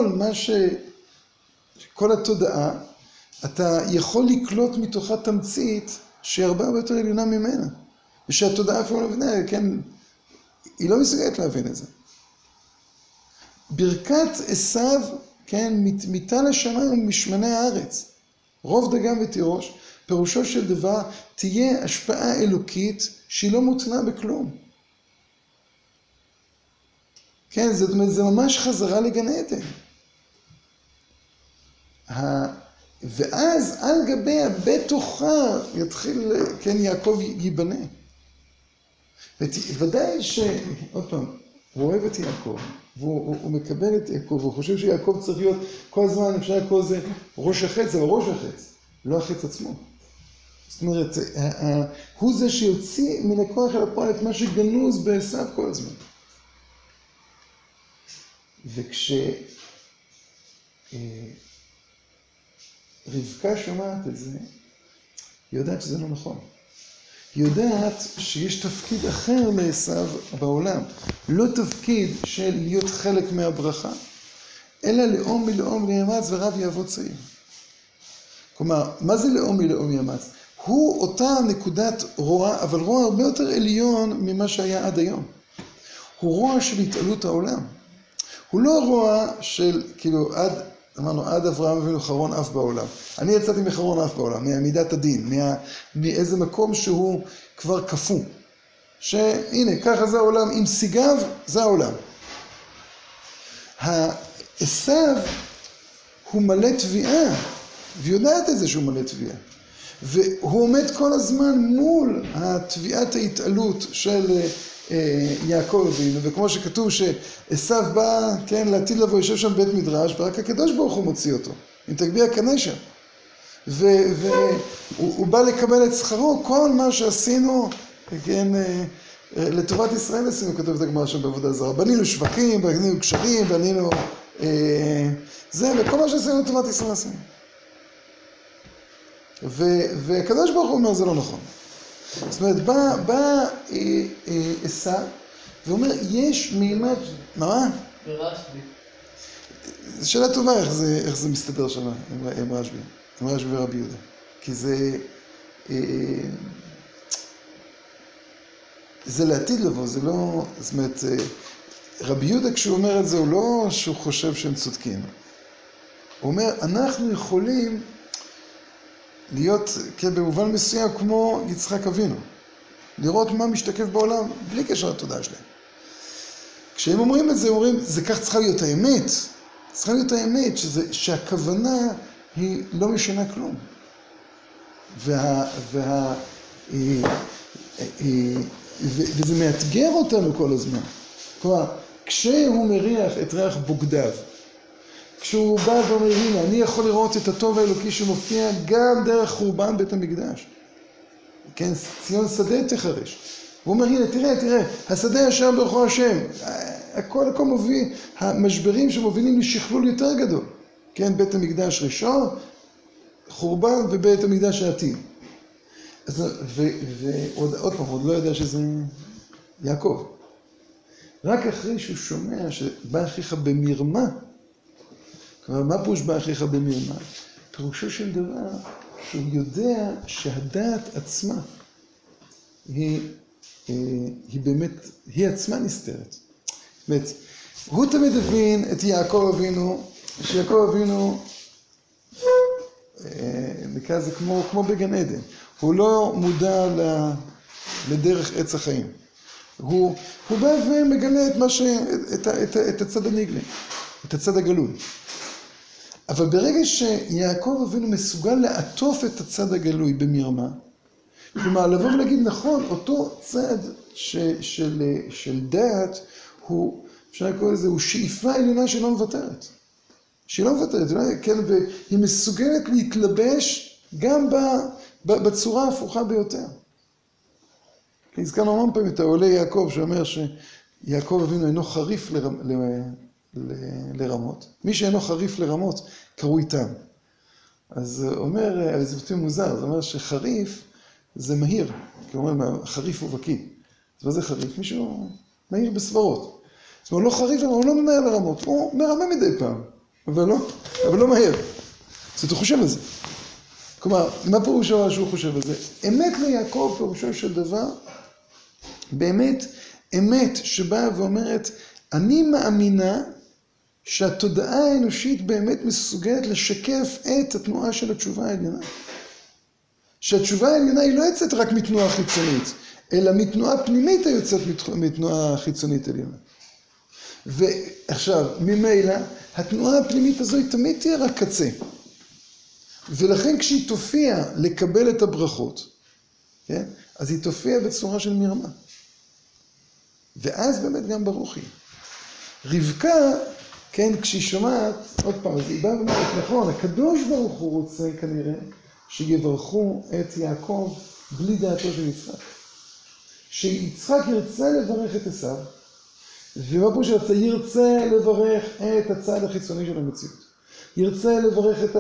כל התודעה, אתה יכול לקלוט מתוכה תמצית שהיא הרבה יותר עליונה ממנה. ושהתודעה אפילו לא מבינה, כן, היא לא מסוגלת להבין את זה. ברכת עשיו כן, מטל השמיים ומשמני הארץ. רוב דגם ותירוש, פירושו של דבר, תהיה השפעה אלוקית שהיא לא מותנה בכלום. כן, זאת אומרת, זה ממש חזרה לגן עדן. ואז על גביה בתוכה יתחיל, כן, יעקב ייבנה. ודאי עוד פעם, הוא אוהב את יעקב, והוא מקבל את יעקב, והוא חושב שיעקב צריך להיות כל הזמן, אפשר לקרוא זה ראש החץ, אבל ראש החץ, לא החץ עצמו. זאת אומרת, הוא זה שיוציא מן הכוח אל הפועל את מה שגנוז בעשיו כל הזמן. וכשרבקה שומעת את זה, היא יודעת שזה לא נכון. היא יודעת שיש תפקיד אחר לעשיו בעולם. לא תפקיד של להיות חלק מהברכה, אלא לאום מלאום יאמץ ורב יעבוד צעיר. כלומר, מה זה לאום מלאום יאמץ? הוא אותה נקודת רוע, אבל רוע הרבה יותר עליון ממה שהיה עד היום. הוא רוע של התעלות העולם. הוא לא רוע של, כאילו, אמרנו, עד אברהם אבינו חרון אף בעולם. אני יצאתי מחרון אף בעולם, מעמידת הדין, מאיזה מקום שהוא כבר כפו. שהנה, ככה זה העולם, עם סיגיו, זה העולם. העשיו הוא מלא תביעה, ויודעת את זה שהוא מלא תביעה. והוא עומד כל הזמן מול התביעת ההתעלות של יעקב אבינו, וכמו שכתוב שעשיו בא, כן, לעתיד לבוא, יושב שם בית מדרש, ורק הקדוש ברוך הוא מוציא אותו, אם תגביה קנה שם. והוא בא לקבל את שכרו, כל מה שעשינו, כן, לטובת ישראל עשינו, כתוב את הגמרא שם בעבודה זרה. בנינו שווקים, בנינו קשרים, בנינו זה, וכל מה שעשינו לטובת ישראל עשינו. והקדוש ברוך הוא אומר, זה לא נכון. זאת אומרת, בא עשיו, ואומר, יש מימד, מה? ברשב"י. זו שאלה טובה איך זה מסתדר שם עם רשב"י ורבי יהודה. כי זה לעתיד לבוא, זה לא, זאת אומרת, רבי יהודה כשהוא אומר את זה, הוא לא שהוא חושב שהם צודקים. הוא אומר, אנחנו יכולים להיות, כן, במובן מסוים כמו יצחק אבינו. לראות מה משתקף בעולם, בלי קשר לתודעה שלהם. כשהם אומרים את זה, הם אומרים, זה כך צריכה להיות האמת. צריכה להיות האמת, שהכוונה היא לא משנה כלום. וזה מאתגר אותנו כל הזמן. כלומר, כשהוא מריח את ריח בוגדיו, כשהוא בא ואומר, הנה, אני יכול לראות את הטוב האלוקי שמופיע גם דרך חורבן בית המקדש. כן, ציון שדה תחרש. הוא אומר, הנה, תראה, השדה ישר ברכו השם. הכל מוביל, המשברים שמובילים לשכלול יותר גדול. כן, בית המקדש ראשון, חורבן ובית המקדש העתיד. ועוד פעם, עוד לא יודע שזה יעקב. רק אחרי שהוא שומע שבא אחיך במרמה, כלומר, מה פירוש בא אחיך במרמה? פירושו של דבר שהוא יודע שהדעת עצמה היא באמת, היא עצמה נסתרת. זאת אומרת, הוא תמיד הבין את יעקב אבינו, שיעקב אבינו, נקרא זה כמו בגן עדן. הוא לא מודע לדרך עץ החיים. הוא בא ומגלה את הצד הנגלה, את הצד הגלוי. אבל ברגע שיעקב אבינו מסוגל לעטוף את הצד הגלוי במרמה, כלומר, לבוא ולהגיד, נכון, אותו צד של דעת, הוא, אפשר לקרוא לזה, הוא שאיפה עליונה שלא מוותרת. שהיא לא מוותרת, כן, והיא מסוגלת להתלבש גם בצורה ההפוכה ביותר. הזכרנו המון פעמים את העולה יעקב, שאומר שיעקב אבינו אינו חריף לרמות. מי שאינו חריף לרמות, קרוי תם. אז אומר, זה ביטוי מוזר, זה אומר שחריף זה מהיר, כי הוא אומר, חריף ובקיא. אז מה זה חריף? מישהו מהיר בסברות. זאת אומרת, לא חריף, אבל הוא לא ממהר לרמות, הוא מרמה מדי פעם, אבל לא מהר. אז אתה חושב על זה. כלומר, מה פירושו שהוא חושב על זה? אמת ליעקב פירושו של דבר, באמת אמת שבאה ואומרת, אני מאמינה שהתודעה האנושית באמת מסוגלת לשקף את התנועה של התשובה העליונה. שהתשובה העליונה היא לא יוצאת רק מתנועה חיצונית, אלא מתנועה פנימית היוצאת מתנועה חיצונית עליונה. ועכשיו, ממילא, התנועה הפנימית הזו היא תמיד תהיה רק קצה. ולכן כשהיא תופיע לקבל את הברכות, כן? אז היא תופיע בצורה של מרמה. ואז באמת גם ברוך היא. רבקה, כן, כשהיא שומעת, עוד פעם, אז היא באה ואומרת, נכון, הקדוש ברוך הוא רוצה כנראה שיברכו את יעקב בלי דעתו של יצחק. שיצחק ירצה לברך את עשיו, ומה פה שירצה? ירצה לברך את הצד החיצוני של המציאות. ירצה לברך את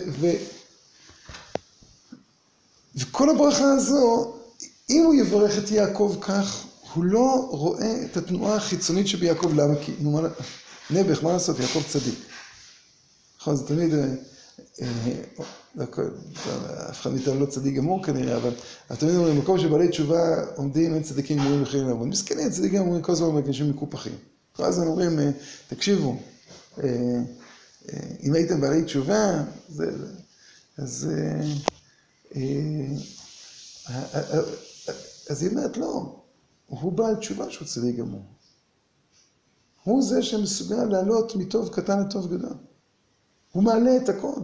וכל הברכה הזו, אם הוא יברך את יעקב כך, הוא לא רואה את התנועה החיצונית שביעקב. למה? כי, נבח, מה לעשות? יעקב צדיק. נכון, זה תמיד, אף אחד מאיתנו לא צדיק גמור כנראה, אבל תמיד אומרים, במקום שבעלי תשובה עומדים, אין צדיקים גמורים יכולים לעבוד. מסכנים, צדיקים גמורים כל הזמן מרגישים מקופחים. אז הם אומרים, תקשיבו, אם הייתם בעלי תשובה, אז היא אומרת, לא, הוא בעל תשובה שהוא צדיק גמור. הוא זה שמסוגל לעלות מטוב קטן לטוב גדול. הוא מעלה את הכל.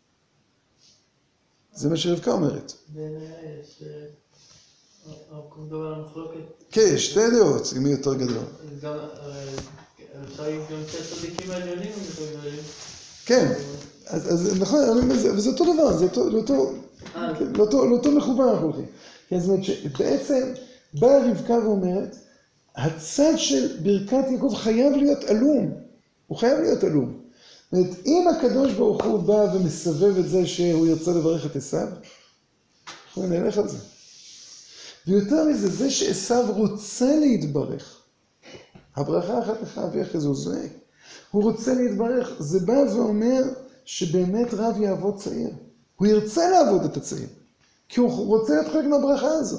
זה מה שרבקה אומרת. יש, אנחנו מדבר על המחלוקת. כן, יש שתי דעות, אם היא יותר גדול. אפשר להגיד גם שהצדיקים העליונים הם יותר גדולים. כן, אז נכון, וזה אותו דבר, זה לאותו מכוון אנחנו הולכים. זאת אומרת שבעצם באה רבקה ואומרת, הצד של ברכת יעקב חייב להיות עלום. הוא חייב להיות עלום. זאת אומרת, אם הקדוש ברוך הוא בא ומסבב את זה שהוא ירצה לברך את עשיו, אנחנו נלך על זה. ויותר מזה, זה שעשיו רוצה להתברך. הברכה אחת לך אביך כזה הוא זועק. הוא רוצה להתברך, זה בא ואומר שבאמת רב יעבוד צעיר. הוא ירצה לעבוד את הצעיר, כי הוא רוצה להיות חלק מהברכה הזו.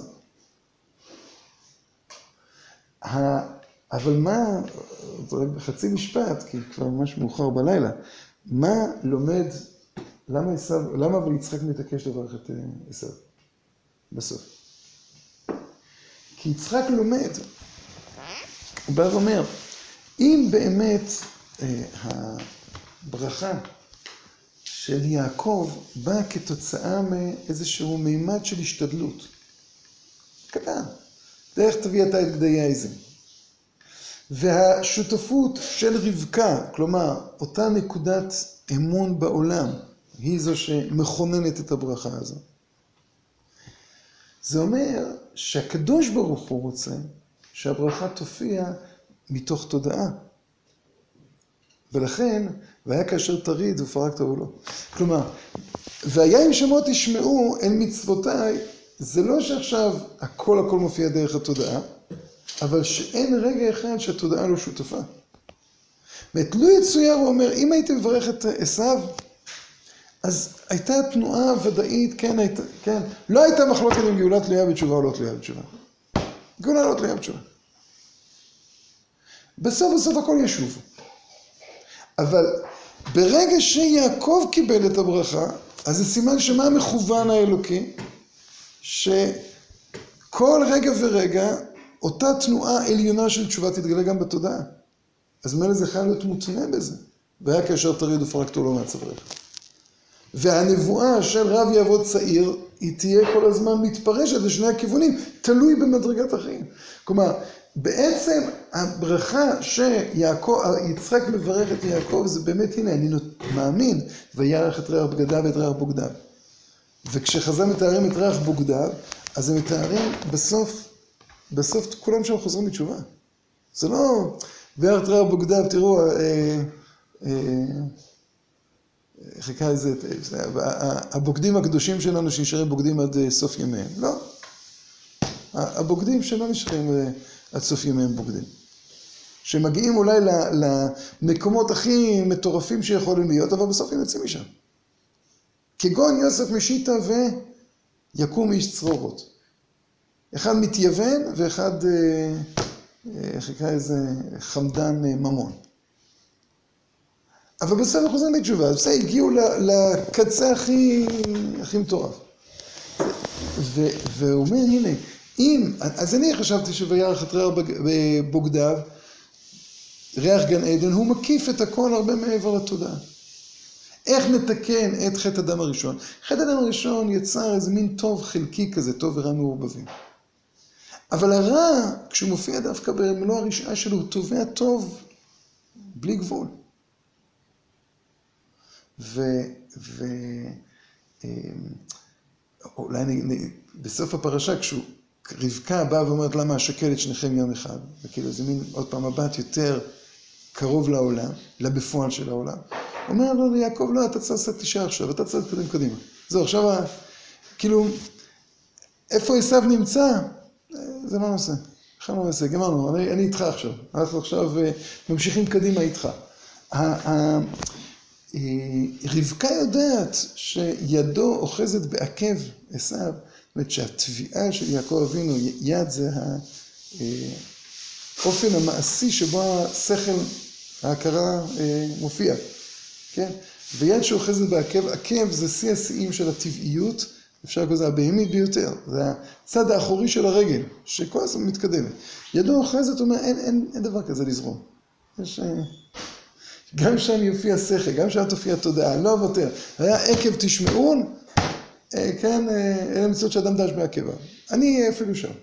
אבל מה, זה רק בחצי משפט, כי כבר ממש מאוחר בלילה, מה לומד, למה אבל יצחק מתעקש לברך את עשיו בסוף? כי יצחק לומד, הוא בא ואומר, אם באמת הברכה של יעקב באה כתוצאה מאיזשהו מימד של השתדלות, קטן, דרך תביא אתה את גדי העזים. והשותפות של רבקה, כלומר, אותה נקודת אמון בעולם, היא זו שמכוננת את הברכה הזו. זה אומר שהקדוש ברוך הוא רוצה שהברכה תופיע מתוך תודעה. ולכן, והיה כאשר תריד ופרקת או לא. כלומר, והיה אם שמות תשמעו אל מצוותיי, זה לא שעכשיו הכל מופיע דרך התודעה, אבל שאין רגע אחד שהתודעה לא שותפה. ואת לו יצויר הוא אומר, אם הייתי מברך את עשיו, אז הייתה תנועה ודאית, כן, לא הייתה מחלוקת אם גאולה תלויה בתשובה או לא תלויה בתשובה. גאולה לא תלויה בתשובה. בסוף הכל ישוב. אבל ברגע שיעקב קיבל את הברכה, אז זה סימן שמה המכוון האלוקי? שכל רגע ורגע, אותה תנועה עליונה של תשובה תתגלה גם בתודעה. אז מילא זה חייב להיות מותנה בזה. והיה כאשר תריד ופרקתו לא מהצורך. והנבואה של רב יעבוד צעיר, היא תהיה כל הזמן מתפרשת לשני הכיוונים, תלוי במדרגת החיים. כלומר, בעצם הברכה שיצחק מברך את יעקב, זה באמת, הנה, אני מאמין, וירח את ריח בגדיו ואת ריח בוגדיו. וכשחז"ל מתארים את ריח בוגדיו, אז הם מתארים בסוף כולם שם חוזרים בתשובה. זה לא, וירח את ריח בוגדיו, תראו, חיכה איזה, הבוגדים הקדושים שלנו שנשארים בוגדים עד סוף ימיהם. לא. הבוגדים שלא נשארים עד סוף ימיהם בוגדים. שמגיעים אולי למקומות הכי מטורפים שיכולים להיות, אבל בסוף הם יוצאים משם. כגון יוסף משיטה ויקום איש צרורות. אחד מתייוון ואחד חיכה איזה חמדן ממון. אבל בסוף חוזרים בתשובה, אז בסדר, הגיעו לקצה הכי מטורף. והוא אומר, הנה, אז אני חשבתי שוירח את ריח בבוגדיו, ריח גן עדן, הוא מקיף את הכל הרבה מעבר לתודעה. איך נתקן את חטא הדם הראשון? חטא הדם הראשון יצר איזה מין טוב חלקי כזה, טוב ורע מעורבבים. אבל הרע, כשהוא מופיע דווקא במלוא הרשעה שלו, הוא תובע טוב בלי גבול. אולי בסוף הפרשה, רבקה באה ואומרת למה אשכל את שניכם יום אחד, וכאילו זה מין עוד פעם מבט יותר קרוב לעולם, לבפועל של העולם. אומר לו ליעקב, לא, אתה צריך לעשות 9 עכשיו, אתה צריך להתקדם קדימה. זהו, עכשיו, כאילו, איפה עשיו נמצא? זה מה נעשה. בכלל לא נעשה, גמרנו, אני איתך עכשיו. אנחנו עכשיו ממשיכים קדימה איתך. רבקה יודעת שידו אוחזת בעקב עשיו, זאת אומרת שהתביעה של יעקב אבינו, יד זה האופן המעשי שבו השכל, ההכרה מופיע, כן? ויד שאוחזת בעקב, עקב זה שיא השיאים של הטבעיות, אפשר לקרוא לזה הבהמית ביותר, זה הצד האחורי של הרגל, שכל הזמן מתקדמת. ידו אוחזת, אומר, אין דבר כזה לזרום. יש... גם שם יופיע שכל, גם שם תופיע תודעה, לא אוותר. היה עקב תשמעון, כן, אלה מצוות שאדם דש בעקבה. אני אפילו שם.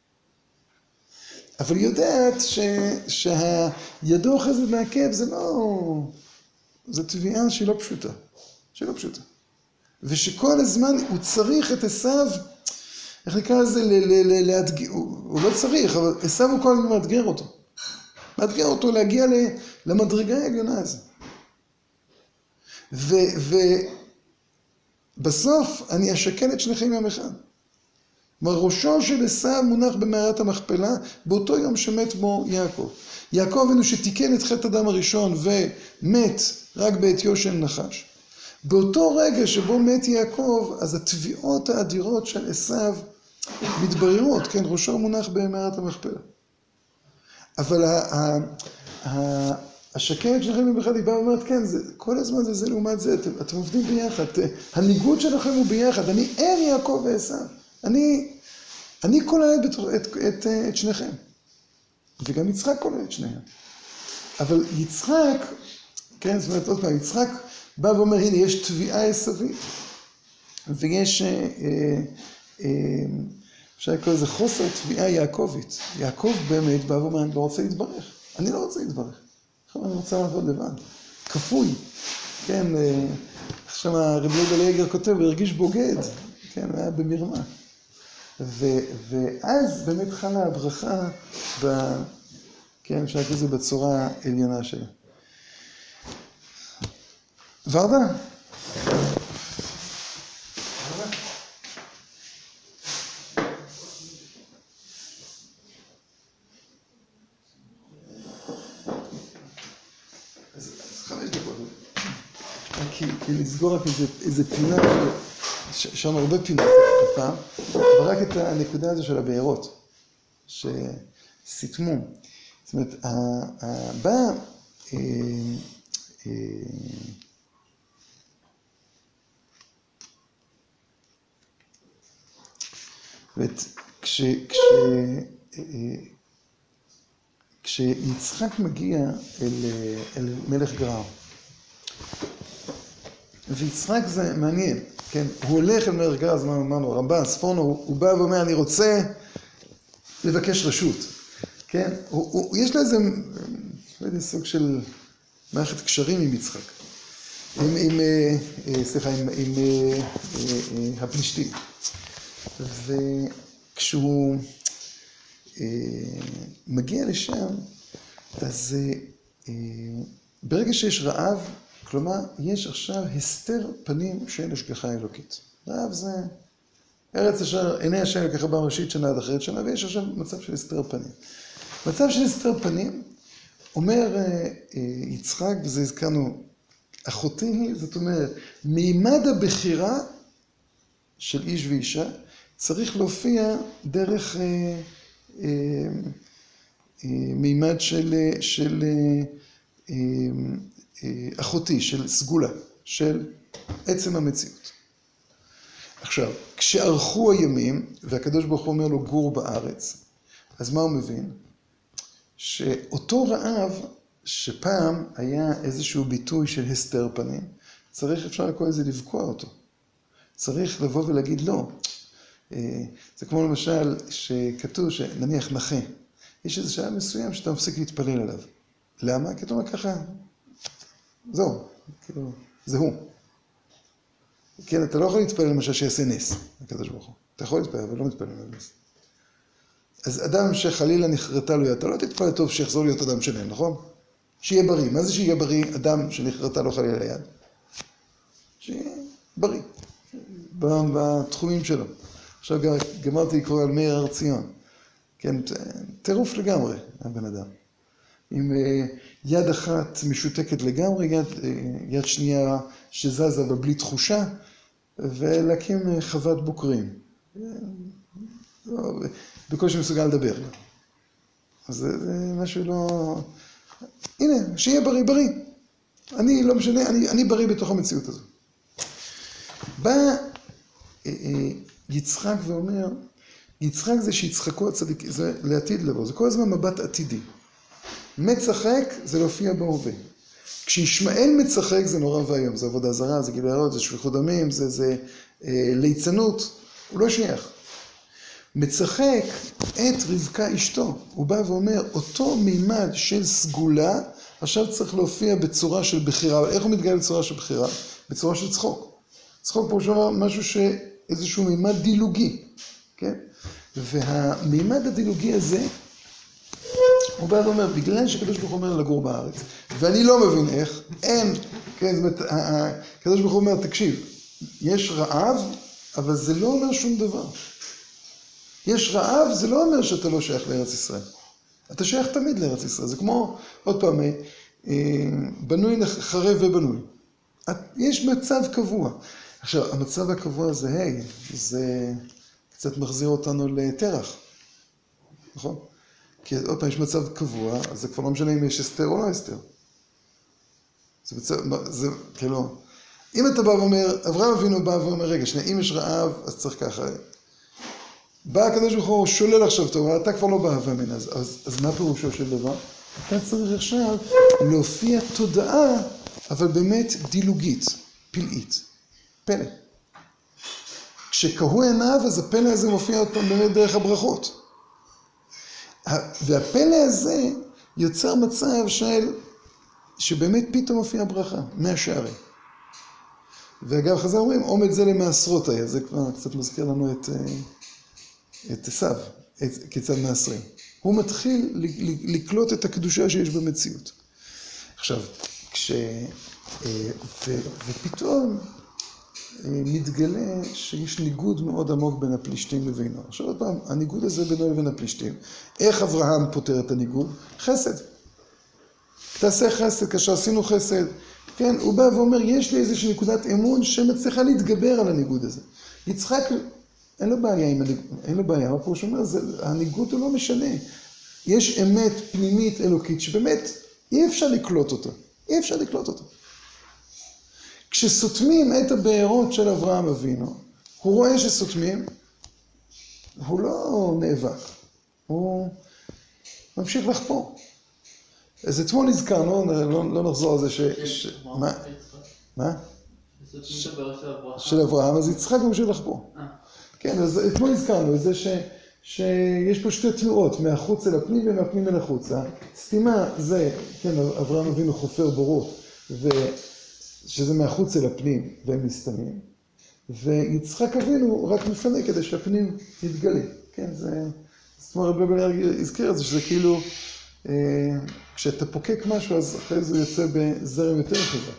אבל יודעת שהידו אוחזת בעקב זה לא... זו תביעה שהיא לא פשוטה. שהיא לא פשוטה. ושכל הזמן הוא צריך את עשיו, איך נקרא לזה, הוא לא צריך, אבל עשיו הוא כל הזמן מאתגר אותו. מאתגר אותו להגיע למדרגה העליונה הזו. ובסוף אני אשכן את שניכם יום אחד. ראשו של עשיו מונח במערת המכפלה, באותו יום שמת בו יעקב. יעקב אבינו שתיקן את חטא הדם הראשון ומת רק בעטיו של נחש. באותו רגע שבו מת יעקב, אז התביעות האדירות של עשיו מתבררות, כן, ראשו מונח במערת המכפלה. אבל השכנת שלכם יום אחד היא באה ואומרת, כן, כל הזמן זה לעומת זה, אתם עובדים ביחד, הניגוד שלכם הוא ביחד, אני אין יעקב ועשיו, אני כולל את שניכם, וגם יצחק כולל את שניהם. אבל יצחק, כן, זאת אומרת עוד פעם, יצחק בא ואומר, הנה, יש תביעה עשווית, ויש... אפשר לקרוא לזה חוסר תביעה יעקבית. יעקב באמת בא ואומר, אני לא רוצה להתברך. אני לא רוצה להתברך. אני רוצה לעבוד לבד. כפוי. כן, עכשיו הרב יהודה אליגר כותב, הוא הרגיש בוגד. כן, הוא היה במרמה. ואז באמת חלה הברכה, כן, אפשר לקרוא לזה בצורה עליונה שלה. ורדה? כי לסגור רק איזה פינה, שם הרבה פינות הפעם, אבל רק את הנקודה הזו של הבארות, שסיתמו. זאת אומרת, כשיצחק מגיע אל מלך גרר, ויצחק זה מעניין, כן? הוא הולך אל מלך גרר, אז אמרנו, רמב"ן, ספורנו, הוא בא ואומר, אני רוצה לבקש רשות, כן? יש לו איזה סוג של מערכת קשרים עם יצחק, עם הפלישתים. וכשהוא מגיע לשם, אז ברגע שיש רעב, כלומר, יש עכשיו הסתר פנים של השגחה אלוקית. רעב זה ארץ אשר עיני השם לקחה בראשית שנה עד אחרת שנה, ויש עכשיו מצב של הסתר פנים. מצב של הסתר פנים, אומר יצחק, וזה הזכרנו, אחותי היא, זאת אומרת, מימד הבחירה של איש ואישה, צריך להופיע דרך מימד של אחותי, של סגולה, של עצם המציאות. עכשיו, כשערכו הימים, והקדוש ברוך הוא אומר לו גור בארץ, אז מה הוא מבין? שאותו רעב, שפעם היה איזשהו ביטוי של הסתר פנים, אפשר לקרוא לזה לבקוע אותו. צריך לבוא ולהגיד לא. זה כמו למשל שכתוב שנניח נכה, יש איזה שעה מסוים שאתה מפסיק להתפלל עליו. למה? כי אתה אומר ככה, זהו, כאילו, זה הוא. כן, אתה לא יכול להתפלל למשל שיעשה נס, הקדוש ברוך הוא. אתה יכול להתפלל, אבל לא מתפלל על נס. אז אדם שחלילה נחרטה לו, אתה לא תתפלל טוב שיחזור להיות אדם שלם, נכון? שיהיה בריא. מה זה שיהיה בריא? אדם שנחרטה לו חלילה ליד. שיהיה בריא. בתחומים שלו. עכשיו גמרתי לקרוא על מאיר הר ציון. כן, טירוף לגמרי, הבן אדם. עם יד אחת משותקת לגמרי, יד שנייה שזזה בלי תחושה, ולהקים חוות בוקרים. בקושי מסוגל לדבר. אז זה משהו לא... הנה, שיהיה בריא, בריא. אני לא משנה, אני בריא בתוך המציאות הזו. בא יצחק ואומר, יצחק זה שיצחקו הצדיק, זה לעתיד לבוא, זה כל הזמן מבט עתידי. מצחק זה להופיע בהווה. כשישמעאל מצחק זה נורא והיום, זה עבודה זרה, זה גילוי עריות, זה שפיכות דמים, זה ליצנות, הוא לא שייך. מצחק את רבקה אשתו, הוא בא ואומר, אותו מימד של סגולה, עכשיו צריך להופיע בצורה של בחירה, אבל איך הוא מתגלה בצורה של בחירה? בצורה של צחוק. צחוק פה שאומר משהו איזשהו מימד דילוגי, כן? והמימד הדילוגי הזה, הוא בא ואומר, בגלל שקדוש ברוך הוא אומר לגור בארץ, ואני לא מבין איך, אין, כן, זאת אומרת, הקדוש ברוך הוא אומר, תקשיב, יש רעב, אבל זה לא אומר שום דבר. יש רעב, זה לא אומר שאתה לא שייך לארץ ישראל. אתה שייך תמיד לארץ ישראל. זה כמו, עוד פעם, בנוי חרב ובנוי. יש מצב קבוע. עכשיו, המצב הקבוע זה, זה קצת מחזיר אותנו לתרח. נכון? כי עוד פעם, יש מצב קבוע, אז זה כבר לא משנה אם יש אסתר או לא אסתר. זה כאילו, אם אתה בא ואומר, אברהם אבינו בא ואומר, רגע, שנייה, אם יש רעב, אז צריך ככה. בא הקדוש ברוך הוא שולל עכשיו טוב, אתה כבר לא באהבה מן, אז מה פירושו של דבר? אתה צריך עכשיו להופיע תודעה, אבל באמת דילוגית, פלאית, פלא. כשקהו עיניו, אז הפלא הזה מופיע עוד פעם באמת דרך הברכות. והפלא הזה יוצר מצב שבאמת פתאום מופיע ברכה, מהשערים. ואגב, חז"ל אומרים, עומד זה למעשרות היה, זה כבר קצת מזכיר לנו את עשיו, כיצד מעשרים. הוא מתחיל לקלוט את הקדושה שיש במציאות. עכשיו, ופתאום מתגלה שיש ניגוד מאוד עמוק בין הפלישתים לבינו. עכשיו עוד פעם, הניגוד הזה בינו לבין הפלישתים. איך אברהם פותר את הניגוד? חסד. תעשה חסד, כאשר עשינו חסד. כן, הוא בא ואומר, יש לי איזושהי נקודת אמון שמצליחה להתגבר על הניגוד הזה. יצחק, אין לו בעיה עם הניגוד, אין לו בעיה, אבל פה הוא אומר, הניגוד הוא לא משנה. יש אמת פנימית אלוקית שבאמת אי אפשר לקלוט אותה. אי אפשר לקלוט אותה. כשסותמים את הבארות של אברהם אבינו, הוא רואה שסותמים, הוא לא נאבק, הוא ממשיך לחפור. אז אתמול נזכרנו, לא נחזור על זה מה? של אברהם, אז יצחק ממשיך לחפור. כן, אז אתמול נזכרנו את זה שיש פה שתי תנועות, מהחוץ אל הפנים ומהפנים אל החוץ. סתימה זה, כן, אברהם אבינו חופר בורות, שזה מהחוץ אל הפנים והם מסתמים. ויצחק אבינו רק מפנה כדי שהפנים יתגלה. כן, זאת אומרת, רבי בן הזכיר את זה, שזה כאילו, כשאתה פוקק משהו, אז אחרי זה יוצא בזרם יותר חזק.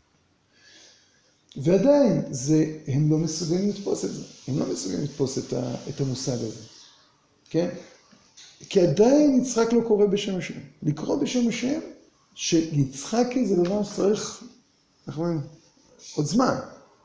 ועדיין, הם לא מסוגלים לתפוס את זה. הם לא מסוגלים לתפוס את המושג הזה. כן? כי עדיין יצחק לא קורא בשם השם. לקרוא בשם השם, שיצחקי זה דבר שצריך, אנחנו אומרים, עוד זמן.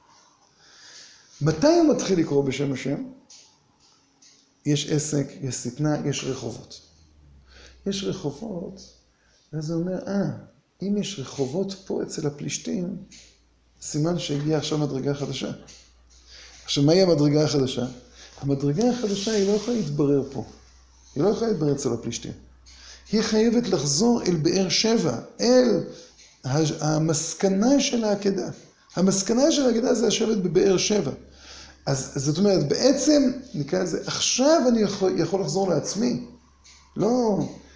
מתי הוא מתחיל לקרוא בשם השם? יש עסק, יש סתנה, יש רחובות. יש רחובות, ואז הוא אומר, אם יש רחובות פה אצל הפלישתים, סימן שהגיעה עכשיו מדרגה חדשה. עכשיו, מהי המדרגה החדשה? המדרגה החדשה היא לא יכולה להתברר פה. היא לא יכולה להתברר אצל הפלישתים. היא חייבת לחזור אל באר שבע, אל המסקנה של העקדה. המסקנה של העקדה זה השבט בבאר שבע. אז זאת אומרת, בעצם, נקרא לזה, עכשיו אני יכול לחזור לעצמי. לא,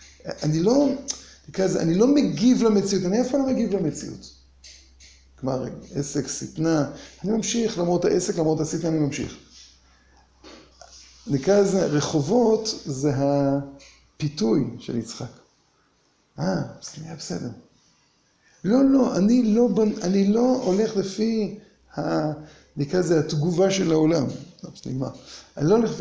אני לא מגיב למציאות, אני אף פעם לא מגיב למציאות. כלומר, עסק, ספנה, אני ממשיך, למרות העסק, למרות הספנה, אני ממשיך. נקרא לזה, רחובות זה הפיתוי של יצחק. נהיה בסדר. לא, אני לא הולך לפי, נקרא לזה, התגובה של העולם. נגמר. אני לא הולך לפי